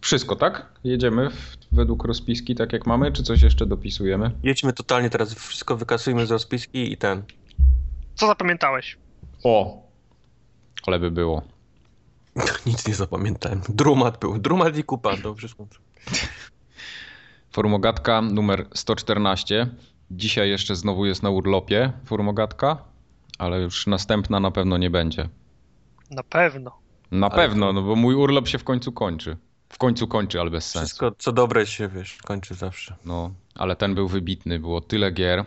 Wszystko, tak? Jedziemy według rozpiski, tak jak mamy, czy coś jeszcze dopisujemy? Jedźmy totalnie teraz, wszystko wykasujmy z rozpiski i ten. Co zapamiętałeś? O! Ale by było. Nic nie zapamiętałem. Drumat był. Drumat i kupa, dobrze. Formogatka numer 114. Dzisiaj jeszcze znowu jest na urlopie formogatka, ale już następna na pewno nie będzie. Na pewno. Na pewno, no bo mój urlop się w końcu kończy. W końcu kończy, ale bez sensu. Wszystko co dobre się, wiesz, kończy zawsze. No, ale ten był wybitny. Było tyle gier.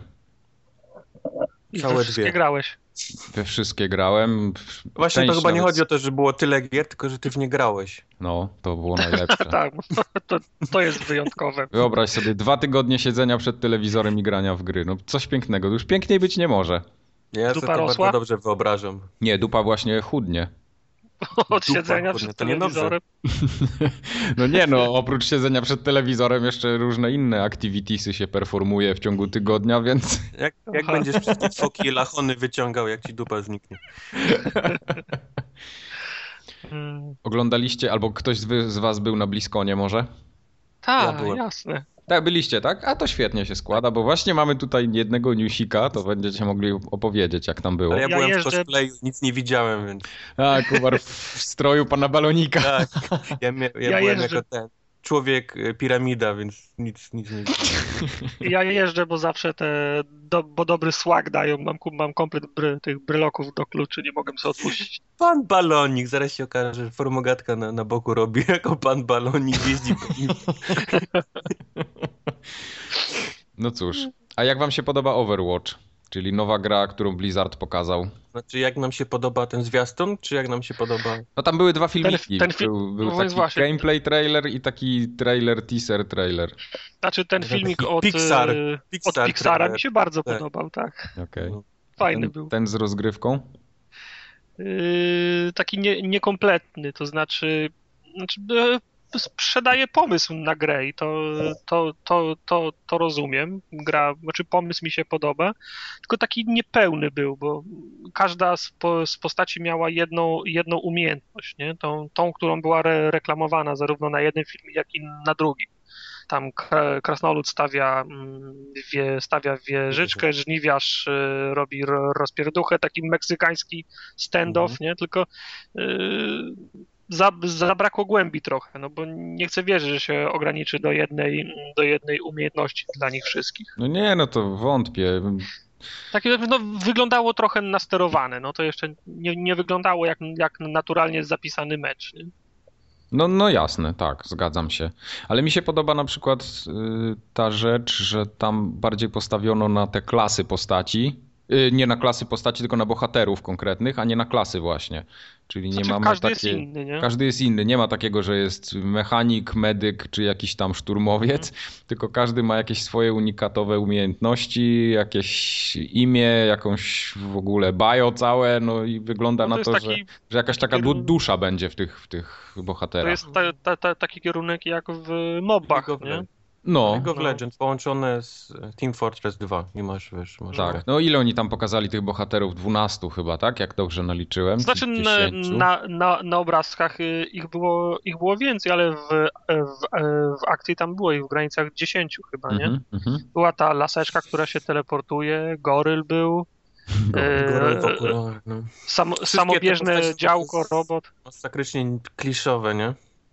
I Całe we wszystkie dwie. grałeś. We wszystkie grałem. Właśnie to Część chyba nie nawet- chodzi o to, że było tyle gier, tylko że ty w nie grałeś. No, to było najlepsze. Tak, to jest wyjątkowe. Wyobraź sobie 2 tygodnie siedzenia przed telewizorem i grania w gry. No coś pięknego. Już piękniej być nie może. Ja Dupa sobie to rosła? bardzo dobrze wyobrażam. Nie, dupa właśnie chudnie. Od Dupa, siedzenia kurde, przed to niedobrze. telewizorem. No nie no, oprócz siedzenia przed telewizorem jeszcze różne inne activitiesy się performuje w ciągu tygodnia, więc... Jak Aha. będziesz wszystkie foki i lachony wyciągał, jak ci dupa zniknie? Oglądaliście, albo ktoś z was był na Bliskonie może? Tak, Ja byłem. jasne. Tak, byliście, tak? A to świetnie się składa, bo właśnie mamy tutaj jednego newsika, to będziecie mogli opowiedzieć, jak tam było. Ale ja Ja byłem jeżdżę- w cosplayu, nic nie widziałem, więc A, Kubar w stroju pana balonika. tak. Ja byłem jeżdżę- jako ten człowiek piramida, więc nic nie widziałem. Ja jeżdżę, bo zawsze bo dobry swag dają. Mam komplet tych bryloków do kluczy, nie mogę sobie odpuścić. Pan Balonik, zaraz się okaże, że formogatka na boku robi jako pan Balonik, jeździ po nim. No cóż, a jak wam się podoba Overwatch? Czyli nowa gra, którą Blizzard pokazał. Znaczy, jak nam się podoba ten zwiastun, czy jak nam się podoba... No tam były dwa filmiki. ten film- Był no więc taki właśnie. gameplay trailer i taki teaser trailer. Znaczy ten Taki filmik od Pixar Pixara trailer. mi się bardzo Tak. podobał, tak. Okej. No. Fajny był. Ten z rozgrywką? Taki niekompletny, to znaczy sprzedaje pomysł na grę i to rozumiem. Znaczy pomysł mi się podoba, tylko taki niepełny był, bo każda z postaci miała jedną umiejętność, nie? Tą, którą była reklamowana zarówno na jednym filmie, jak i na drugim. Tam krasnolud stawia wieżyczkę, żniwiarz robi rozpierduchę, taki meksykański standoff, nie? Tylko zabrakło głębi trochę, no bo nie chcę wierzyć, że się ograniczy do jednej umiejętności dla nich wszystkich. No nie, no to wątpię. Takie, no, wyglądało trochę nasterowane, no to jeszcze nie wyglądało jak naturalnie zapisany mecz, nie? No jasne, tak, zgadzam się. Ale mi się podoba na przykład ta rzecz, że tam bardziej postawiono na te klasy postaci. Nie na klasy postaci, tylko na bohaterów konkretnych, a nie na klasy właśnie. Czyli nie Znaczy, mamy każdy takie... jest inny, nie? Każdy jest inny. Nie ma takiego, że jest mechanik, medyk czy jakiś tam szturmowiec, tylko każdy ma jakieś swoje unikatowe umiejętności, jakieś imię, jakąś w ogóle bio całe, no i wygląda No to na jest to, taki- że jakaś taka kierunek- dusza będzie w tych To bohaterach. jest taki kierunek jak w mobach, League of nie? Legends. No, League of no. Legends połączone z Team Fortress 2 i masz, wiesz, masz tak. No ile oni tam pokazali tych bohaterów? 12 chyba, tak? Jak dobrze naliczyłem? Znaczy Czy 10? na obrazkach ich było więcej, ale w akcji tam było ich w granicach 10 chyba, nie? Mhm. Była ta laseczka, która się teleportuje, goryl był, Goryl popularny, no. Wszystkie te samobieżne postacie są działko, robot. Masakrycznie kliszowe, nie?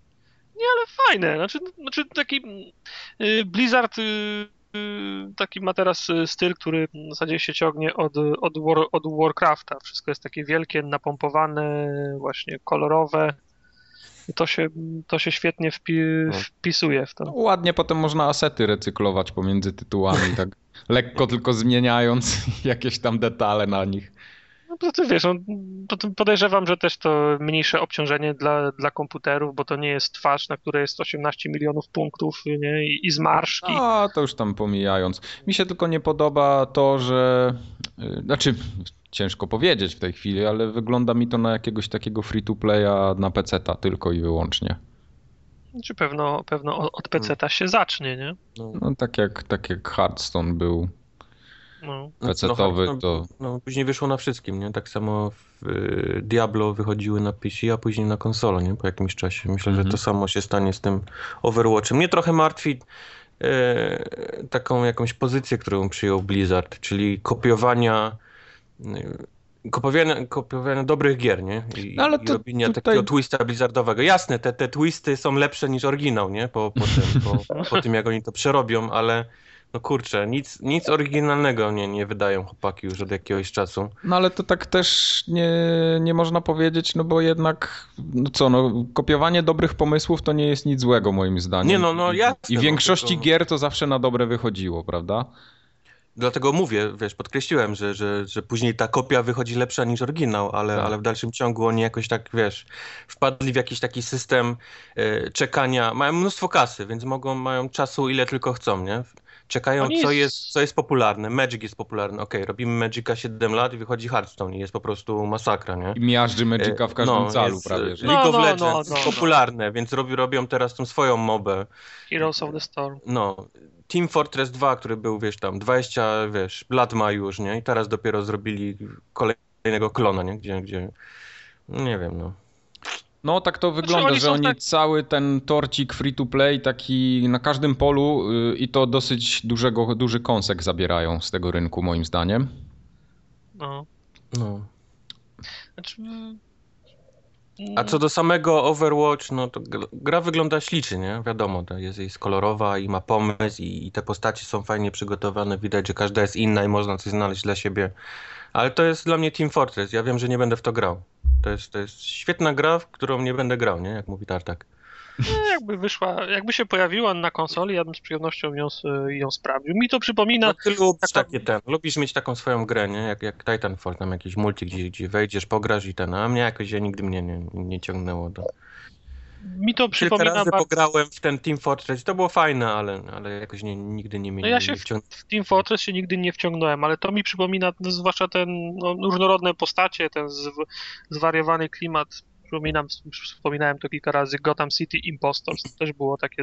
Fajne, znaczy taki Blizzard taki ma teraz styl, który w zasadzie się ciągnie od Warcrafta. Wszystko jest takie wielkie, napompowane, właśnie kolorowe. I to się świetnie wpisuje w No, to. ładnie potem można asety recyklować pomiędzy tytułami, tak lekko tylko zmieniając jakieś tam detale na nich. No to ty wiesz, podejrzewam, że też to mniejsze obciążenie dla komputerów, bo to nie jest twarz, na której jest 18 milionów punktów, nie? I zmarszki. A, to już tam pomijając. Mi się tylko nie podoba to, że... Znaczy, ciężko powiedzieć w tej chwili, ale wygląda mi to na jakiegoś takiego free-to-playa na PC-ta tylko i wyłącznie. Czy pewno od PC-ta się zacznie, nie? No tak jak Hearthstone był. No. PC-towy to... No, później wyszło na wszystkim, nie? Tak samo Diablo wychodziły na PC, a później na konsolę, nie? Po jakimś czasie. Myślę, że to samo się stanie z tym Overwatchem. Mnie trochę martwi taką jakąś pozycję, którą przyjął Blizzard, czyli kopiowania dobrych gier, nie? I, No, ale i robienia tutaj... takiego twista blizzardowego. Jasne, te twisty są lepsze niż oryginał, nie? Po tym, jak oni to przerobią, ale no kurczę, nic oryginalnego nie wydają chłopaki już od jakiegoś czasu. No ale to tak też nie można powiedzieć, no bo jednak, no co, no kopiowanie dobrych pomysłów to nie jest nic złego moim zdaniem. Nie, no jasne. I w większości tylko... gier to zawsze na dobre wychodziło, prawda? Dlatego mówię, wiesz, podkreśliłem, że później ta kopia wychodzi lepsza niż oryginał, ale w dalszym ciągu oni jakoś tak, wiesz, wpadli w jakiś taki system czekania. Mają mnóstwo kasy, więc mają czasu ile tylko chcą, nie? Czekają, co jest popularne. Magic jest popularny. Okej, robimy Magica 7 lat i wychodzi Hearthstone i jest po prostu masakra, nie? I miażdży Magica w każdym calu prawie. Że... League of Legends popularne, więc robią teraz tą swoją mobę. Heroes of the Storm. No, Team Fortress 2, który był, wiesz, tam 20, wiesz, lat ma już, nie? I teraz dopiero zrobili kolejnego klona, nie? Gdzie... Nie wiem, no. No tak to wygląda, że oni cały ten torcik free to play taki na każdym polu i to dosyć duży kąsek zabierają z tego rynku moim zdaniem. No. Znaczy... A co do samego Overwatch, no to gra wygląda ślicznie, nie? Wiadomo, to jest kolorowa i ma pomysł i te postacie są fajnie przygotowane, widać, że każda jest inna i można coś znaleźć dla siebie. Ale to jest dla mnie Team Fortress, ja wiem, że nie będę w to grał. To jest świetna gra, w którą nie będę grał, nie? Jak mówi Tartak. Jakby się pojawiła na konsoli, ja bym z przyjemnością ją sprawdził. Mi to przypomina... No ty lubisz mieć taką swoją grę, nie? Jak Titanfall, tam jakiś multi, gdzie wejdziesz, pograsz i a mnie jakoś nigdy nie ciągnęło do... Mi to przypomina... Kilka razy pograłem w ten Team Fortress, to było fajne, ale jakoś nigdy nie mnie No ja się w Team Fortress się nigdy nie wciągnąłem, ale to mi przypomina, zwłaszcza ten różnorodne postacie, ten zwariowany klimat. Wspominałem to kilka razy, Gotham City Impostors. To też było takie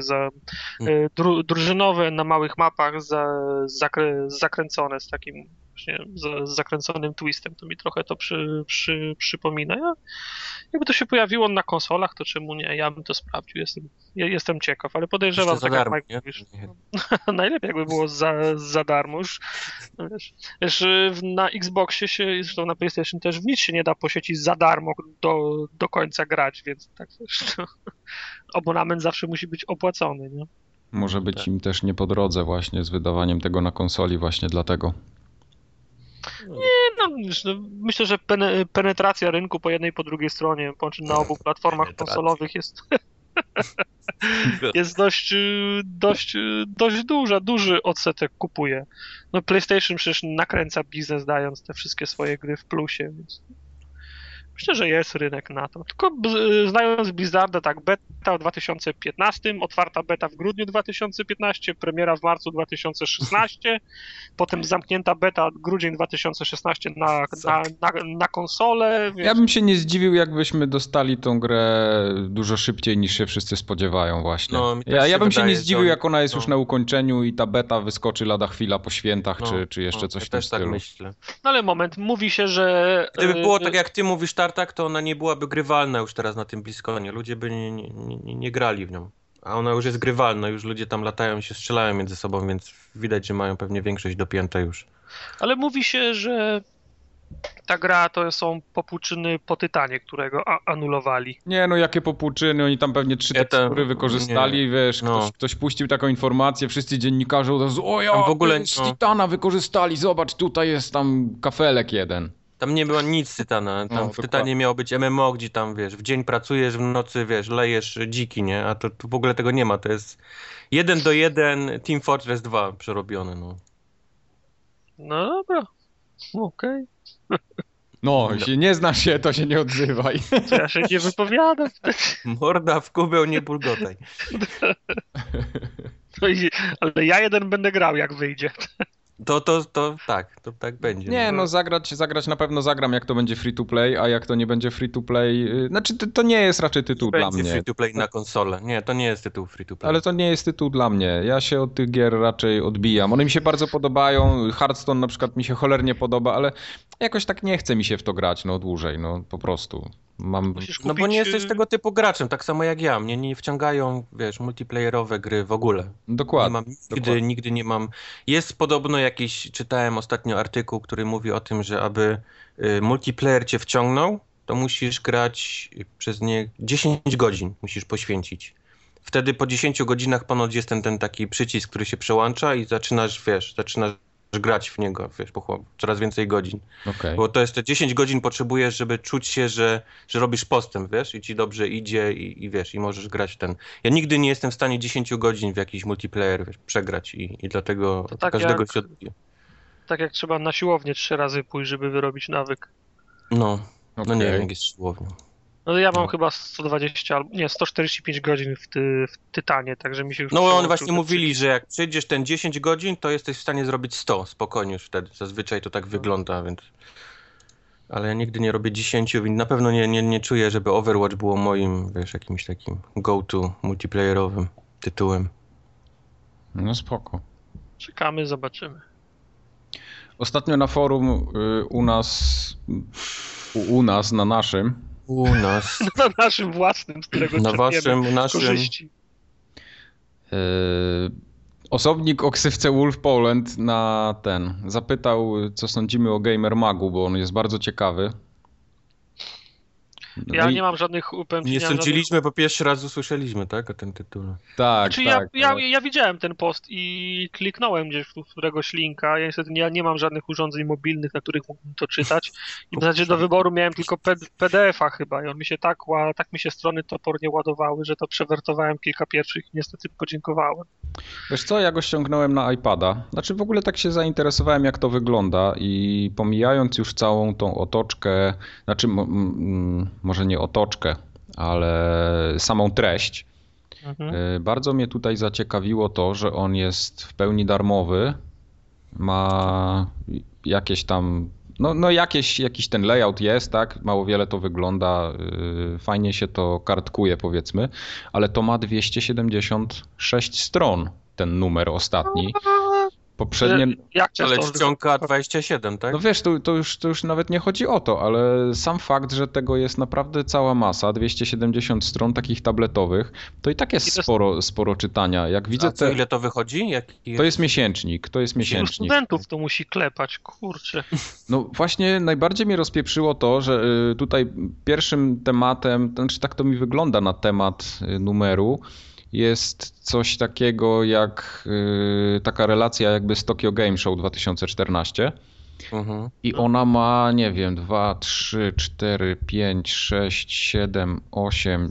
drużynowe na małych mapach, zakręcone z takim właśnie z zakręconym twistem. To mi trochę to przypomina. Jakby to się pojawiło na konsolach, to czemu nie? Ja bym to sprawdził. Jestem ciekaw, ale podejrzewam, tak jak Mike mówisz, najlepiej jakby było za darmo. Już, wiesz, na Xboxie zresztą na PlayStation też w nic się nie da po sieci za darmo do końca grać, więc tak wiesz, abonament zawsze musi być opłacony, nie? Może być im też nie po drodze właśnie z wydawaniem tego na konsoli właśnie dlatego. Nie, myślę, że penetracja rynku po jednej i po drugiej stronie, na obu platformach konsolowych jest dość duża, duży odsetek kupuje. No PlayStation przecież nakręca biznes, dając te wszystkie swoje gry w plusie, więc myślę, że jest rynek na to. Tylko znając Blizzarda, tak, beta w 2015, otwarta beta w grudniu 2015, premiera w marcu 2016, potem zamknięta beta grudzień 2016 na konsolę. Więc... Ja bym się nie zdziwił, jakbyśmy dostali tą grę dużo szybciej niż się wszyscy spodziewają właśnie. No, ja bym się nie zdziwił, jak ona jest już na ukończeniu i ta beta wyskoczy lada chwila po świętach, czy jeszcze coś w tym stylu. Tak myślę. No ale moment, mówi się, że... Gdyby było tak jak ty mówisz, Tartak, to ona nie byłaby grywalna już teraz na tym BlizzConie. Ludzie by nie grali w nią. A ona już jest grywalna, już ludzie tam latają i się strzelają między sobą, więc widać, że mają pewnie większość dopięte już. Ale mówi się, że ta gra to są popłuczyny po Tytanie, którego anulowali. Nie, no jakie popłuczyny, oni tam pewnie 3 tekstury wykorzystali, wiesz, ktoś puścił taką informację, wszyscy dziennikarze w ogóle z Titana wykorzystali, zobacz, tutaj jest tam kafelek jeden. Tam nie było nic z Tytana, tam w Tytanie miało być MMO, gdzie tam, wiesz, w dzień pracujesz, w nocy, wiesz, lejesz dziki, nie? A to tu w ogóle tego nie ma, to jest 1:1 Team Fortress 2 przerobiony, no. No dobra, okej. No, jeśli nie znasz się, to się nie odzywaj. To ja się nie wypowiadam. Morda w kubeł, nie bulgotaj. No ale ja jeden będę grał, jak wyjdzie. To tak będzie. Nie, no zagrać na pewno zagram, jak to będzie free to play, a jak to nie będzie free to play, znaczy to nie jest raczej tytuł dla Będzie mnie. free to play na konsolę. Nie, to nie jest tytuł free to play. Ale to nie jest tytuł dla mnie. Ja się od tych gier raczej odbijam. One mi się bardzo podobają. Hearthstone na przykład mi się cholernie podoba, ale jakoś tak nie chce mi się w to grać, no dłużej, no po prostu. Musisz kupić... No bo nie jesteś tego typu graczem, tak samo jak ja. Mnie nie wciągają, wiesz, multiplayerowe gry w ogóle. Dokładnie. Nie mam dokładnie. nigdy nie mam. Jest podobno jakiś, czytałem ostatnio artykuł, który mówi o tym, że aby multiplayer cię wciągnął, to musisz grać przez nie 10 godzin musisz poświęcić. Wtedy po 10 godzinach ponoć jest ten taki przycisk, który się przełącza i zaczynasz grać w niego, wiesz, coraz więcej godzin. Okay. Bo to jest te 10 godzin potrzebujesz, żeby czuć się, że robisz postęp, wiesz, i ci dobrze idzie i wiesz, i możesz grać ten. Ja nigdy nie jestem w stanie 10 godzin w jakiś multiplayer, wiesz, przegrać i dlatego To tak każdego jak, się odbije. tak jak trzeba na siłownię 3 razy pójść, żeby wyrobić nawyk. No Okay. nie wiem, jak jest siłownią. No ja mam chyba 120 albo nie, 145 godzin w Tytanie, także mi się już No oni przełączył właśnie ten mówili, przycisk. że jak przejdziesz ten 10 godzin, to jesteś w stanie zrobić 100 spokojnie już wtedy. Zazwyczaj to tak wygląda, więc... Ale ja nigdy nie robię 10, więc na pewno nie czuję, żeby Overwatch było moim, wiesz, jakimś takim go-to multiplayerowym tytułem. No spoko. Czekamy, zobaczymy. Ostatnio na forum u nas, na naszym. U nas. Na naszym własnym, z którego Na czerpiemy naszym. korzyści. Osobnik o ksywce Wolf Poland zapytał, co sądzimy o Gamer Magu, bo on jest bardzo ciekawy. Ja nie mam żadnych Nie sądziliśmy, bo pierwszy raz usłyszeliśmy, tak, o tym tytule. Tak, znaczy, tak. ja widziałem ten post i kliknąłem gdzieś w któregoś linka. Ja niestety nie mam żadnych urządzeń mobilnych, na których mógłbym to czytać. I w zasadzie do wyboru miałem tylko PDF-a chyba i on mi się tak mi się strony topornie ładowały, że to przewertowałem kilka pierwszych i niestety podziękowałem. Wiesz co, ja go ściągnąłem na iPada. Znaczy w ogóle tak się zainteresowałem, jak to wygląda i pomijając już całą tą otoczkę, znaczy może nie otoczkę, ale samą treść, bardzo mnie tutaj zaciekawiło to, że on jest w pełni darmowy, ma jakieś tam, jakiś ten layout jest, tak, mało wiele to wygląda, fajnie się to kartkuje powiedzmy, ale to ma 276 stron, ten numer ostatni. Poprzednie... Ale czcionka 27, tak? No wiesz, to już nawet nie chodzi o to, ale sam fakt, że tego jest naprawdę cała masa, 270 stron takich tabletowych, to i tak jest sporo czytania. Jak widzę ile to wychodzi? To jest miesięcznik, Studentów to musi klepać, kurczę. No właśnie najbardziej mnie rozpieprzyło to, że tutaj pierwszym tematem, znaczy tak to mi wygląda na temat numeru, jest coś takiego jak taka relacja jakby z Tokyo Game Show 2014 i ona ma, nie wiem, 2, 3, 4, 5, 6, 7, 8,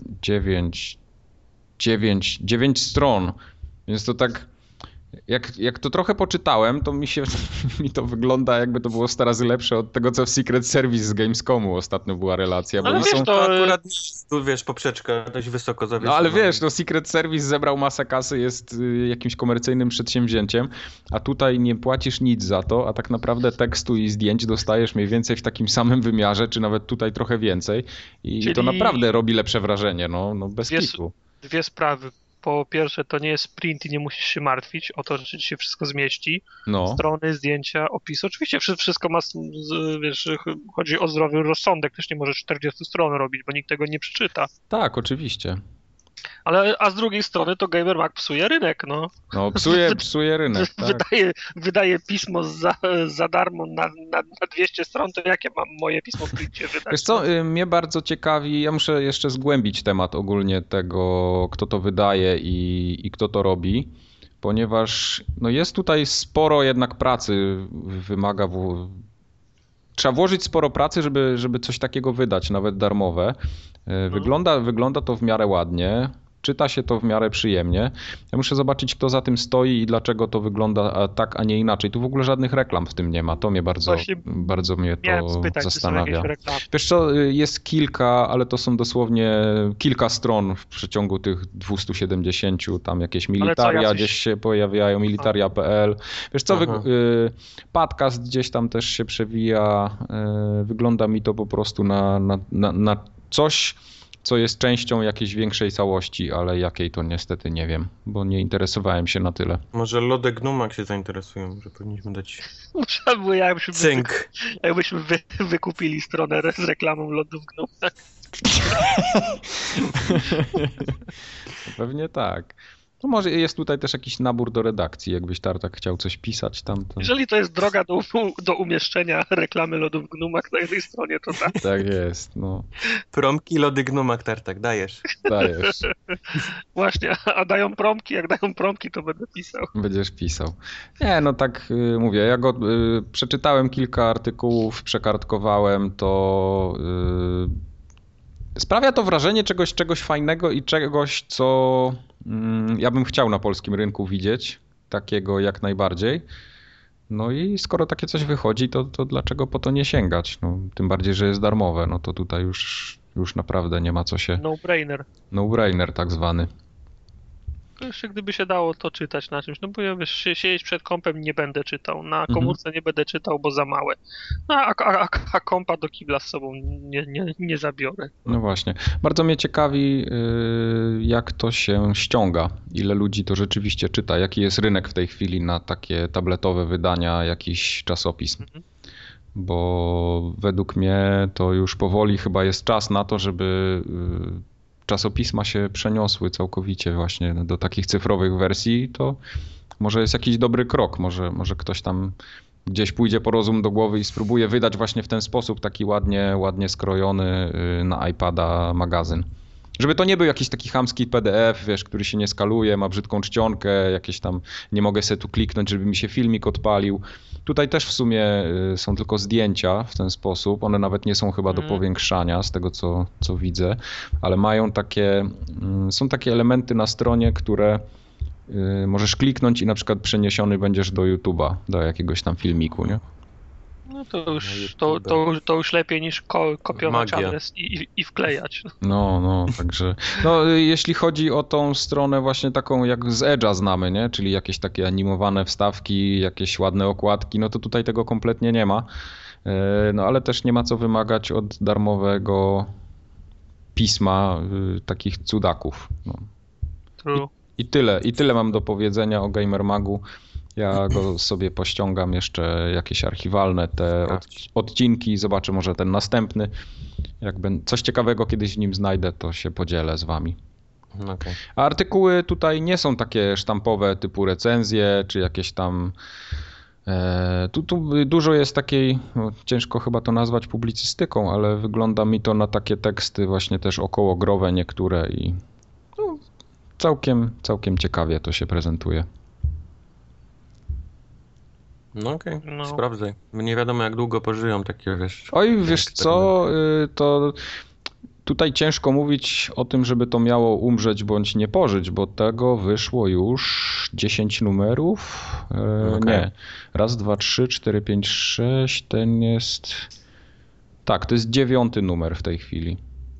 9 stron, więc to tak jak to trochę poczytałem, to mi to wygląda jakby to było 100 razy lepsze od tego, co w Secret Service z Gamescomu ostatnio była relacja. Bo ale wiesz, to akurat tu wiesz, poprzeczka dość wysoko zawieszona. No ale wiesz, Secret Service zebrał masę kasy, jest jakimś komercyjnym przedsięwzięciem, a tutaj nie płacisz nic za to, a tak naprawdę tekstu i zdjęć dostajesz mniej więcej w takim samym wymiarze, czy nawet tutaj trochę więcej i czyli to naprawdę robi lepsze wrażenie, no bez kitu. Dwie sprawy. Po pierwsze, to nie jest sprint i nie musisz się martwić o to, że ci się wszystko zmieści. Strony, zdjęcia, opis. Oczywiście wszystko ma, wiesz, chodzi o zdrowy rozsądek. Też nie możesz 40 stron robić, bo nikt tego nie przeczyta. Tak, oczywiście. A z drugiej strony to Gamer Mag psuje rynek, no. No, psuje rynek, tak. Wydaje pismo za darmo na 200 stron, to jakie mam moje pismo w princie wydać? Wiesz co, mnie bardzo ciekawi, ja muszę jeszcze zgłębić temat ogólnie tego, kto to wydaje i kto to robi, ponieważ no jest tutaj sporo jednak pracy, trzeba włożyć sporo pracy, żeby coś takiego wydać, nawet darmowe. Wygląda to w miarę ładnie. czyta się to w miarę przyjemnie. Ja muszę zobaczyć, kto za tym stoi i dlaczego to wygląda tak, a nie inaczej. Tu w ogóle żadnych reklam w tym nie ma. To mnie bardzo mnie to spytać, zastanawia. czy są jakieś reklamy. Wiesz co, jest kilka, ale to są dosłownie kilka stron w przeciągu tych 270. Tam jakieś militaria gdzieś się pojawiają, militaria.pl. Wiesz co, podcast gdzieś tam też się przewija. Wygląda mi to po prostu na coś, co jest częścią jakiejś większej całości, ale jakiej to niestety nie wiem, bo nie interesowałem się na tyle. Może Lode Gnumak się zainteresują, że powinniśmy dać cynk. Jakbyśmy wykupili stronę z reklamą Lodów Gnumak. Pewnie tak. No może jest tutaj też jakiś nabór do redakcji, jakbyś Tartak chciał coś pisać tam. To... Jeżeli to jest droga do umieszczenia reklamy Lodów Gnumak na jednej stronie, to tak. Tak jest, no. Promki Lody Gnumak, Tartak, dajesz. Dajesz. Właśnie, a dają promki, jak dają promki, to będę pisał. Będziesz pisał. Nie, no tak mówię, ja go przeczytałem kilka artykułów, przekartkowałem, to sprawia to wrażenie czegoś fajnego i czegoś, co ja bym chciał na polskim rynku widzieć, takiego jak najbardziej. No i skoro takie coś wychodzi, to dlaczego po to nie sięgać? No, tym bardziej, że jest darmowe, no to tutaj już naprawdę nie ma co się... No-brainer. No-brainer tak zwany. Jeszcze gdyby się dało to czytać na czymś, no bo ja wiesz, siedzieć przed kompem nie będę czytał, na komórce nie będę czytał, bo za małe, a kompa do kibla z sobą nie zabiorę. No właśnie. Bardzo mnie ciekawi, jak to się ściąga, ile ludzi to rzeczywiście czyta, jaki jest rynek w tej chwili na takie tabletowe wydania jakichś czasopism. Bo według mnie to już powoli chyba jest czas na to, żeby czasopisma się przeniosły całkowicie właśnie do takich cyfrowych wersji, to może jest jakiś dobry krok, może ktoś tam gdzieś pójdzie po rozum do głowy i spróbuje wydać właśnie w ten sposób taki ładnie skrojony na iPada magazyn. Żeby to nie był jakiś taki chamski PDF, wiesz, który się nie skaluje, ma brzydką czcionkę, jakieś tam nie mogę sobie tu kliknąć, żeby mi się filmik odpalił. Tutaj też w sumie są tylko zdjęcia w ten sposób. One nawet nie są chyba do powiększania z tego, co widzę, ale są takie elementy na stronie, które możesz kliknąć i na przykład przeniesiony będziesz do YouTube'a, do jakiegoś tam filmiku, nie? No to już lepiej niż kopiować adres i wklejać. No, także... No, jeśli chodzi o tą stronę właśnie taką jak z Edge'a znamy, nie? Czyli jakieś takie animowane wstawki, jakieś ładne okładki, no to tutaj tego kompletnie nie ma. No ale też nie ma co wymagać od darmowego pisma takich cudaków. No. True. I tyle mam do powiedzenia o Gamer Magu. Ja go sobie pościągam jeszcze jakieś archiwalne te odcinki, zobaczę może ten następny. Jak coś ciekawego kiedyś w nim znajdę, to się podzielę z wami. Okay. A artykuły tutaj nie są takie sztampowe typu recenzje, czy jakieś tam... Tu dużo jest takiej, no, ciężko chyba to nazwać publicystyką, ale wygląda mi to na takie teksty właśnie też okołogrowe niektóre i no, całkiem ciekawie to się prezentuje. No okej, sprawdzaj. Nie wiadomo jak długo pożyją takie, wiesz... Oj, wiesz co, to tutaj ciężko mówić o tym, żeby to miało umrzeć bądź nie pożyć, bo tego wyszło już 10 numerów. Nie. Raz, dwa, trzy, 4, 5, 6. Ten jest... Tak, to jest 9 numer w tej chwili.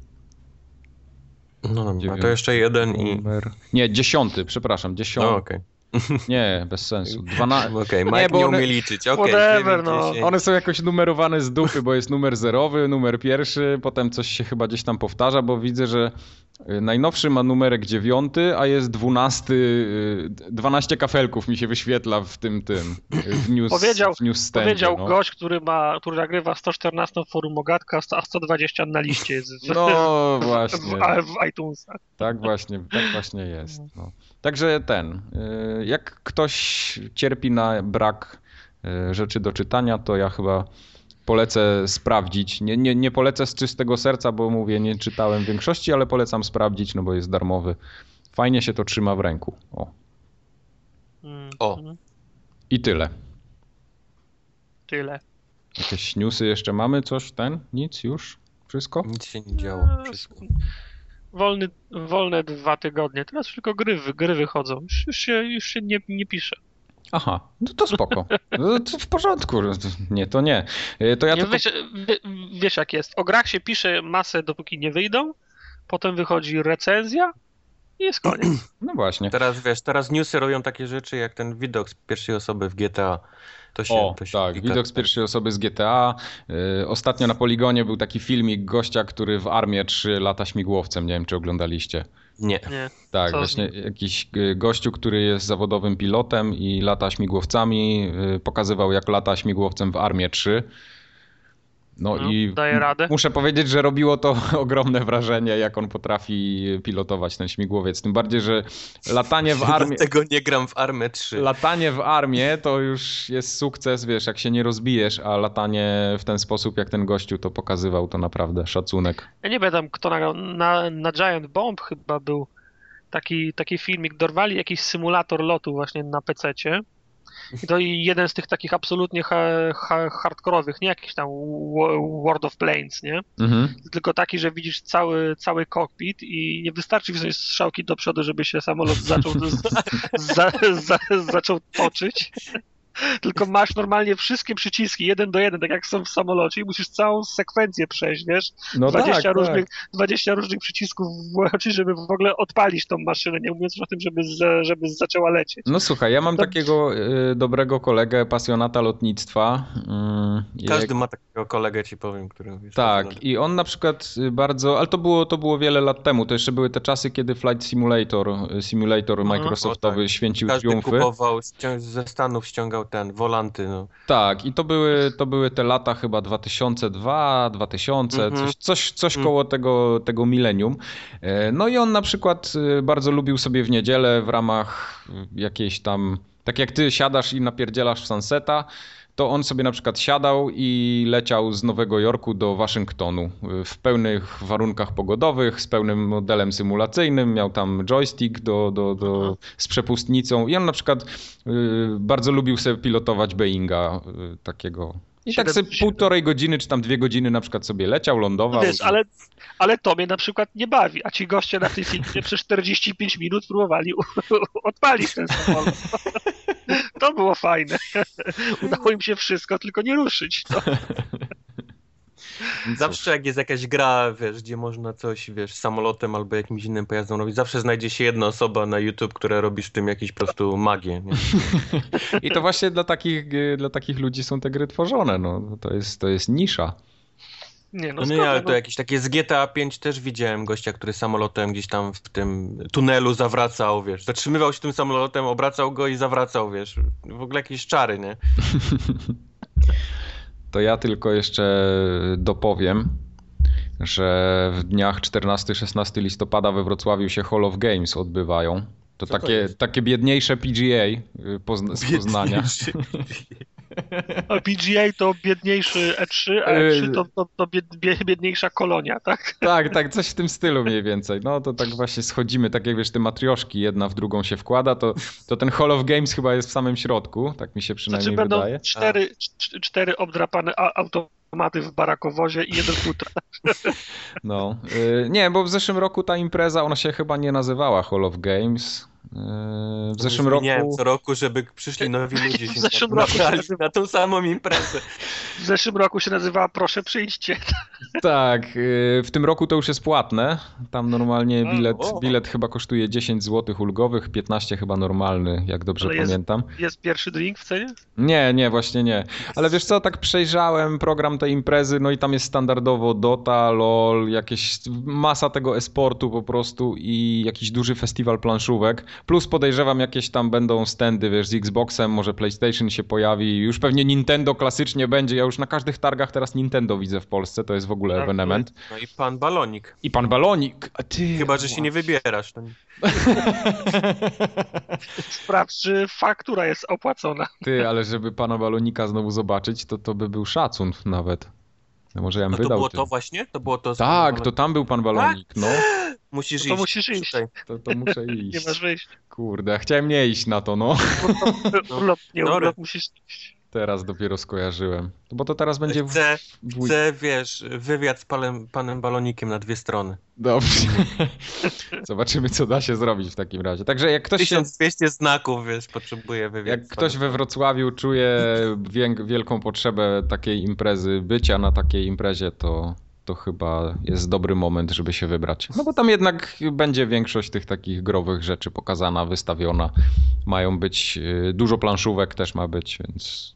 No dobra, to jeszcze jeden numer. Nie, 10, przepraszam, 10. No, okej. Nie, bez sensu. Okej, Mike nie umie liczyć. Whatever, no. One są jakoś numerowane z dupy, bo jest numer 0, numer 1, potem coś się chyba gdzieś tam powtarza, bo widzę, że najnowszy ma numerek 9, a jest 12, 12 kafelków mi się wyświetla w tym w news powiedział gość, który nagrywa 114 forum Ogatka, a 120 na liście jest no, właśnie. w iTunesach. Tak właśnie jest. No. Także jak ktoś cierpi na brak rzeczy do czytania, to ja chyba polecę sprawdzić. Nie polecę z czystego serca, bo mówię, nie czytałem większości, ale polecam sprawdzić, no bo jest darmowy. Fajnie się to trzyma w ręku. O. I tyle. Tyle. Jakieś newsy jeszcze mamy? Coś? Nic już? Wszystko? Nic się nie działo. Wszystko. wolne 2 tygodnie. Teraz tylko gry wychodzą. Już się nie pisze. Aha, no to spoko. No to w porządku. Nie, to nie. To ja Nie, tylko... wiesz jak jest. O grach się pisze masę, dopóki nie wyjdą. Potem wychodzi recenzja i jest koniec. No właśnie. Teraz newsy robią takie rzeczy jak ten widok z pierwszej osoby w GTA. To się tak, klika. widok z pierwszej osoby z GTA. Ostatnio na Poligonie był taki filmik gościa, który w Armię 3 lata śmigłowcem. Nie wiem, czy oglądaliście. Nie. Tak, właśnie jakiś gościu, który jest zawodowym pilotem i lata śmigłowcami, pokazywał jak lata śmigłowcem w Armię 3. No i daje radę. muszę powiedzieć, że robiło to ogromne wrażenie, jak on potrafi pilotować ten śmigłowiec. Tym bardziej, że latanie w armię... Dlatego nie gram w Armę 3. Latanie w armię to już jest sukces, wiesz, jak się nie rozbijesz, a latanie w ten sposób, jak ten gościu to pokazywał, to naprawdę szacunek. Ja nie pamiętam, kto nagrał. Na Giant Bomb chyba był taki filmik. Dorwali jakiś symulator lotu właśnie na PC-cie. I to jeden z tych takich absolutnie hardkorowych, nie jakiś tam World of Planes, nie? Mhm. Tylko taki, że widzisz cały kokpit i nie wystarczy wziąć strzałki do przodu, żeby się samolot zaczął toczyć. Tylko masz normalnie wszystkie przyciski 1 do 1, tak jak są w samolocie i musisz całą sekwencję przejść, wiesz? No 20 różnych przycisków włączyć, żeby w ogóle odpalić tą maszynę, nie mówiąc już o tym, żeby zaczęła lecieć. No słuchaj, ja mam takiego dobrego kolegę, pasjonata lotnictwa. Każdy ma takiego kolegę, ci powiem, który... Tak, i on na przykład bardzo, ale to było wiele lat temu, to jeszcze były te czasy, kiedy Flight Simulator Microsoftowy święcił triumfy. Każdy kupował, ze Stanów ściągał wolanty. No. Tak, i to były te lata chyba 2002, 2000, coś koło tego milenium. No i on na przykład bardzo lubił sobie w niedzielę w ramach jakiejś tam, tak jak ty siadasz i napierdzielasz w Sunseta, to on sobie na przykład siadał i leciał z Nowego Jorku do Waszyngtonu w pełnych warunkach pogodowych, z pełnym modelem symulacyjnym, miał tam joystick z przepustnicą i on na przykład bardzo lubił sobie pilotować Boeinga takiego. I tak sobie 1,5 godziny czy tam 2 godziny na przykład sobie leciał, lądował. No wiesz, ale to mnie na przykład nie bawi, a ci goście na tej filmie przez 45 minut próbowali odpalić ten samolot. To było fajne. Udało im się wszystko, tylko nie ruszyć. No. Zawsze jak jest jakaś gra, wiesz, gdzie można coś, wiesz, samolotem albo jakimś innym pojazdem robić, zawsze znajdzie się jedna osoba na YouTube, która robi w tym jakąś po prostu magię. Nie? I to właśnie dla takich ludzi są te gry tworzone. No. To jest nisza. Ale to jakieś takie z GTA 5 też widziałem gościa, który samolotem gdzieś tam w tym tunelu zawracał, wiesz, zatrzymywał się tym samolotem, obracał go i zawracał, wiesz, w ogóle jakieś czary, nie? To ja tylko jeszcze dopowiem, że w dniach 14-16 listopada we Wrocławiu się Hall of Games odbywają. To takie biedniejsze PGA z Poznania. A PGA to biedniejszy E3, a E3 to biedniejsza kolonia, tak? Tak, coś w tym stylu mniej więcej. No to tak właśnie schodzimy, tak jak wiesz, te matrioszki jedna w drugą się wkłada, to ten Hall of Games chyba jest w samym środku, tak mi się przynajmniej wydaje. Będą 4 obdrapane automaty w barakowozie i 1 futra. No, nie, bo w zeszłym roku ta impreza, ona się chyba nie nazywała Hall of Games. W zeszłym roku... co roku, żeby przyszli nowi ludzie w zeszłym roku na tą samą imprezę. W zeszłym roku się nazywała Proszę przyjdźcie. Tak, w tym roku to już jest płatne. Tam normalnie bilet chyba kosztuje 10 zł ulgowych, 15 chyba normalny, jak dobrze pamiętam. Jest pierwszy drink w cenie? Nie, właśnie nie. Ale wiesz co, tak przejrzałem program tej imprezy, no i tam jest standardowo Dota, LoL, jakieś masa tego e-sportu po prostu i jakiś duży festiwal planszówek. Plus podejrzewam jakieś tam będą standy, wiesz, z Xboxem, może PlayStation się pojawi, już pewnie Nintendo klasycznie będzie. Ja już na każdych targach teraz Nintendo widzę w Polsce, to jest w ogóle ewenement. No i pan Balonik. A ty... Chyba, że się nie wybierasz. To nie... Sprawdź, czy faktura jest opłacona. Ty, ale żeby pana Balonika znowu zobaczyć, to by był szacun nawet. No może ja bym wydał. To było to właśnie? To było to. Tak, to tam był pan Balonik, no. Musisz iść. Musisz iść. To muszę iść. Nie masz wyjść. Kurde, chciałem nie iść na to, no. Urlop musisz iść. Teraz dopiero skojarzyłem. Bo to teraz będzie Chcę, wiesz, wywiad z panem Balonikiem na 2 strony. Dobrze. Zobaczymy, co da się zrobić w takim razie. Także jak ktoś 1200 znaków, wiesz, potrzebuje wywiad. Jak ktoś we Wrocławiu czuje wielką potrzebę takiej imprezy, bycia na takiej imprezie, to chyba jest dobry moment, żeby się wybrać. No bo tam jednak będzie większość tych takich growych rzeczy pokazana, wystawiona. Mają być, dużo planszówek też ma być, więc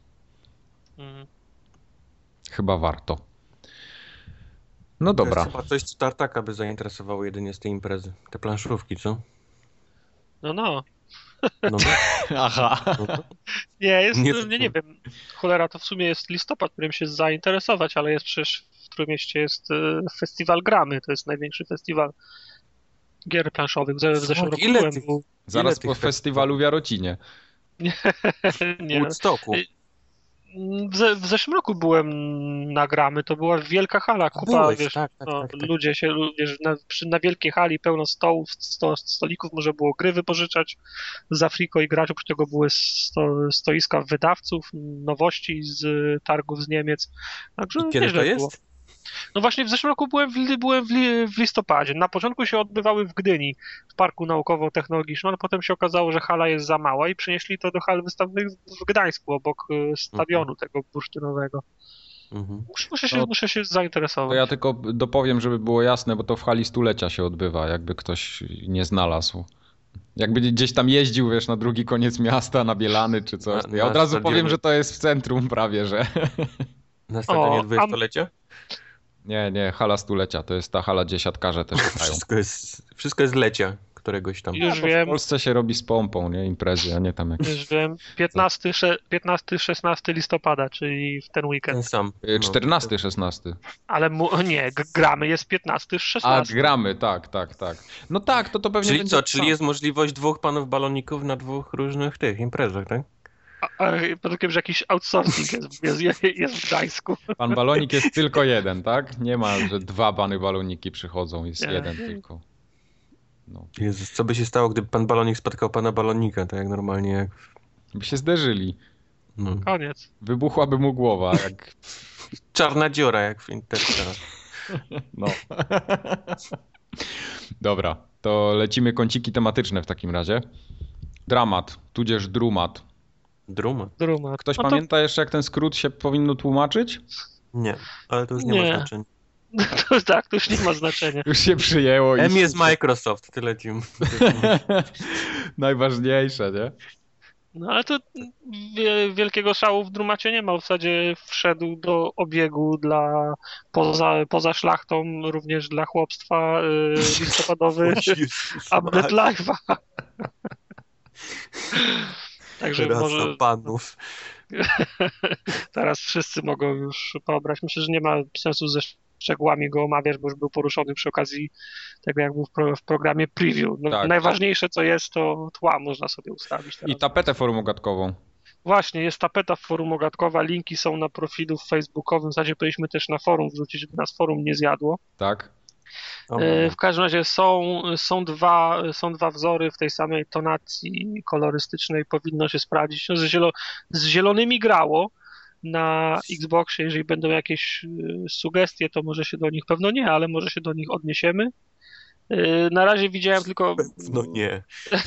chyba warto. No dobra. To jest chyba coś, co Tartaka by zainteresowało jedynie z tej imprezy. Te planszówki, co? No. Aha. Nie wiem. Cholera, to w sumie jest listopad, którym się zainteresować, ale jest przecież w Trójmieście jest festiwal Gramy, to jest największy festiwal gier planszowych. W zeszłym roku byłem. Zaraz po festiwalu w Jarocinie. Nie. Woodstocku. W zeszłym roku byłem na Gramy, to była wielka hala, kupa, wiesz, tak. ludzie się, wiesz, na wielkiej hali pełno stołów, stolików, można było gry wypożyczać z Afriko i grać, oprócz tego były stoiska wydawców, nowości z targów z Niemiec. Także, i kiedy to jest? Było. No właśnie w zeszłym roku byłem w listopadzie. Na początku się odbywały w Gdyni, w Parku Naukowo-Technologicznym, ale potem się okazało, że hala jest za mała i przenieśli to do hal wystawnych w Gdańsku, obok stadionu tego bursztynowego. Muszę się zainteresować. To ja tylko dopowiem, żeby było jasne, bo to w hali stulecia się odbywa, jakby ktoś nie znalazł. Jakby gdzieś tam jeździł, wiesz, na drugi koniec miasta, na Bielany czy coś. Ja od razu powiem, że to jest w centrum prawie, że... Na stadionie 20-lecia? Nie, hala stulecia, to jest ta hala, gdzie siatkarze też grają. Wszystko jest lecia któregoś tam. Już wiem. W Polsce się robi z pompą, nie? Imprezy, a nie tam jakieś... Już wiem. 15-16 listopada, czyli w ten weekend. Ten sam. 14-16. Ale nie, Gramy jest 15-16. A, Gramy, tak. No tak, to pewnie czyli będzie... co, czyli jest możliwość 2 panów baloników na 2 różnych tych imprezach, tak? Potem, że jakiś outsourcing jest w Gdańsku. Pan Balonik jest tylko jeden, tak? Nie ma, że 2 pany baloniki przychodzą, jest jeden tylko. No. Jezus, co by się stało, gdyby pan Balonik spotkał pana Balonika, tak jak normalnie jak... By się zderzyli. No. Koniec. Wybuchłaby mu głowa, jak... Czarna dziura, jak w Interstellar. No. Dobra, to lecimy kąciki tematyczne w takim razie. Dramat, tudzież drumat. Drumat. Ktoś pamięta jeszcze, jak ten skrót się powinno tłumaczyć? Nie, ale to już nie ma znaczenia. Tak, to już nie ma znaczenia. Już się przyjęło. M jest Microsoft, tyle ci. Najważniejsze, nie? No ale to wielkiego szału w Drumacie nie ma. W zasadzie wszedł do obiegu poza szlachtą, również dla chłopstwa listopadowy update live'a. Także może... panów. Teraz wszyscy mogą już poobrać. Myślę, że nie ma sensu ze szczegółami go omawiać, bo już był poruszony przy okazji tego, jak był w programie preview. No, tak. Najważniejsze, co jest, to tła można sobie ustawić teraz. I tapetę forumogatkową. Właśnie, jest tapeta forumogatkowa, linki są na profilu facebookowym, w zasadzie powinniśmy też na forum wrzucić, żeby nas forum nie zjadło. Tak. W każdym razie są dwa wzory w tej samej tonacji kolorystycznej, powinno się sprawdzić. No, z zielonymi grało na Xboxie, jeżeli będą jakieś sugestie, to może się do nich, pewno nie, ale może się do nich odniesiemy. Na razie widziałem tylko... No nie.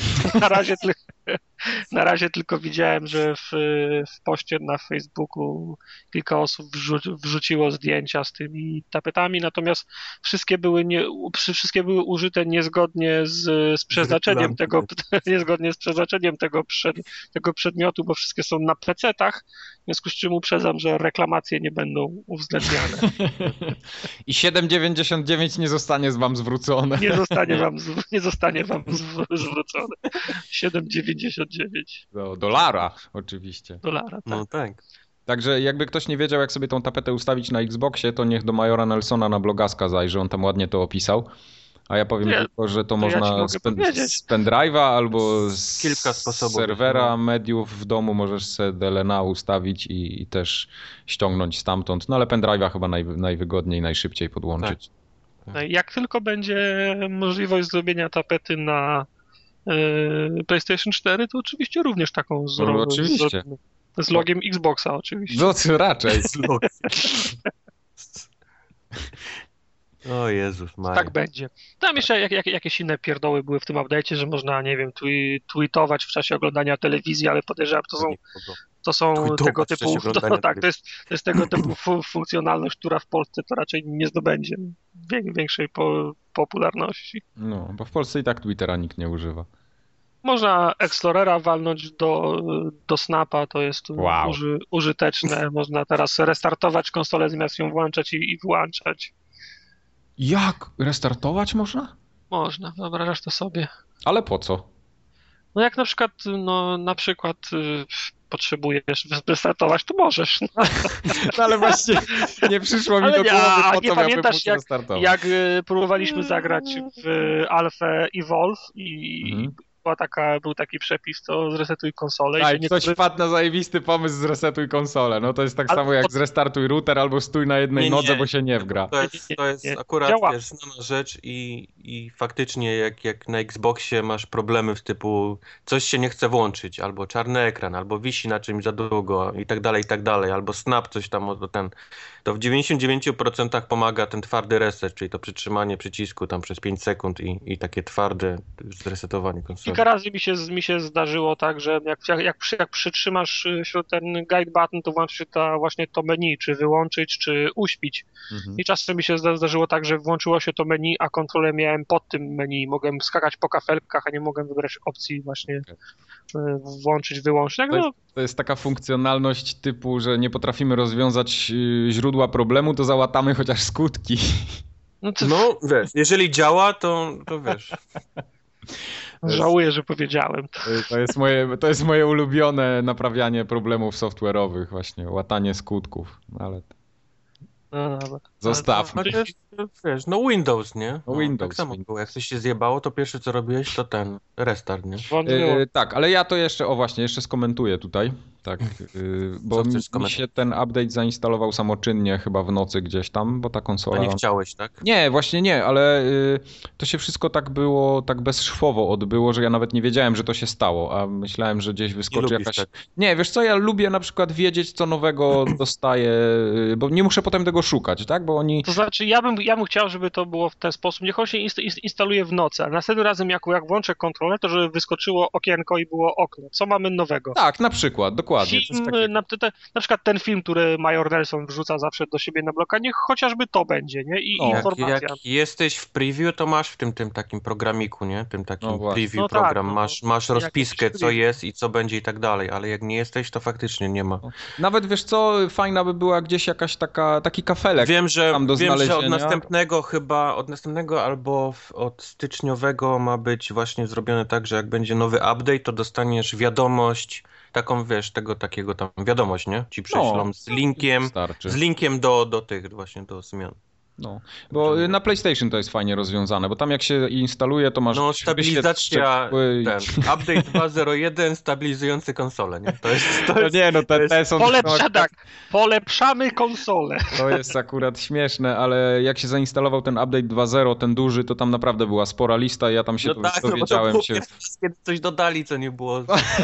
Na razie tylko widziałem, że w poście na Facebooku kilka osób wrzuciło zdjęcia z tymi tapetami, natomiast wszystkie były użyte niezgodnie z przeznaczeniem tego przedmiotu, bo wszystkie są na pecetach, w związku z czym uprzedzam, że reklamacje nie będą uwzględniane. I 7,99 nie zostanie wam zwrócone. Nie zostanie wam zwrócone. 7,99. Dolara oczywiście. Tak. No tak. Także jakby ktoś nie wiedział, jak sobie tą tapetę ustawić na Xboxie, to niech do Majora Nelsona na Blogaska zajrzy, on tam ładnie to opisał. A ja powiem tylko, że to można z pendrive'a albo z kilka sposobów serwera mediów w domu możesz sobie DLNA ustawić i też ściągnąć stamtąd. No ale pendrive'a chyba najwygodniej, najszybciej podłączyć. Tak. Jak tylko będzie możliwość zrobienia tapety na PlayStation 4, to oczywiście również taką zrobimy. No, oczywiście. Z logiem Xboxa oczywiście. No co raczej. O Jezus Maria. Tak będzie. Tam jeszcze jakieś inne pierdoły były w tym update'cie, że można, nie wiem, tweetować w czasie oglądania telewizji, ale podejrzewam, to są tego typu. To jest tego typu funkcjonalność, która w Polsce to raczej nie zdobędzie większej popularności. No, bo w Polsce i tak Twittera nikt nie używa. Można Explorera walnąć do Snapa, to jest użyteczne. Można teraz restartować konsolę, zamiast ją włączać i wyłączać. Jak? Restartować można? Można, wyobrażasz to sobie. Ale po co? No jak na przykład potrzebujesz restartować, to możesz. No ale właśnie nie przyszło mi do głowy, po co pamiętasz, restartować. Jak próbowaliśmy zagrać w Alfę Evolve i był taki przepis, to zresetuj konsolę. Tak, ktoś wpadł na zajebisty pomysł, zresetuj konsolę. No to jest tak samo jak zrestartuj router albo stój na jednej nodze, bo się nie wgra. To jest akurat znana rzecz i faktycznie jak na Xboxie masz problemy w typu coś się nie chce włączyć, albo czarny ekran, albo wisi na czymś za długo i tak dalej, albo snap coś tam, to w 99% pomaga ten twardy reset, czyli to przytrzymanie przycisku tam przez 5 sekund i takie twarde zresetowanie konsoli. Kilka razy mi się zdarzyło tak, że jak przytrzymasz ten guide button, to włączy się właśnie to menu, czy wyłączyć, czy uśpić. I czasem mi się zdarzyło tak, że włączyło się to menu, a kontrolę miałem pod tym menu. Mogłem skakać po kafelkach, a nie mogłem wybrać opcji właśnie włączyć, wyłączyć. To jest taka funkcjonalność typu, że nie potrafimy rozwiązać źródła problemu, to załatamy chociaż skutki. No wiesz, jeżeli działa, to wiesz. Żałuję, że powiedziałem. To jest moje ulubione naprawianie problemów software'owych, właśnie łatanie skutków, ale zostawmy. Wiesz, Windows, nie? Windows. Tak samo było. Jak coś się zjebało, to pierwsze co robiłeś, to ten restart, nie? Tak, ale ja to jeszcze skomentuję tutaj. Tak, bo mi się ten update zainstalował samoczynnie chyba w nocy gdzieś tam, bo ta konsola... A nie chciałeś, tak? Nie, właśnie nie, ale to się wszystko tak było, tak bezszwowo odbyło, że ja nawet nie wiedziałem, że to się stało, a myślałem, że gdzieś wyskoczy jakaś... Tak. Nie, wiesz co, ja lubię na przykład wiedzieć, co nowego dostaję, bo nie muszę potem tego szukać, tak, bo oni... To znaczy, ja bym chciał, żeby to było w ten sposób, niech on się instaluje w nocy, a następnym razem jak włączę kontrolę, to żeby wyskoczyło okienko i było okno. Co mamy nowego? Tak, na przykład, dokładnie. Na przykład ten film, który Major Nelson wrzuca zawsze do siebie na bloka, niech chociażby to będzie, nie? I informacja. Jak jesteś w preview, to masz w tym takim programiku, nie? Tym takim preview program. Masz rozpiskę, co jest i co będzie i tak dalej, ale jak nie jesteś, to faktycznie nie ma. Nawet wiesz co, fajna by była gdzieś jakaś taki kafelek. Wiem, że od następnego albo od styczniowego ma być właśnie zrobione tak, że jak będzie nowy update, to dostaniesz wiadomość, taką, wiesz, takiego tam wiadomość, nie? Ci prześlą z linkiem do tych właśnie, do zmian. No, bo na PlayStation to jest fajnie rozwiązane, bo tam jak się instaluje, to masz... No, stabilizacja, update 2.01 stabilizujący konsolę, nie? To jest polepszamy konsolę. To jest akurat śmieszne, ale jak się zainstalował ten update 2.0, ten duży, to tam naprawdę była spora lista i ja tam się dowiedziałem. Kiedy coś dodali, co nie było...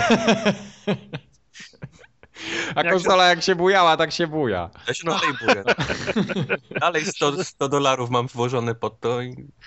A konsola jak się bujała, tak się buja. Ja się dalej buja. Dalej $100 mam włożone pod to.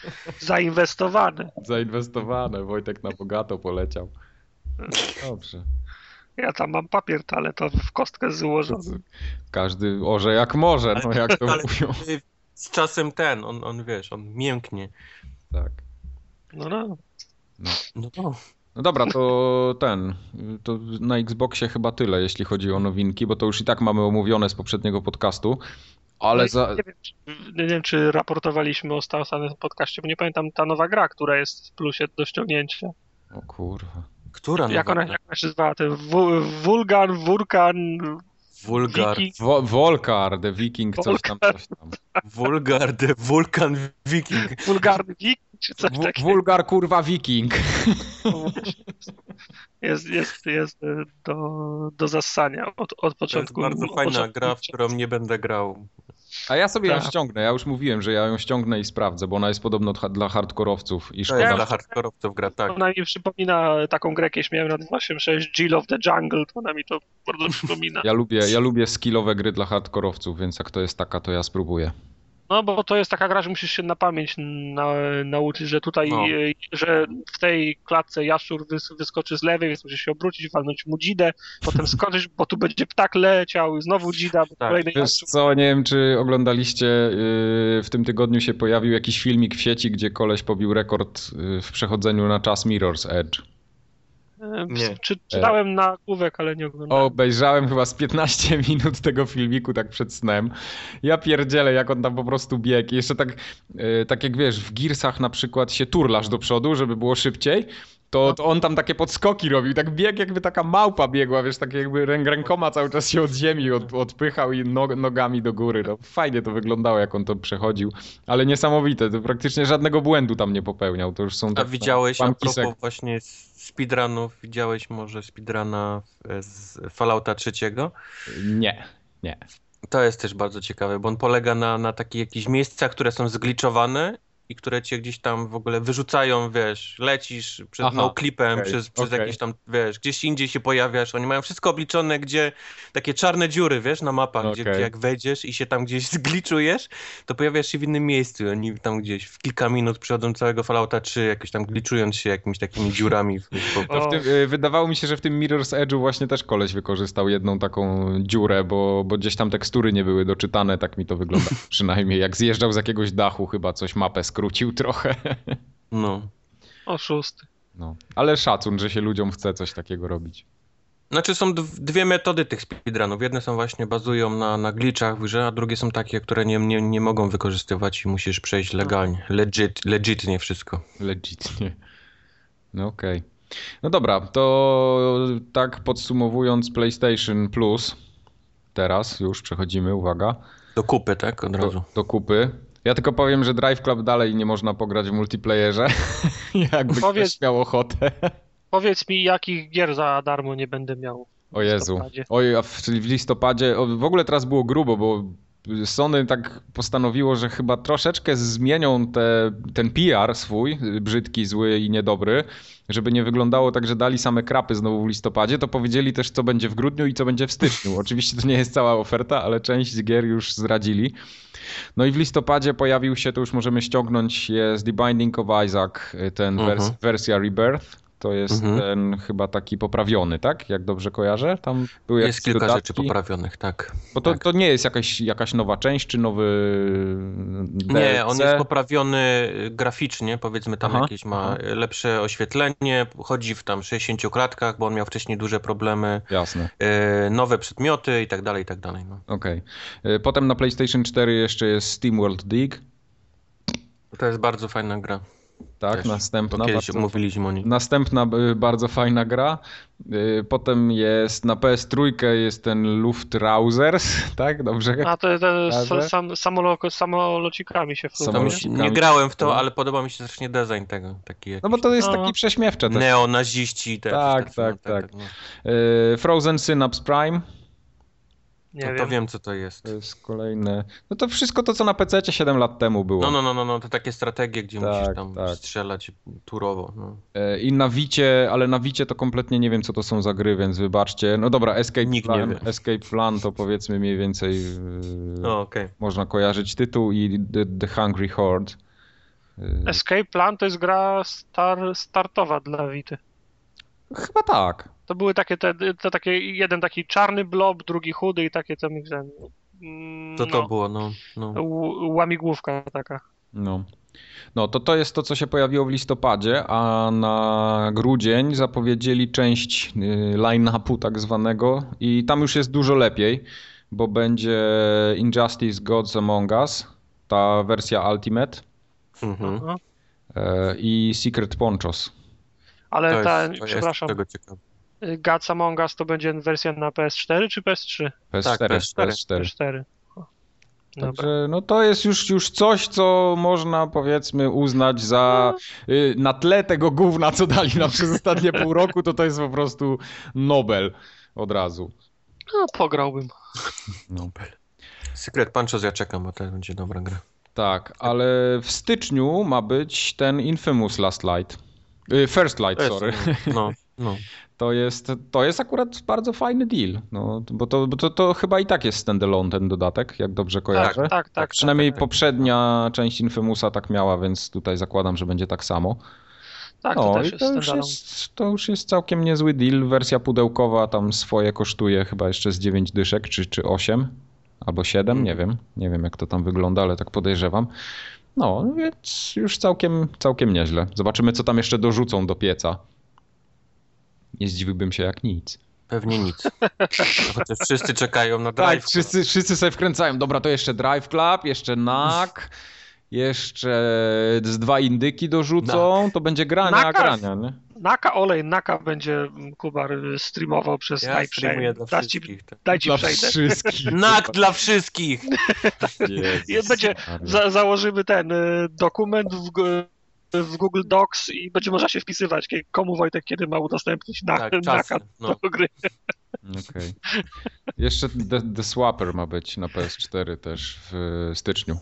Zainwestowane. Wojtek na bogato poleciał. Dobrze. Ja tam mam papier toaletowy w kostkę złożony. Każdy orze jak może, no jak to mówią. Z czasem on wiesz, on mięknie. Tak. No. No dobra, to na Xboxie chyba tyle, jeśli chodzi o nowinki, bo to już i tak mamy omówione z poprzedniego podcastu, ale nie wiem, czy raportowaliśmy o ostatnim podcaście, bo nie pamiętam, ta nowa gra, która jest w plusie do ściągnięcia. O kurwa. Która jak ona się nazywała? Ten Wulgar. Volcar, the Viking, coś tam. Vulgar, the Vulcan Viking. Vulgar Viking, czy coś takiego? Vulgar, kurwa, Viking. Jest do zassania od początku. To jest bardzo fajna gra, w którą nie będę grał. A ja sobie ją Tak. ściągnę, ja już mówiłem, że ja ją ściągnę i sprawdzę, bo ona jest podobno dla hardkorowców i To jest szkoda. dla hardkorowców gra, tak. Ona mi przypomina taką grę, jakieś miałem na 286, Jill of the Jungle, to ona mi to bardzo przypomina. Ja lubię skillowe gry dla hardkorowców, więc jak to jest taka, to ja spróbuję. No bo to jest taka gra, że musisz się na pamięć nauczyć, że tutaj, No. że w tej klatce jaszczur wyskoczy z lewej, więc musisz się obrócić, walnąć mu dzidę, potem skoczyć, bo tu będzie ptak leciał i znowu dzida, bo Tak. kolejny Wiesz jaszczur. co, nie wiem czy oglądaliście, w tym tygodniu się pojawił jakiś filmik w sieci, gdzie koleś pobił rekord w przechodzeniu na czas Mirror's Edge. Nie. Czytałem nagłówek, ale nie oglądałem. Obejrzałem chyba z 15 minut tego filmiku tak przed snem. Ja pierdzielę, jak on tam po prostu biegł. I jeszcze tak jak wiesz, w Gearsach na przykład się turlasz do przodu, żeby było szybciej, to on tam takie podskoki robił. Tak biegł, jakby taka małpa biegła, wiesz, tak jakby rękoma cały czas się od ziemi odpychał i nogami do góry. No, fajnie to wyglądało, jak on to przechodził. Ale niesamowite, to praktycznie żadnego błędu tam nie popełniał. To już są A tak widziałeś, a ułamki propos sekund. właśnie speedrunów, widziałeś może speedruna z Fallouta 3? Nie. To jest też bardzo ciekawe, bo on polega na takich jakichś miejscach, które są zgliczowane i które cię gdzieś tam w ogóle wyrzucają, wiesz, lecisz przed Aha, noclipem, okej, przez okej. jakieś tam, wiesz, gdzieś indziej się pojawiasz. Oni mają wszystko obliczone, gdzie takie czarne dziury, wiesz, na mapach, gdzie Okej. jak wejdziesz i się tam gdzieś zgliczujesz, to pojawiasz się w innym miejscu. I oni tam gdzieś w kilka minut przychodzą całego Fallouta 3, jakoś tam gliczując się jakimiś takimi dziurami. To wydawało mi się, że w tym Mirror's Edge'u właśnie też koleś wykorzystał jedną taką dziurę, bo gdzieś tam tekstury nie były doczytane, tak mi to wygląda przynajmniej. Jak zjeżdżał z jakiegoś dachu, chyba coś mapę skrócił trochę. No. Oszusty. No. Ale szacun, że się ludziom chce coś takiego robić. Znaczy są dwie metody tych speedrunów. Jedne są właśnie bazują na glitchach w grze, a drugie są takie, które nie mogą wykorzystywać i musisz przejść legalnie. Legitnie wszystko. Legitnie. No okej. No dobra, to tak podsumowując PlayStation Plus, teraz już przechodzimy, uwaga, Do kupy, tak? Od razu. do kupy. Ja tylko powiem, że Drive Club dalej nie można pograć w multiplayerze, jakby ktoś miał ochotę. Powiedz mi, jakich gier za darmo nie będę miał. O Jezu. listopadzie. Oj, czyli w listopadzie. W ogóle teraz było grubo, bo Sony tak postanowiło, że chyba troszeczkę zmienią ten PR swój, brzydki, zły i niedobry, żeby nie wyglądało tak, że dali same krapy znowu w listopadzie, to powiedzieli też, co będzie w grudniu i co będzie w styczniu. Oczywiście to nie jest cała oferta, ale część gier już zdradzili. No i w listopadzie pojawił się, to już możemy ściągnąć, jest The Binding of Isaac, ten wersja Rebirth. To jest ten chyba taki poprawiony, tak? Jak dobrze kojarzę? Tam były Jest kilka dodatki. rzeczy poprawionych, tak. Bo tak. to nie jest jakaś nowa część, czy nowy DLC? Nie, on jest poprawiony graficznie, powiedzmy tam jakieś ma lepsze oświetlenie, chodzi w tam 60 klatkach, bo on miał wcześniej duże problemy. Jasne. Nowe przedmioty i tak dalej, i tak dalej. No. Okej. Potem na PlayStation 4 jeszcze jest SteamWorld Dig. To jest bardzo fajna gra. Tak, Też. następna. Kiedyś mówiliśmy o niej. Następna bardzo fajna gra. Potem jest na PS3 jest ten Luftrausers, tak? Dobrze? A to samolocikami się Tam frutuje. już nie grałem w to, ale podoba mi się strasznie design tego. Taki No bo to jest No. taki prześmiewcze też. neonaziści. Tak. No. Frozen Synapse Prime. Nie No wiem. to wiem, co to jest. To jest kolejne. No to wszystko to, co na PC 7 lat temu było. No, to takie strategie, gdzie Tak, musisz tam tak. strzelać turowo. No. I na Vicie, ale na Vicie to kompletnie nie wiem, co to są za gry, więc wybaczcie. No dobra, Nikt nie wie. Escape Plan to powiedzmy mniej więcej Okej. można kojarzyć tytuł i The Hungry Horde. Escape Plan to jest gra startowa dla Vity. Chyba tak. To były takie, takie jeden taki czarny blob, drugi chudy i takie tam To było, no. łamigłówka taka. No to jest to, co się pojawiło w listopadzie, a na grudzień zapowiedzieli część line-upu tak zwanego i tam już jest dużo lepiej, bo będzie Injustice Gods Among Us, ta wersja Ultimate i Secret Ponchos. Ale To przepraszam, jest tego ciekawe. Gods Among Us to będzie wersja na PS4 czy PS3? PS4. Tak, PS4. Także no to jest już coś, co można powiedzmy uznać za na tle tego gówna, co dali nam przez ostatnie pół roku, to jest po prostu Nobel od razu. No, pograłbym. Nobel. Secret Punches ja czekam, bo to będzie dobra gra. Tak, ale w styczniu ma być ten Infamous Last Light. First Light, sorry. No. To jest akurat bardzo fajny deal, no, bo to chyba i tak jest standalone ten dodatek, jak dobrze kojarzę. Tak. Przynajmniej poprzednia część Infamousa tak miała, więc tutaj zakładam, że będzie tak samo. Tak, No to też i jest standalone. to już jest całkiem niezły deal. Wersja pudełkowa tam swoje kosztuje chyba jeszcze z 9 dyszek, czy 8, albo 7, nie wiem. Nie wiem jak to tam wygląda, ale tak podejrzewam. No, więc już całkiem nieźle. Zobaczymy co tam jeszcze dorzucą do pieca. Nie zdziwiłbym się jak nic. Pewnie nic. Chociaż wszyscy czekają na Tak, Drive. wszyscy sobie wkręcają. Dobra, to jeszcze Drive Club, jeszcze NAK, jeszcze z 2 indyki dorzucą, to będzie grania, nie? Naka będzie Kubar streamował przez Ja streamuję dla wszystkich. Daj ci przejdę. Wszystkich. NAK dla wszystkich! Założymy ten dokument w Google Docs i będzie można się wpisywać, komu Wojtek kiedy ma udostępnić Naka do gry. Okej. Jeszcze The Swapper ma być na PS4 też w styczniu.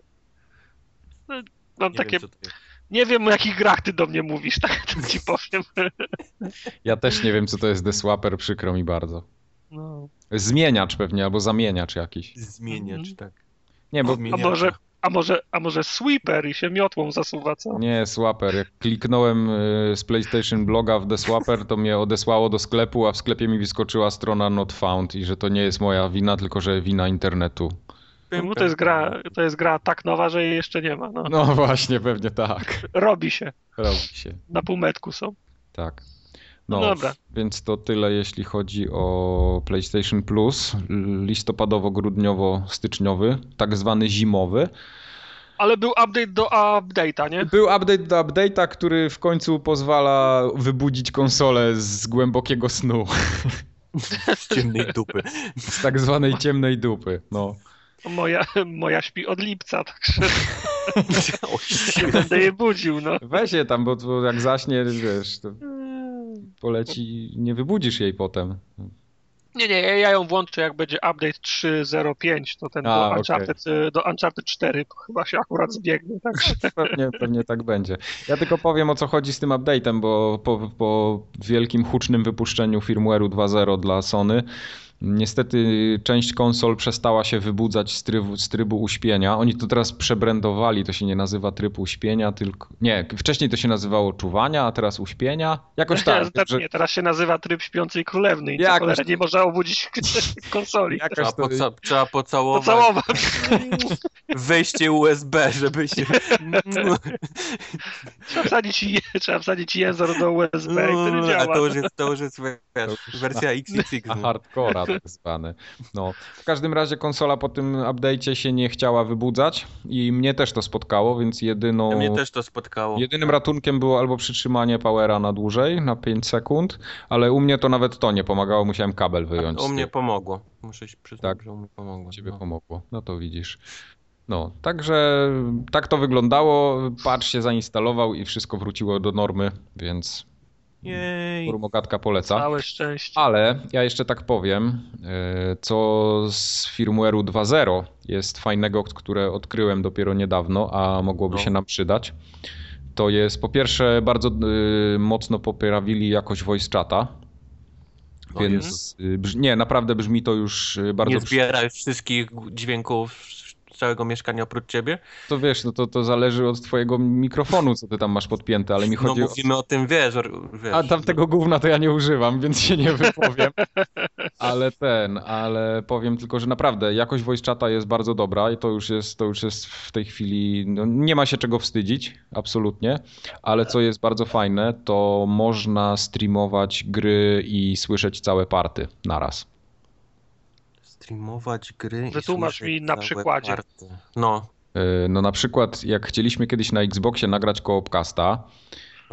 Mam takie... Nie wiem, o jakich grach ty do mnie mówisz, tak ci powiem. Ja też nie wiem, co to jest The Swapper, przykro mi bardzo. No. Zmieniacz pewnie, albo zamieniacz jakiś. Zmieniacz, tak. Nie, bo... A może Sweeper i się miotłą zasuwa, co? Nie, Swapper. Jak kliknąłem z PlayStation bloga w The Swapper, to mnie odesłało do sklepu, a w sklepie mi wyskoczyła strona not found i że to nie jest moja wina, tylko że wina internetu. No, to jest gra tak nowa, że jej jeszcze nie ma. No właśnie, pewnie tak. Robi się. Na półmetku są. Tak. No dobra. Więc to tyle, jeśli chodzi o PlayStation Plus. Listopadowo-grudniowo-styczniowy, tak zwany zimowy. Ale był update do update'a, nie? Był update do update'a, który w końcu pozwala wybudzić konsolę z głębokiego snu. Z ciemnej dupy. Z tak zwanej ciemnej dupy, no. Moja śpi od lipca, także będę je budził, no. Weź je tam, bo jak zaśnie, wiesz, to poleci, nie wybudzisz jej potem. Nie, ja ją włączę, jak będzie update 3.05, to ten do Uncharted 4 chyba się akurat zbiegnie. Także. Pewnie tak będzie. Ja tylko powiem, o co chodzi z tym update'em, bo po wielkim, hucznym wypuszczeniu firmware'u 2.0 dla Sony, niestety część konsol przestała się wybudzać z trybu uśpienia. Oni to teraz przebrandowali, to się nie nazywa tryb uśpienia, tylko... Nie, wcześniej to się nazywało czuwania, a teraz uśpienia. Jakoś tak. Nie, teraz się nazywa tryb śpiącej królewny i nie można obudzić konsoli. Trzeba pocałować. Wejście USB, żeby się... Trzeba wsadzić język do USB i wtedy działa. A to już jest wersja XXX. A hardcora tak zwane. No. W każdym razie konsola po tym update'cie się nie chciała wybudzać i mnie też to spotkało, więc Mnie też to spotkało. Jedynym ratunkiem było albo przytrzymanie powera na dłużej, na 5 sekund, ale u mnie to nawet to nie pomagało, musiałem kabel wyjąć. U mnie pomogło. Muszę się przyznać, że u mnie pomogło. Ciebie pomogło. No to widzisz. No, także tak to wyglądało. Patch się zainstalował i wszystko wróciło do normy, więc Formogatka poleca. Całe szczęście. Ale ja jeszcze tak powiem, co z firmware'u 2.0 jest fajnego, które odkryłem dopiero niedawno, a mogłoby się nam przydać. To jest po pierwsze bardzo mocno poprawili jakość voice chata. Więc naprawdę brzmi to już bardzo... Nie zbiera już wszystkich dźwięków całego mieszkania oprócz ciebie? To wiesz, no to zależy od twojego mikrofonu, co ty tam masz podpięte, ale mi chodzi mówimy o tym, wiesz. A tamtego gówna to ja nie używam, więc się nie wypowiem. Ale powiem tylko, że naprawdę jakość voice chata jest bardzo dobra i to już jest w tej chwili, no, nie ma się czego wstydzić, absolutnie, ale co jest bardzo fajne, to można streamować gry i słyszeć całe party naraz. Streamować gry. Wytłumacz mi na przykładzie. No na przykład jak chcieliśmy kiedyś na Xboxie nagrać Coopcasta,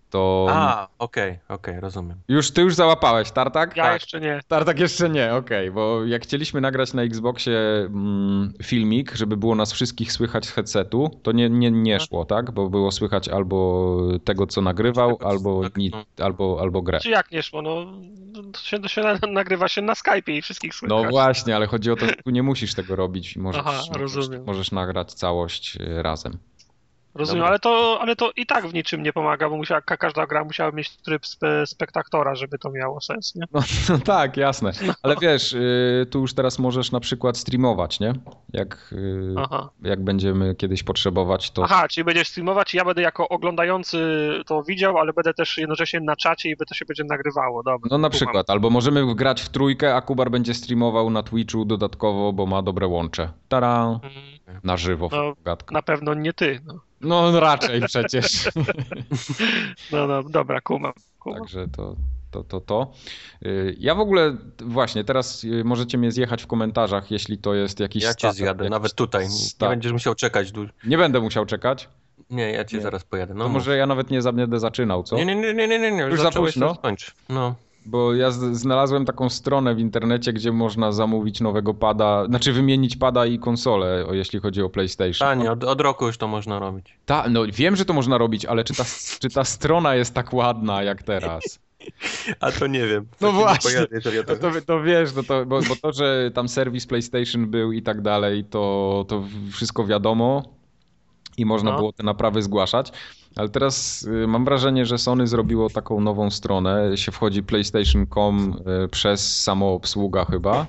to... Okej, rozumiem. Ty już załapałeś, Tartak? Ja Tak. jeszcze nie. Tartak jeszcze nie, okej, bo jak chcieliśmy nagrać na Xboxie filmik, żeby było nas wszystkich słychać z headsetu, to nie szło, tak? Bo było słychać albo tego, co nagrywał, albo grę. Czy jak nie szło? No, to się nagrywa się na Skype'ie i wszystkich słychać. No właśnie, ale chodzi o to, że tu nie musisz tego robić. Rozumiem. Możesz nagrać całość razem. Rozumiem, ale to i tak w niczym nie pomaga, bo każda gra musiała mieć tryb spektatora, żeby to miało sens, nie? No tak, jasne. Ale wiesz, tu już teraz możesz na przykład streamować, nie? Jak będziemy kiedyś potrzebować, to... Aha, czyli będziesz streamować i ja będę jako oglądający to widział, ale będę też jednocześnie na czacie i to się będzie nagrywało, dobra. No na przykład, albo możemy grać w trójkę, a Kubar będzie streamował na Twitchu dodatkowo, bo ma dobre łącze. Tara! Na żywo. Na pewno nie ty, no. No raczej przecież. No, dobra, kumam. Także to. Ja w ogóle właśnie teraz możecie mnie zjechać w komentarzach, jeśli to jest jakiś Ja cię zjadę, nawet tutaj. Nie będziesz musiał czekać. Nie będę musiał czekać. Nie, ja cię zaraz pojadę. No to może ja nawet nie będę zaczynał, co? Nie. Już za późno? Skończ. No. Bo ja znalazłem taką stronę w internecie, gdzie można zamówić nowego pada, znaczy wymienić pada i konsolę, jeśli chodzi o PlayStation. Nie, od roku już to można robić. No wiem, że to można robić, ale czy ta strona jest tak ładna jak teraz? A to nie wiem. No właśnie, to wiesz, bo to, że tam serwis PlayStation był i tak dalej, to wszystko wiadomo i można było te naprawy zgłaszać. Ale teraz mam wrażenie, że Sony zrobiło taką nową stronę. Się wchodzi PlayStation.com przez samoobsługa chyba.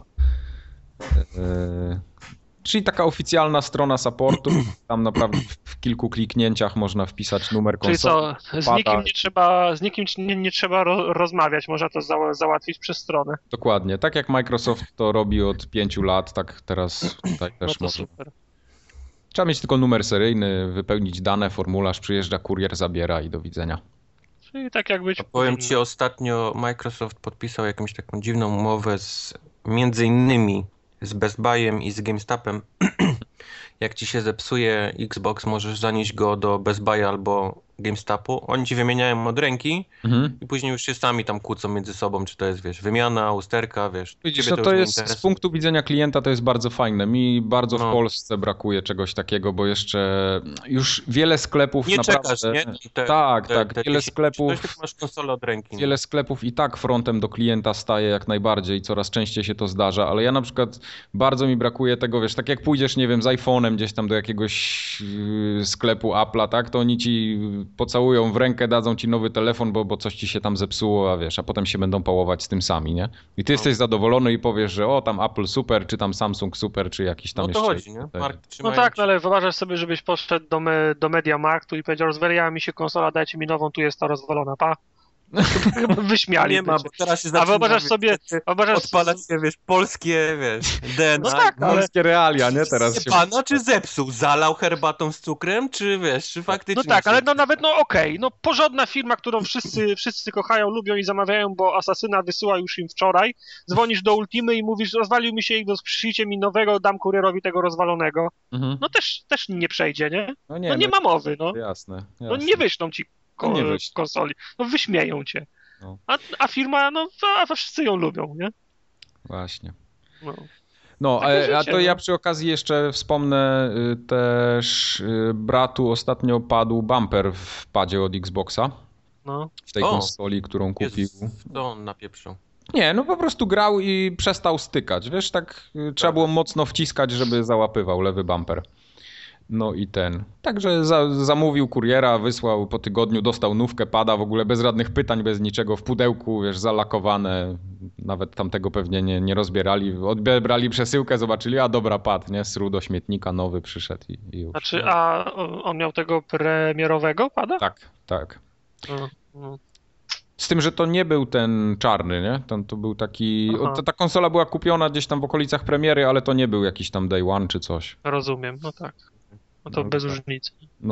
Czyli taka oficjalna strona supportu. Tam naprawdę w kilku kliknięciach można wpisać numer konsoli. Czyli co, z nikim nie trzeba rozmawiać, można to załatwić przez stronę. Dokładnie. Tak jak Microsoft to robi od 5 lat, tak teraz tutaj też można. Super. Trzeba mieć tylko numer seryjny, wypełnić dane, formularz, przyjeżdża kurier, zabiera i do widzenia. Czyli tak jak być. Powiem ci, ostatnio Microsoft podpisał jakąś taką dziwną umowę między innymi z Best Buyem i z GameStopem. Jak ci się zepsuje Xbox, możesz zanieść go do Best Buy albo GameStopu. Oni ci wymieniają od ręki i później już się sami tam kłócą między sobą, czy to jest, wiesz, wymiana, usterka, wiesz. Widzisz, to jest z punktu widzenia klienta to jest bardzo fajne. Mi bardzo w Polsce brakuje czegoś takiego, bo jeszcze już wiele sklepów nie naprawdę... czekasz, nie? Tak, wiele sklepów... Masz konsolę od ręki. Wiele sklepów i tak frontem do klienta staje jak najbardziej, coraz częściej się to zdarza, ale ja na przykład bardzo mi brakuje tego, wiesz, tak jak pójdziesz, nie wiem, z iPhone'em gdzieś tam do jakiegoś sklepu Apple'a, tak, to oni ci pocałują w rękę, dadzą ci nowy telefon, bo coś ci się tam zepsuło, a potem się będą pałować z tym sami, nie? I ty jesteś zadowolony i powiesz, że tam Apple super, czy tam Samsung super, czy jakiś tam jeszcze... No to chodzi, nie? No tak, ale wyobrażasz sobie, żebyś poszedł do MediaMarktu i powiedział, rozwaliła mi się konsola, dajcie mi nową, tu jest ta rozwalona, pa. Wyśmiali. Nie ma, bo teraz się zaczyna, a wyobrażasz sobie... odpalać się, wiesz, polskie, wiesz, DNA. No tak, polskie realia, nie? Teraz się... Pana, czy zepsuł? Zalał herbatą z cukrem, czy wiesz, czy faktycznie... No tak, ale nawet okej, porządna firma, którą wszyscy kochają, lubią i zamawiają, bo Asasyna wysyła już im wczoraj, dzwonisz do Ultimy i mówisz, rozwalił mi się Xbox, przyjrzyjcie mi nowego, dam kurierowi tego rozwalonego. No też nie przejdzie, nie? No nie ma mowy, no. Jasne. No nie wyślą ci konsoli. No wyśmieją cię. No. A firma, a wszyscy ją lubią, nie? Właśnie. No, a to ja przy okazji jeszcze wspomnę też bratu ostatnio padł bumper w padzie od Xboxa. W tej konsoli, którą kupił. To on napieprzył. Nie, po prostu grał i przestał stykać. Wiesz, tak trzeba było mocno wciskać, żeby załapywał lewy bumper. No i Także zamówił kuriera, wysłał po tygodniu, dostał nówkę pada, w ogóle bez żadnych pytań, bez niczego, w pudełku, wiesz, zalakowane. Nawet tamtego pewnie nie rozbierali. Odbrali przesyłkę, zobaczyli, a dobra, pad, nie? Sru do śmietnika, nowy przyszedł i już. Znaczy, a on miał tego premierowego pada? Tak. Z tym, że to nie był ten czarny, nie? To był taki... Ta konsola była kupiona gdzieś tam w okolicach premiery, ale to nie był jakiś tam day one czy coś. Rozumiem, no tak. No to bez różnicy.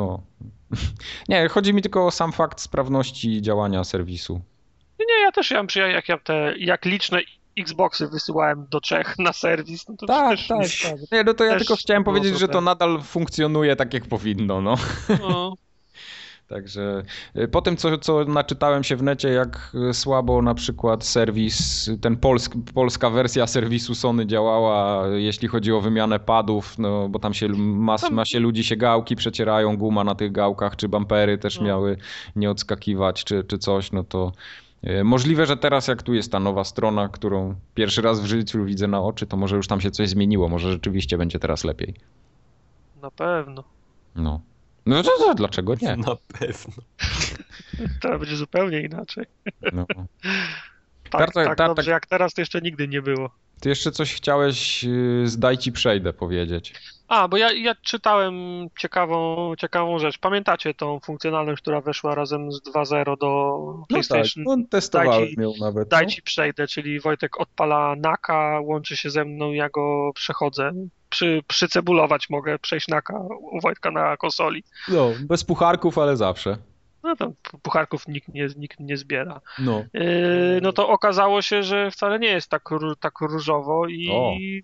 Nie, chodzi mi tylko o sam fakt sprawności działania serwisu. Nie, ja też miałem jak liczne Xboxy wysyłałem do Czech na serwis, no to tak. Nie, to ja też tylko chciałem powiedzieć, że to nadal funkcjonuje tak jak powinno, Także po tym, co naczytałem się w necie, jak słabo na przykład serwis, polska wersja serwisu Sony działała, jeśli chodzi o wymianę padów, no bo tam się masie ludzi się gałki przecierają, guma na tych gałkach, czy bampery też miały nie odskakiwać, czy coś, no to możliwe, że teraz jak tu jest ta nowa strona, którą pierwszy raz w życiu widzę na oczy, to może już tam się coś zmieniło, może rzeczywiście będzie teraz lepiej. Na pewno. No. No to dlaczego nie? Na pewno. Teraz będzie zupełnie inaczej. No. Tak dobrze jak teraz to jeszcze nigdy nie było. Ty jeszcze coś chciałeś z Daj Ci Przejdę powiedzieć. Bo ja czytałem ciekawą rzecz. Pamiętacie tą funkcjonalność, która weszła razem z 2.0 do PlayStation? No tak, testowałem ją nawet. Daj Ci Przejdę, czyli Wojtek odpala Naka, łączy się ze mną, ja go przechodzę. Przycebulować mogę, przejść Naka u Wojtka na konsoli. No, bez pucharków, ale zawsze. No tam pucharków nikt nie zbiera. No. No to okazało się, że wcale nie jest tak różowo i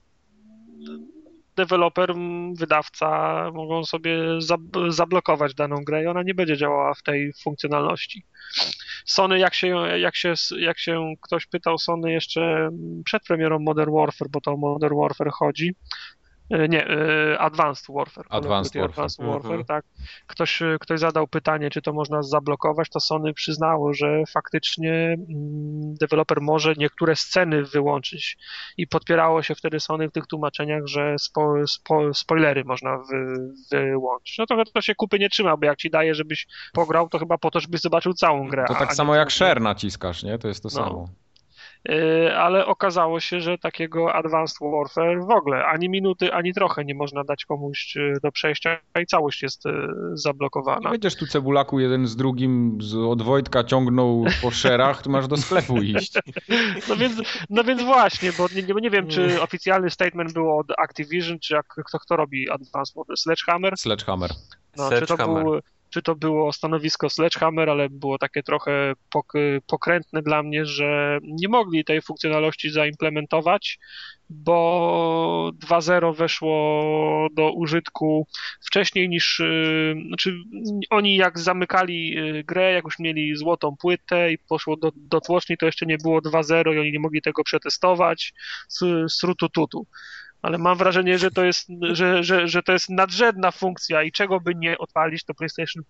deweloper, wydawca mogą sobie zablokować daną grę i ona nie będzie działała w tej funkcjonalności. Sony, jak się ktoś pytał Sony jeszcze przed premierą Modern Warfare, bo to o Modern Warfare chodzi, Advanced Warfare. Advanced Warfare, tak. Ktoś zadał pytanie, czy to można zablokować, to Sony przyznało, że faktycznie deweloper może niektóre sceny wyłączyć i podpierało się wtedy Sony w tych tłumaczeniach, że spoilery można wyłączyć. No trochę to się kupy nie trzyma, bo jak ci daje, żebyś pograł, to chyba po to, żebyś zobaczył całą grę. To tak samo jak share naciskasz, nie? To jest to samo. Ale okazało się, że takiego Advanced Warfare w ogóle ani minuty, ani trochę nie można dać komuś do przejścia i całość jest zablokowana. Nie będziesz tu cebulaku jeden z drugim od Wojtka ciągnął po szerach, to masz do sklepu iść. No więc właśnie, bo nie wiem, czy oficjalny statement był od Activision, czy kto robi Advanced Warfare? Sledgehammer? No, czy to było stanowisko Sledgehammer, ale było takie trochę pokrętne dla mnie, że nie mogli tej funkcjonalności zaimplementować, bo 2.0 weszło do użytku wcześniej niż, znaczy oni jak zamykali grę, jak już mieli złotą płytę i poszło do tłoczni, to jeszcze nie było 2.0 i oni nie mogli tego przetestować, srutututu. Ale mam wrażenie, że to jest nadrzędna funkcja i czego by nie odpalić, to PlayStation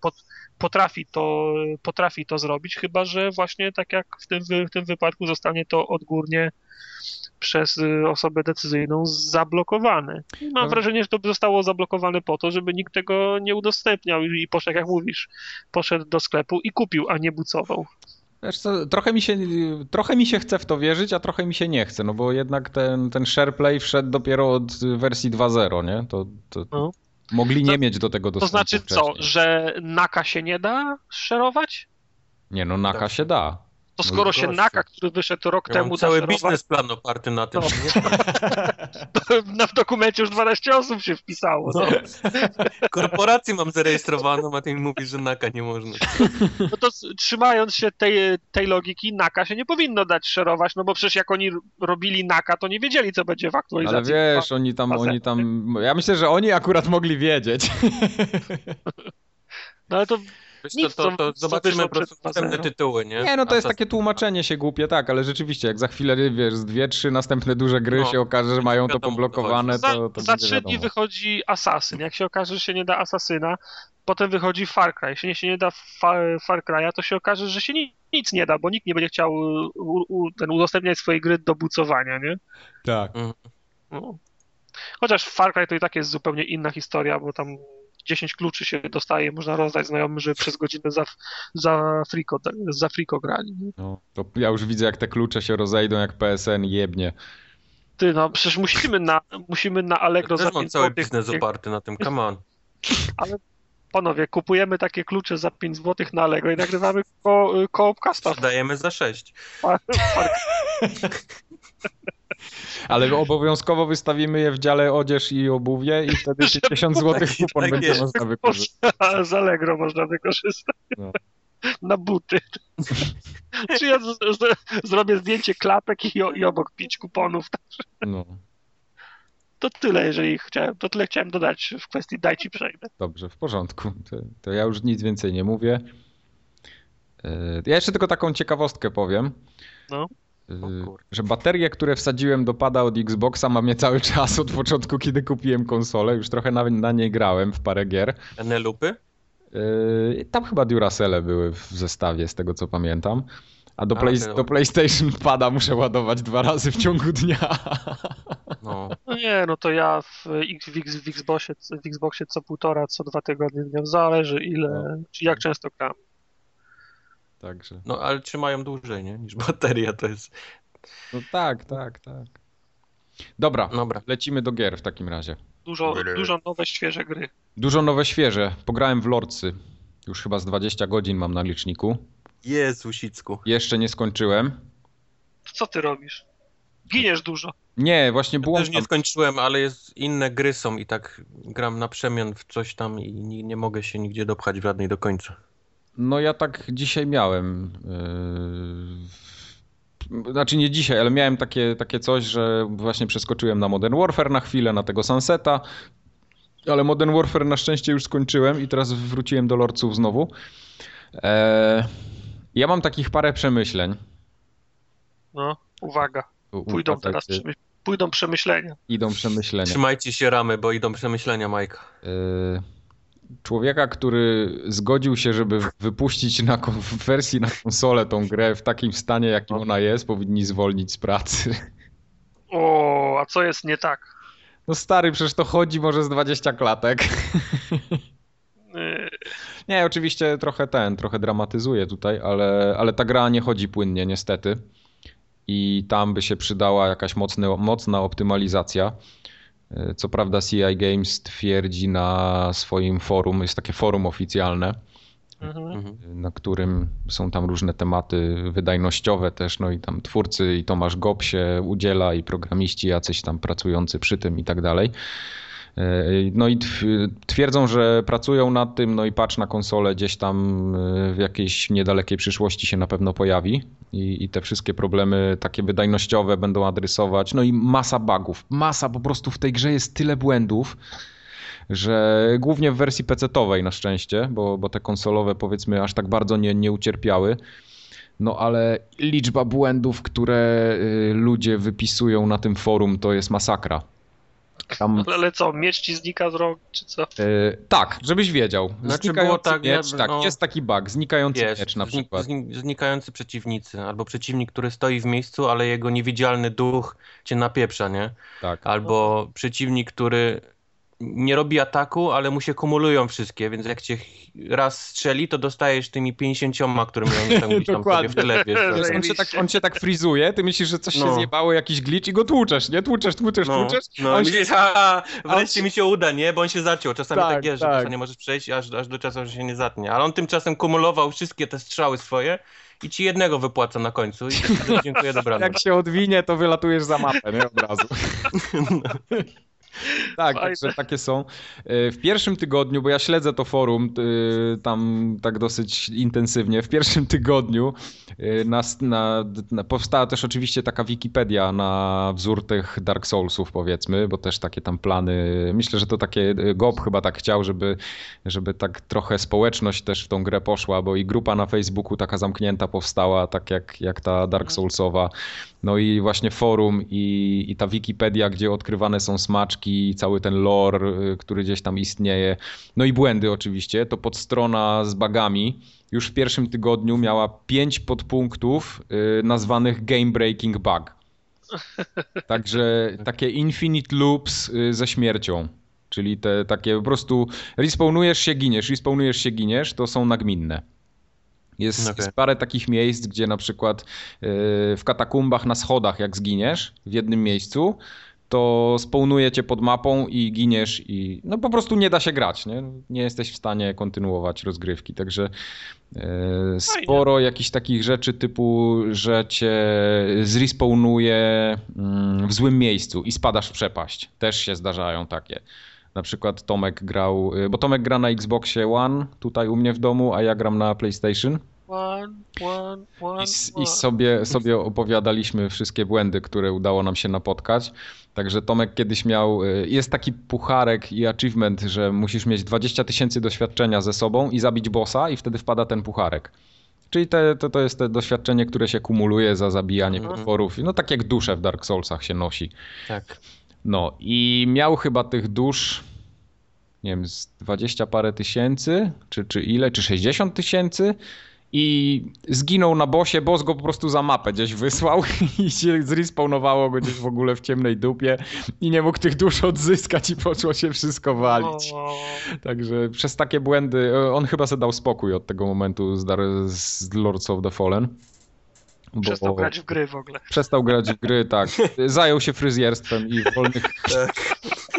potrafi to zrobić, chyba że właśnie tak jak w tym wypadku zostanie to odgórnie przez osobę decyzyjną zablokowane. Mam wrażenie, że to zostało zablokowane po to, żeby nikt tego nie udostępniał i poszedł, jak mówisz, poszedł do sklepu i kupił, a nie bucował. Wiesz co, trochę mi się chce w to wierzyć, a trochę mi się nie chce, no bo jednak ten SharePlay wszedł dopiero od wersji 2.0, nie? To mogli nie mieć do tego dostępu. To znaczy wcześniej. Że Naka się nie da szerować? Nie, no Naka się da. To skoro się Naka, który wyszedł rok temu, mam cały biznesplan oparty na tym. W dokumencie już 12 osób się wpisało. No. Korporację mam zarejestrowaną, a ty mi mówisz, że Naka nie można. No to trzymając się tej logiki, Naka się nie powinno dać szerować, no bo przecież jak oni robili Naka, to nie wiedzieli, co będzie w aktualizacji. Ale wiesz, oni tam, ja myślę, że oni akurat mogli wiedzieć. No ale to to zobaczymy po prostu następne tytuły, nie? Nie, no to jest takie tłumaczenie się głupie, tak, ale rzeczywiście, jak za chwilę, wiesz, z 2-3 następne duże gry się okaże, że mają to poblokowane, to za 3 dni wychodzi Assassin. Jak się okaże, że się nie da Assassina, potem wychodzi Far Cry. Jeśli się nie da Far Cry'a, to się okaże, że się nic nie da, bo nikt nie będzie chciał udostępniać swojej gry do bucowania, nie? Tak. No. Chociaż Far Cry to i tak jest zupełnie inna historia, bo tam 10 kluczy się dostaje, można rozdać znajomym, że przez godzinę za friko grali. No, to ja już widzę, jak te klucze się rozejdą, jak PSN jebnie. Ty, no przecież musimy na Allegro za 5 zł. Mam cały biznes oparty na tym, come on. Ale panowie, kupujemy takie klucze za 5 zł na Allegro i nagrywamy koło casta. Sprzedajemy za 6. Ale obowiązkowo wystawimy je w dziale odzież i obuwie i wtedy 1000 zł kupon będzie można wykorzystać. Z Allegro można wykorzystać. No. Na buty. Czy ja zrobię zdjęcie klapek i obok 5 kuponów. No. to tyle, to tyle chciałem dodać w kwestii daj ci przejdę. Dobrze, w porządku. To ja już nic więcej nie mówię. Ja jeszcze tylko taką ciekawostkę powiem. No. Że baterie, które wsadziłem do pada od Xboxa mam je cały czas od początku, kiedy kupiłem konsolę. Już trochę na niej grałem w parę gier. Enelupy? Tam chyba Duracelle były w zestawie, z tego co pamiętam. A do no. PlayStation pada muszę ładować 2 razy w ciągu dnia. No nie, no to ja w Xboxie co 1,5, co 2 tygodnie, zależy jak często gram. Także. No ale trzymają dłużej, nie? Niż bateria to jest. No tak. Dobra, lecimy do gier w takim razie. Dużo nowe, świeże gry. Dużo nowe, świeże. Pograłem w Lordsy. Już chyba z 20 godzin mam na liczniku. Jezu, Sicku. Jeszcze nie skończyłem. Co ty robisz? Giniesz dużo. Nie, właśnie też nie skończyłem, ale inne gry są i tak gram na przemian w coś tam i nie mogę się nigdzie dopchać w żadnej do końca. No ja tak dzisiaj miałem. Znaczy nie dzisiaj, ale miałem takie coś, że właśnie przeskoczyłem na Modern Warfare na chwilę, na tego Sunseta. Ale Modern Warfare na szczęście już skończyłem i teraz wróciłem do Lordsów znowu. Ja mam takich parę przemyśleń. No, uwaga. Pójdą przemyślenia. Idą przemyślenia. Trzymajcie się ramy, bo idą przemyślenia, Majka. Człowieka, który zgodził się, żeby wypuścić w wersji na konsolę tą grę w takim stanie, jakim ona jest, powinni zwolnić z pracy. O, a co jest nie tak? No stary, przecież to chodzi może z 20 klatek. Nie, oczywiście trochę dramatyzuję tutaj, ale ta gra nie chodzi płynnie niestety. I tam by się przydała jakaś mocna optymalizacja. Co prawda CI Games twierdzi na swoim forum, jest takie forum oficjalne, na którym są tam różne tematy wydajnościowe też, no i tam twórcy i Tomasz Gob się udziela i programiści jacyś tam pracujący przy tym i tak dalej. No i twierdzą, że pracują nad tym, no i patch na konsolę gdzieś tam w jakiejś niedalekiej przyszłości się na pewno pojawi i te wszystkie problemy takie wydajnościowe będą adresować. No i masa bugów, po prostu w tej grze jest tyle błędów, że głównie w wersji PC-towej na szczęście, bo te konsolowe powiedzmy aż tak bardzo nie ucierpiały. No ale liczba błędów, które ludzie wypisują na tym forum, to jest masakra. Ale co, miecz ci znika z rąk, czy co? Tak, żebyś wiedział. Znaczy było tak, miecz, jest taki bug, znikający miecz na przykład. Znikający przeciwnicy, albo przeciwnik, który stoi w miejscu, ale jego niewidzialny duch cię napieprza, nie? Tak. Albo przeciwnik, który nie robi ataku, ale mu się kumulują wszystkie, więc jak cię raz strzeli, to dostajesz tymi 50, które miałem tam gdzieś tam sobie w tyle, wiesz. On się tak frizuje, ty myślisz, że coś się zjebało, jakiś glitch i go tłuczesz, nie? Tłuczesz. No, myślisz, wreszcie mi się uda, nie? Bo on się zaciął. czasami tak jest, że nie możesz przejść, aż do czasu, że się nie zatnie. Ale on tymczasem kumulował wszystkie te strzały swoje i ci jednego wypłaca na końcu i dziękuję, dobranoc. Jak się odwinie, to wylatujesz za mapę, nie? Od razu. Tak, także takie są. W pierwszym tygodniu, bo ja śledzę to forum tam tak dosyć intensywnie, w pierwszym tygodniu powstała też oczywiście taka Wikipedia na wzór tych Dark Soulsów powiedzmy, bo też takie tam plany, myślę, że to takie Gob chyba tak chciał, żeby tak trochę społeczność też w tą grę poszła, bo i grupa na Facebooku taka zamknięta powstała, tak jak ta Dark Soulsowa. No i właśnie forum i ta Wikipedia, gdzie odkrywane są smaczki, cały ten lore, który gdzieś tam istnieje. No i błędy oczywiście. To podstrona z bugami już w pierwszym tygodniu miała 5 podpunktów nazwanych Game Breaking Bug. Także takie infinite loops ze śmiercią. Czyli te takie po prostu respawnujesz się, giniesz, to są nagminne. Jest parę takich miejsc, gdzie na przykład w katakumbach na schodach jak zginiesz w jednym miejscu, to spawnuje cię pod mapą i giniesz i no po prostu nie da się grać, nie jesteś w stanie kontynuować rozgrywki, także sporo jakichś takich rzeczy typu, że cię zrespawnuje w złym miejscu i spadasz w przepaść, też się zdarzają takie. Na przykład Tomek grał, bo Tomek gra na Xboxie One tutaj u mnie w domu, a ja gram na PlayStation. I sobie opowiadaliśmy wszystkie błędy, które udało nam się napotkać. Także Tomek kiedyś miał, jest taki pucharek i achievement, że musisz mieć 20 000 doświadczenia ze sobą i zabić bossa i wtedy wpada ten pucharek. Czyli to jest te doświadczenie, które się kumuluje za zabijanie potworów. No tak jak dusze w Dark Soulsach się nosi. Tak. No i miał chyba tych dusz, nie wiem, z 20 parę tysięcy, czy ile, czy 60 000 i zginął na bossie, boss go po prostu za mapę gdzieś wysłał i się zrespawnowało go gdzieś w ogóle w ciemnej dupie i nie mógł tych dusz odzyskać i poszło się wszystko walić. Także przez takie błędy, on chyba sobie dał spokój od tego momentu z Lords of the Fallen. Przestał grać w gry w ogóle. Przestał grać w gry, tak. Zajął się fryzjerstwem i wolnych... Tak.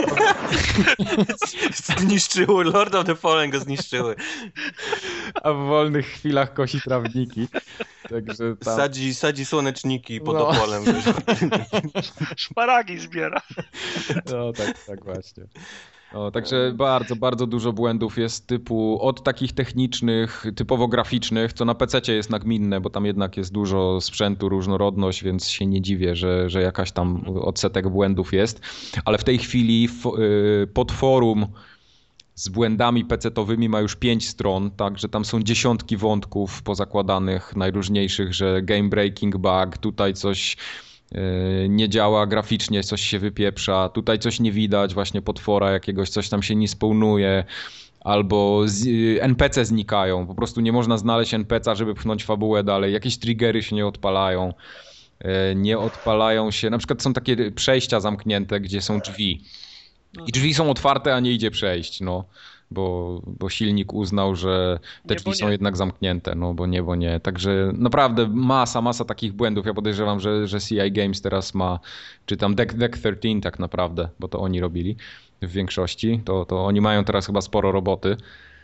Zniszczyły, Lord of the Fallen go zniszczyły. A w wolnych chwilach kosi trawniki. Także tam... sadzi słoneczniki pod opolem. Szparagi zbiera. No tak właśnie. No, także bardzo, bardzo dużo błędów jest typu od takich technicznych, typowo graficznych, co na PC-cie jest nagminne, bo tam jednak jest dużo sprzętu, różnorodność, więc się nie dziwię, że jakaś tam odsetek błędów jest. Ale w tej chwili podforum z błędami PC-towymi ma już 5 stron, także tam są dziesiątki wątków pozakładanych, najróżniejszych, że game breaking bug, tutaj coś nie działa graficznie, coś się wypieprza, tutaj coś nie widać, właśnie potwora jakiegoś, coś tam się nie spełnuje, albo NPC znikają, po prostu nie można znaleźć NPC-a, żeby pchnąć fabułę dalej, jakieś triggery się nie odpalają się, na przykład są takie przejścia zamknięte, gdzie są drzwi i drzwi są otwarte, a nie idzie przejść, no. Bo silnik uznał, że te drzwi są jednak zamknięte, no bo nie. Także naprawdę masa takich błędów. Ja podejrzewam, że CI Games teraz ma, czy tam Deck 13 tak naprawdę, bo to oni robili w większości. To oni mają teraz chyba sporo roboty.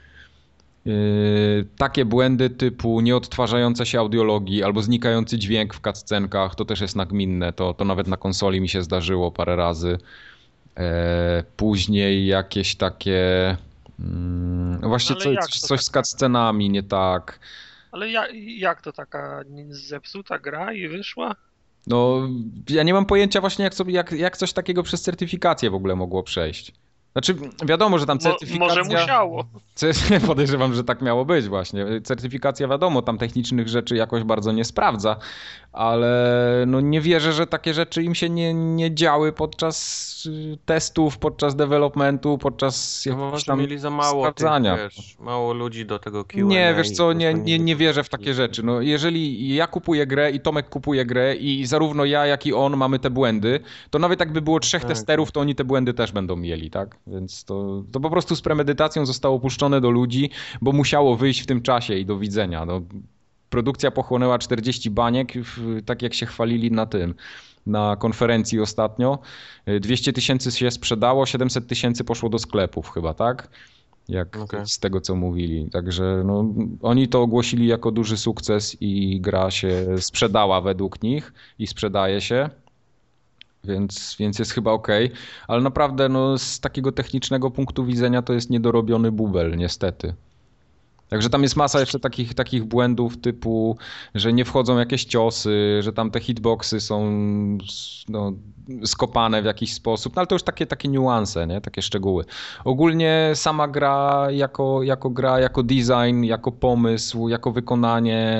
Takie błędy typu nieodtwarzające się audiologii albo znikający dźwięk w cutscenkach, to też jest nagminne. To nawet na konsoli mi się zdarzyło parę razy. Później jakieś takie... Właśnie coś z cutscenami nie tak. Ale jak to taka zepsuta gra i wyszła? No, ja nie mam pojęcia właśnie jak coś takiego przez certyfikację w ogóle mogło przejść. Znaczy, wiadomo, że tam certyfikacja... Może musiało. Podejrzewam, że tak miało być właśnie. Certyfikacja, wiadomo, tam technicznych rzeczy jakoś bardzo nie sprawdza, ale no nie wierzę, że takie rzeczy im się nie działy podczas testów, podczas developmentu, podczas jakiegoś tam mieli za mało sprawdzania. Mało ludzi do tego Q&A. Nie, wiesz co, nie wierzę w takie rzeczy. No, jeżeli ja kupuję grę i Tomek kupuje grę i zarówno ja, jak i on mamy te błędy, to nawet jakby było 3 testerów, to oni te błędy też będą mieli, tak? Więc to po prostu z premedytacją zostało puszczone do ludzi, bo musiało wyjść w tym czasie i do widzenia. No, produkcja pochłonęła 40 baniek, tak jak się chwalili na konferencji ostatnio. 200 000 się sprzedało, 700 000 poszło do sklepów chyba, tak? Z tego co mówili. Także no, oni to ogłosili jako duży sukces i gra się sprzedała według nich i sprzedaje się. Więc jest chyba okej, ale naprawdę no, z takiego technicznego punktu widzenia to jest niedorobiony bubel, niestety. Także tam jest masa jeszcze takich błędów typu, że nie wchodzą jakieś ciosy, że tam te hitboxy są no, skopane w jakiś sposób, no ale to już takie niuanse, nie? Takie szczegóły. Ogólnie sama gra jako design, jako pomysł, jako wykonanie